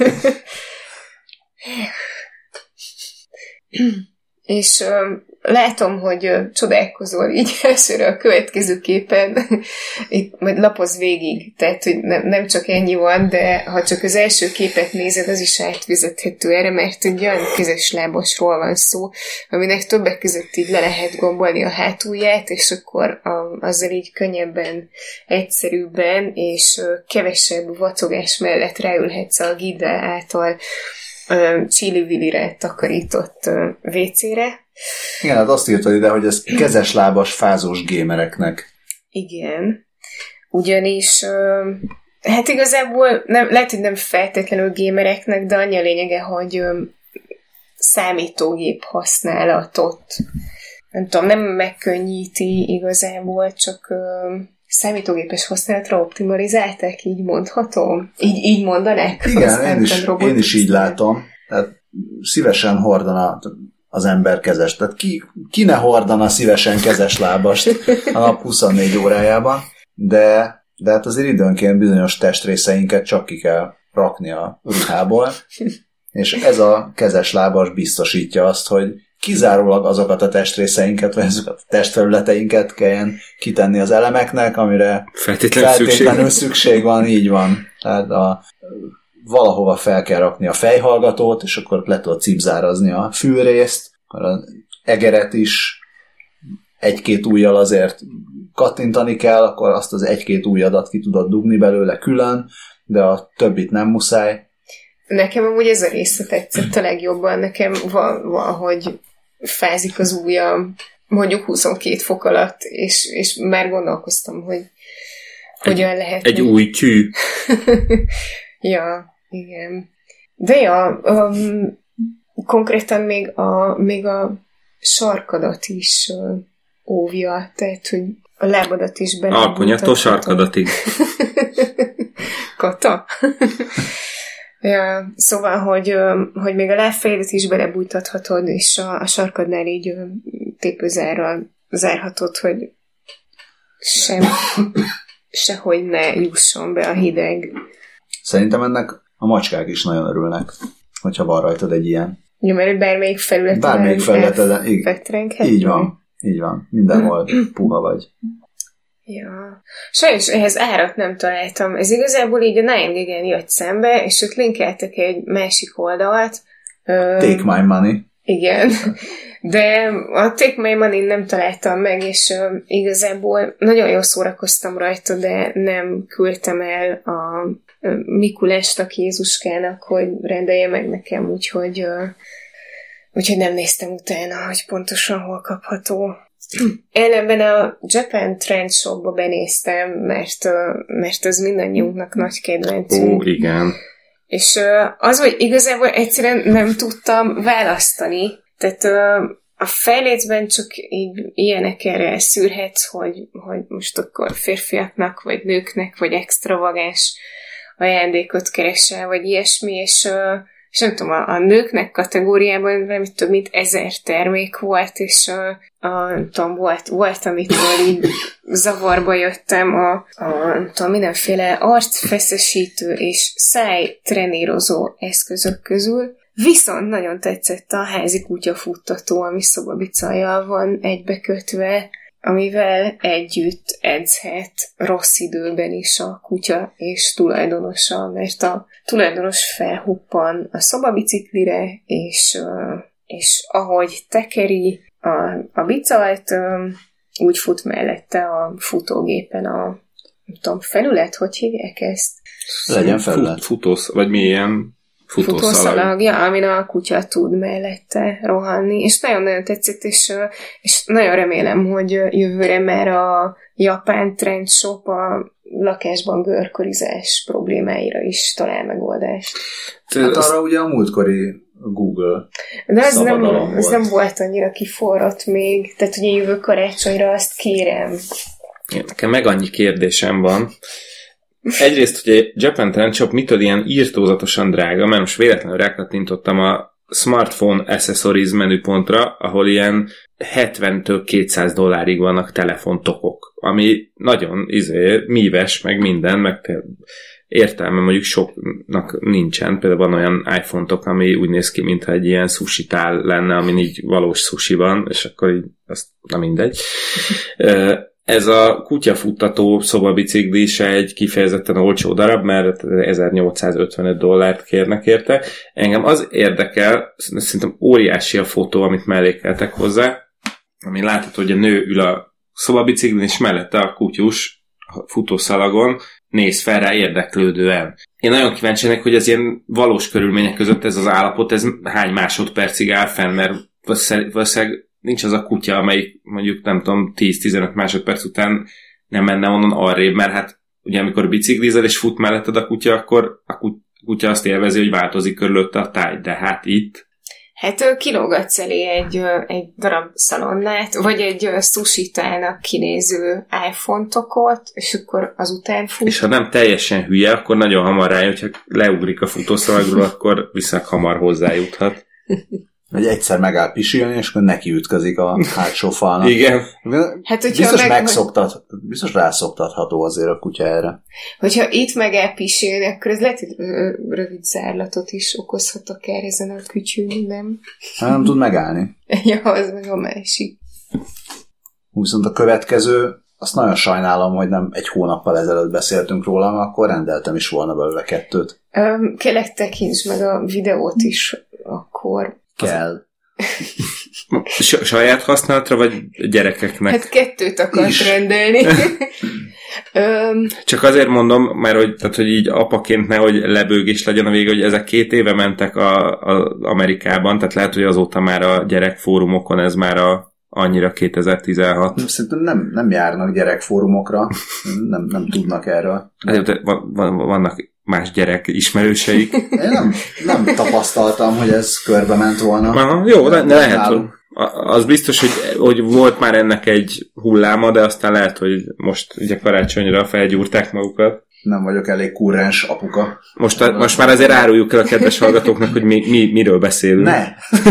És látom, hogy csodálkozol így elsőre a következő képen. Itt majd lapozz végig, tehát hogy nem csak ennyi van, de ha csak az első képet nézed, az is átvezethető erre, mert egy olyan közös lábasról van szó, aminek többek között így le lehet gombolni a hátulját, és akkor azzal így könnyebben, egyszerűbben, és kevesebb vacogás mellett ráülhetsz a Giddel által Chili-Willy-re takarított WC-re. Igen, hát azt írtad ide, hogy ez kezeslábas fázós gémereknek. Igen. Ugyanis hát igazából lehet, hogy nem feltétlenül gémereknek, de annyi a lényege, hogy számítógép használatot nem tudom, nem megkönnyíti igazából, csak számítógépes használatra optimalizálták, így mondhatom? Így mondanák? Igen, én is így látom. Tehát szívesen hordana az ember kezes. Tehát ki ne hordana szívesen kezes lábast a nap 24 órájában, de hát azért időnként bizonyos testrészeinket csak ki kell rakni a ruhából, és ez a kezes lábas biztosítja azt, hogy kizárólag azokat a testrészeinket, vagy azokat a testfelületeinket kelljen kitenni az elemeknek, amire feltétlenül szükség van, így van. Tehát valahova fel kell rakni a fejhallgatót, és akkor le tudod cipzárazni a fülrészt, az egeret is egy-két ujjal azért kattintani kell, akkor azt az egy-két ujjadat ki tudod dugni belőle külön, de a többit nem muszáj. Nekem amúgy ez a része tetszett a legjobban. Nekem valahogy fázik az ujjam mondjuk 22 fok alatt, és már gondolkoztam, hogy hogyan lehet. Egy új tű. Ja, igen. De ja, konkrétan még a sarkadat is óvja, tehát, hogy a lábadat is bele. Alkonyattól sarkadatig. Kata? Ja, szóval, hogy még a lábfejedet is belebújtathatod, és a sarkadnál így tépőzárral zárhatod, hogy sehogy ne jusson be a hideg. Szerintem ennek a macskák is nagyon örülnek, hogyha van rajtad egy ilyen. Ja, mert bármelyik felületen így van. Mindenhol puha vagy. Ja. Sajnos ehhez árat nem találtam. Ez igazából így a 9gag-en jött szembe, és ott linkeltek egy másik oldalt. Take my money. Igen. De a Take my money nem találtam meg, és igazából nagyon jól szórakoztam rajta, de nem küldtem el a Mikulást Jézuskának, hogy rendelje meg nekem, úgyhogy nem néztem utána, hogy pontosan hol kapható. Ellenben a Japan Trend Shopba benéztem, mert az mindannyiunknak nagy kedvencünk. Ó, igen. És az, hogy igazából egyszerűen nem tudtam választani. Tehát a fejlécben csak így ilyenekre szűrhetsz, hogy most akkor férfiaknak, vagy nőknek, vagy extravagáns ajándékot keresel, vagy ilyesmi, és nem tudom, a nőknek kategóriában valami több mint 1000 termék volt, és volt, amitől így zavarba jöttem mindenféle arcfeszesítő és szájtrenírozó eszközök közül. Viszont nagyon tetszett a házi kutyafuttató, ami szobabicajjal van egybekötve, amivel együtt edzhet rossz időben is a kutya és tulajdonosa, mert a tulajdonos felhuppan a szobabiciklire, és ahogy tekeri a bicajt, úgy fut mellette a futógépen a felület, hogy hívják ezt? Legyen felület. Futósz, vagy milyen futószalag, ja, amin a kutya tud mellette rohanni, és nagyon-nagyon tetszett, és nagyon remélem, hogy jövőre már a Japán Trend Shop a lakásban bőrkorizás problémáira is talál megoldást. Hát arra ugye a múltkori Google de az nem volt annyira kiforrott még, tehát ugye jövő karácsonyra azt kérem. Nekem meg annyi kérdésem van. Egyrészt, hogy a Japan Trend Shop mitől ilyen írtózatosan drága, mert most véletlenül rákattintottam a Smartphone Accessories menüpontra, ahol ilyen 70-től $200 vannak telefontokok, ami nagyon míves, meg minden, meg értelme mondjuk soknak nincsen. Például van olyan iPhone-tok, ami úgy néz ki, mintha egy ilyen sushi tál lenne, amin így valós sushi van, és akkor így, azt, na mindegy. Ez a kutyafuttató szobabicikli is egy kifejezetten olcsó darab, mert $1855 kérnek érte. Engem az érdekel, szerintem óriási a fotó, amit mellékeltek hozzá, ami látható, hogy a nő ül a szobabiciklin, és mellette a kutyus futószalagon néz fel rá érdeklődően. Én nagyon kíváncsi ennek, hogy az ilyen valós körülmények között ez az állapot, ez hány másodpercig áll fenn, mert valószínűleg nincs az a kutya, amelyik mondjuk nem tudom 10-15 másodperc után nem menne onnan arrébb, mert hát ugye amikor biciklizel és fut melletted a kutya, akkor a kutya azt élvezi, hogy változik körülötte a táj, de hát itt... Hát kilógatsz elé egy darab szalonnát, vagy egy sushi-tának kinéző iPhone-tokot, és akkor azután fut. És ha nem teljesen hülye, akkor nagyon hamar rájön, hogyha leugrik a futószalagról, akkor viszont hamar hozzájuthat. Vagy egyszer megáll pisilni, és akkor neki ütközik a hátsó falnak. Igen. Hát, biztos rászoktatható azért a kutya erre. Hogyha itt megáll pisilni, akkor ez lehet, hogy rövid zárlatot is okozhat akár ezen a kütyűn, nem? Hát nem tud megállni. Ja, az meg a másik. Viszont a következő, azt nagyon sajnálom, hogy nem egy hónappal ezelőtt beszéltünk róla, mert akkor rendeltem is volna belőle 2. Kérlek, tekints meg a videót is, akkor... Kell. Saját használatra, vagy gyerekeknek? Hát 2 akart rendelni. Csak azért mondom, mert hogy így apaként nehogy lebőgés legyen a vége, hogy ezek 2 éve mentek a Amerikában, tehát lehet, hogy azóta már a gyerekfórumokon ez már annyira 2016. Szerintem nem járnak gyerekfórumokra, nem tudnak erről. Vannak más gyerek ismerőseik. Én nem tapasztaltam, hogy ez körbe ment volna. Aha, jó, de lehet. Az biztos, hogy volt már ennek egy hulláma, de aztán lehet, hogy most ugye karácsonyra felgyúrták magukat. Nem vagyok elég kurrens apuka. Most már azért áruljuk el a kedves hallgatóknak, hogy miről beszélünk. Ne!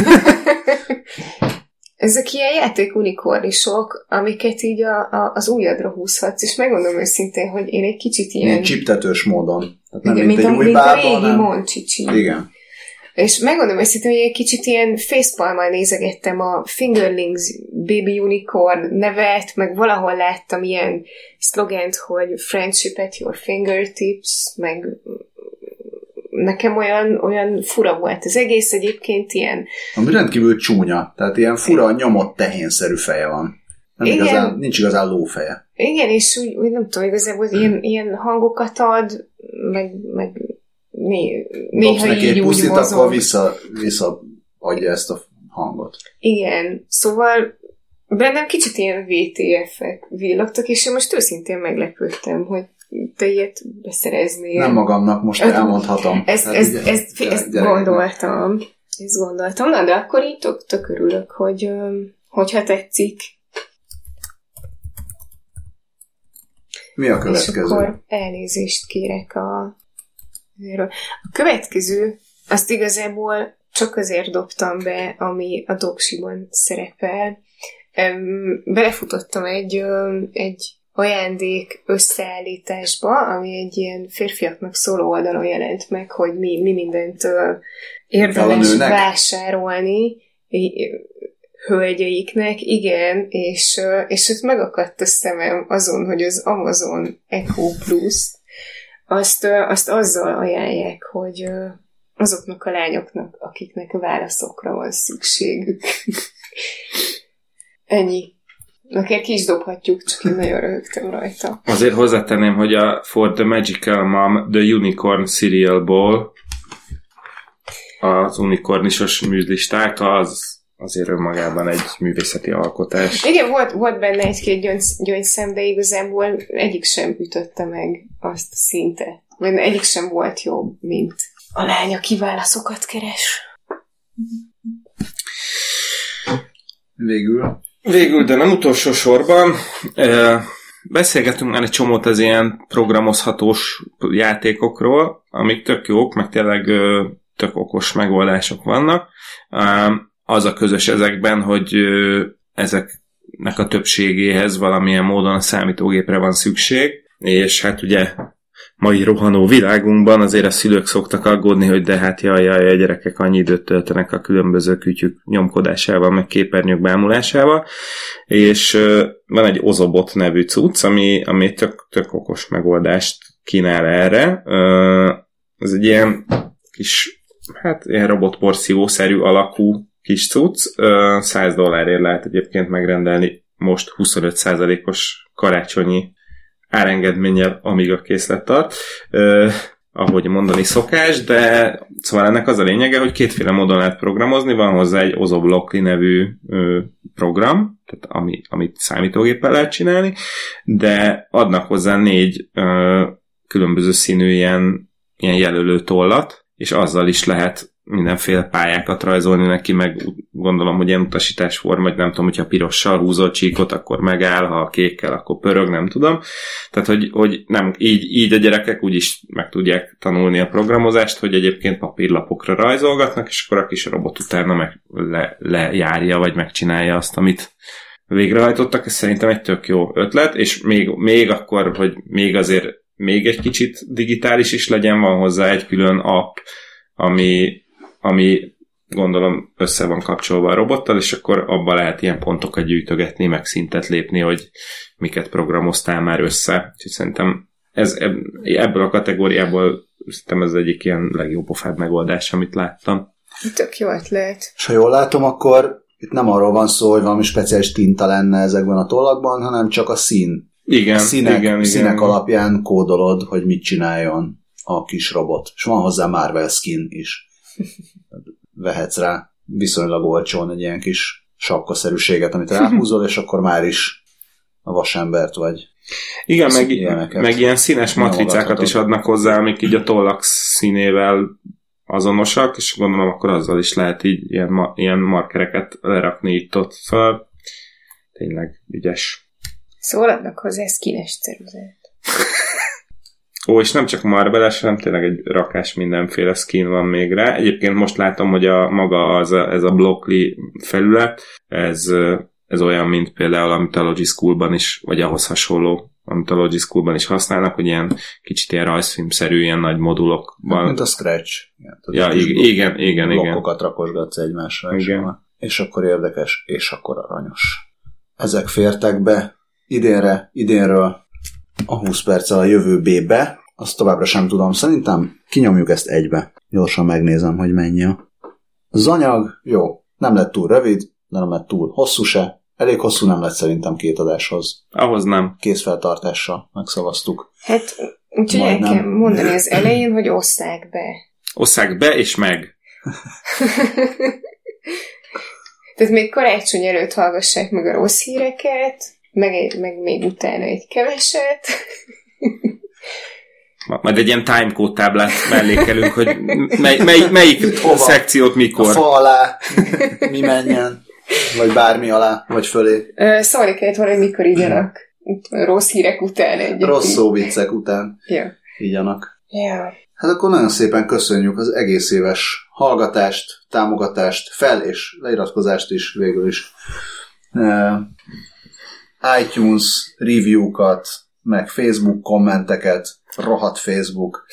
Ezek ilyen játékunikornisok, amiket így az ujjadra húzhatsz, és megmondom őszintén, hogy én egy kicsit ilyen... Csiptetős módon. Tehát nem igen, mint a régi Moncsicsi. Igen. És megmondom őszintén, hogy egy kicsit ilyen facepalmmal nézegettem a Fingerlings Baby Unicorn nevet, meg valahol láttam ilyen szlogent, hogy Friendship at your fingertips, meg nekem olyan fura volt az egész egyébként ilyen. Ami rendkívül csúnya, tehát ilyen fura, nyomott tehénszerű feje van. Nincs igazán lófeje. Igen, és úgy nem tudom, igazából ilyen hangokat ad, meg néha így úgy mozog. Akkor visszaadja ezt a hangot. Igen, szóval bennem kicsit ilyen VTF-ek villogtak, és én most őszintén meglepődtem, hogy te ilyet beszereznél. Nem magamnak, most elmondhatom. Ezt gondoltam. Na, de akkor így tök örülök, hogyha tetszik. Mi a következő? És akkor elnézést kérek erről. A következő, azt igazából csak azért dobtam be, ami a doksiban szerepel. Belefutottam egy ajándék összeállításba, ami egy ilyen férfiaknak szóló oldalon jelent meg, hogy mi mindent érdemes vásárolni hölgyeiknek, igen, és ott megakadt a szemem azon, hogy az Amazon Echo Plus azt azzal ajánlják, hogy azoknak a lányoknak, akiknek válaszokra van szükségük. Ennyi. Akár ki is dobhatjuk, csak én nagyon röhögtem rajta. Azért hozzátenném, hogy a For the Magical Mom, The Unicorn Cereal Bowl, az unikornisos műzlisták, az azért önmagában egy művészeti alkotás. Igen, volt benne egy-két gyöngyszem, de igazából egyik sem ütötte meg azt szinte. Vagy egyik sem volt jobb, mint a lány, aki válaszokat keres. Végül, de nem utolsó sorban, beszélgetünk már egy csomót az ilyen programozhatós játékokról, amik tök jók, meg tényleg tök okos megoldások vannak. Az a közös ezekben, hogy ezeknek a többségéhez valamilyen módon a számítógépre van szükség, és hát ugye mai rohanó világunkban azért a szülők szoktak aggódni, hogy de hát jaj, a gyerekek annyi időt töltenek a különböző kütyük nyomkodásával, meg képernyők bámulásával, és van egy Ozobot nevű cucc, ami tök okos megoldást kínál erre. Ez egy ilyen kis, hát ilyen robotporszívószerű alakú kis cucc, $100 lehet egyébként megrendelni most 25%-os karácsonyi árengedménnyel, amíg a készlet tart, ahogy mondani szokás, de szóval ennek az a lényege, hogy kétféle módon lehet programozni, van hozzá egy Ozoblockly nevű program, tehát amit számítógéppel lehet csinálni, de adnak hozzá 4 különböző színű ilyen jelölő tollat, és azzal is lehet mindenféle pályákat rajzolni neki, meg gondolom, hogy ilyen utasításforma, vagy nem tudom, hogyha pirossal húzol csíkot, akkor megáll, ha a kékkel, akkor pörög, nem tudom. Tehát, hogy nem, így a gyerekek úgyis meg tudják tanulni a programozást, hogy egyébként papírlapokra rajzolgatnak, és akkor a kis robot utána meg lejárja, vagy megcsinálja azt, amit végrehajtottak. Ez szerintem egy tök jó ötlet, és még akkor, hogy még azért még egy kicsit digitális is legyen, van hozzá egy külön app, ami gondolom össze van kapcsolva a robottal, és akkor abba lehet ilyen pontokat gyűjtögetni, meg szintet lépni, hogy miket programoztál már össze. Úgyhogy szerintem ebből a kategóriából szerintem ez egyik ilyen legjobb pofább megoldás, amit láttam. Tök jó ötlet. És ha jól látom, akkor itt nem arról van szó, hogy valami speciális tinta lenne ezekben a tollakban, hanem csak a szín. Igen, a színek igen. alapján kódolod, hogy mit csináljon a kis robot. És van hozzá Marvel skin is. Vehetsz rá viszonylag olcsón egy ilyen kis sapkaszerűséget, amit ráhúzol, és akkor már is a vasembert vagy. Igen, meg ilyen színes matricákat is adnak hozzá, amik így a tollak színével azonosak, és gondolom akkor azzal is lehet így ilyen markereket lerakni itt-ott fel. Tényleg ügyes. Szóval adnak hozzá szkines ceruzát. Ó, és nem csak Marvel-es, hanem tényleg egy rakás mindenféle skin van még rá. Egyébként most látom, hogy ez a Blockly felület, ez olyan, mint például a Mythology School-ban is, vagy ahhoz hasonló, a Mythology School-ban is használnak, hogy ilyen kicsit ilyen rajzfilmszerű, ilyen nagy modulokban. Mint a Scratch. Ja, igen. Blokkokat rakosgatsz egymásra. És akkor érdekes, és akkor aranyos. Ezek fértek be idénről a 20 perccel a jövőbébe, azt továbbra sem tudom. Szerintem kinyomjuk ezt egybe. Gyorsan megnézem, hogy mennyi a anyag. Jó, nem lett túl rövid, de nem lett túl hosszú se. Elég hosszú nem lett szerintem 2 adáshoz. Ahhoz nem. Készfeltartással megszavaztuk. Hát, úgyhogy el kell mondani az elején, hogy osszák be. Osszák be és meg. Tehát még karácsony előtt hallgassák meg a rossz híreket, meg még utána egy keveset. Majd egy ilyen timecode táblát mellékelünk, hogy melyik szekciót mikor. A fa alá mi menjen, vagy bármi alá, vagy fölé. Szólni kellett volna, hogy mikor igyanak. Rossz hírek után egyébként. Rossz szóviccek után igyanak. Ja. Hát akkor nagyon szépen köszönjük az egész éves hallgatást, támogatást, és leiratkozást is végül is. iTunes review-kat, meg Facebook kommenteket, rohadt Facebook.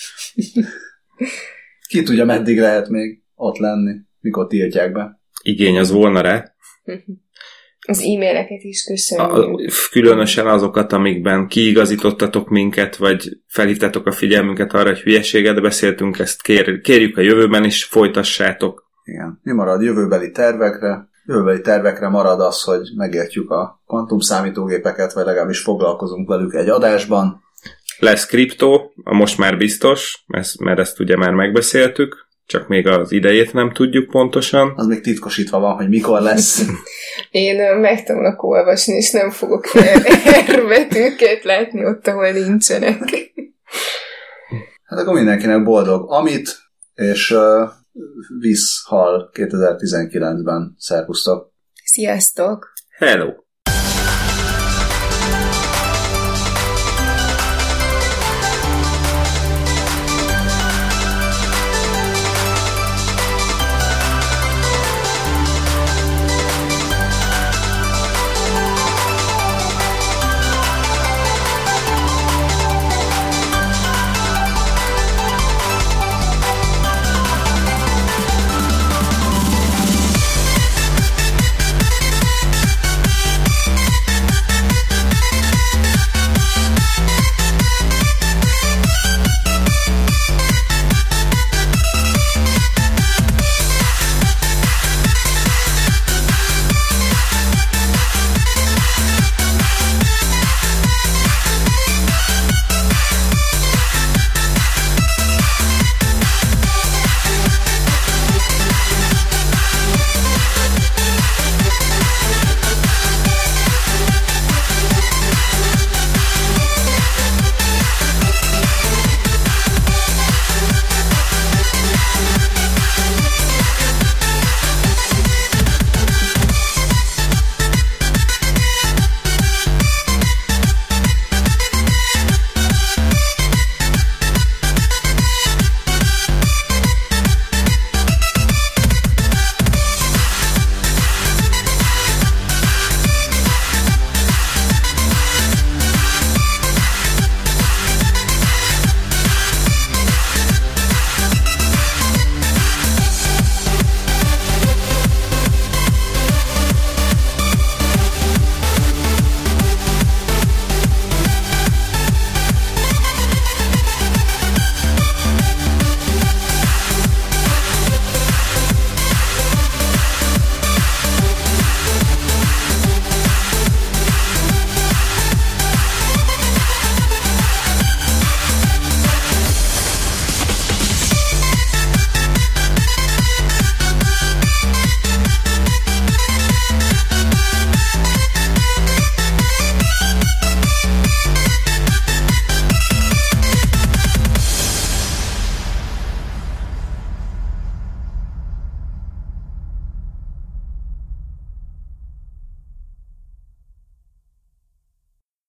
Ki tudja, meddig lehet még ott lenni, mikor tiltják be. Igény az volna rá. Az e-maileket is köszönjük. Különösen azokat, amikben kiigazítottatok minket, vagy felhívtátok a figyelmünket arra, hogy hülyeséget beszéltünk, ezt kérjük a jövőben is, folytassátok. Igen. Mi marad jövőbeli tervekre? Jövőbeli tervekre marad az, hogy megértjük a kvantumszámítógépeket, vagy legalábbis foglalkozunk velük egy adásban. Lesz kriptó, most már biztos, mert ezt ugye már megbeszéltük, csak még az idejét nem tudjuk pontosan. Az még titkosítva van, hogy mikor lesz. Én megtanulok olvasni, és nem fogok betűket látni ott, ahol nincsenek. Hát akkor mindenkinek boldog amit, és visszhal 2019-ben. Szervusztok! Sziasztok! Hello!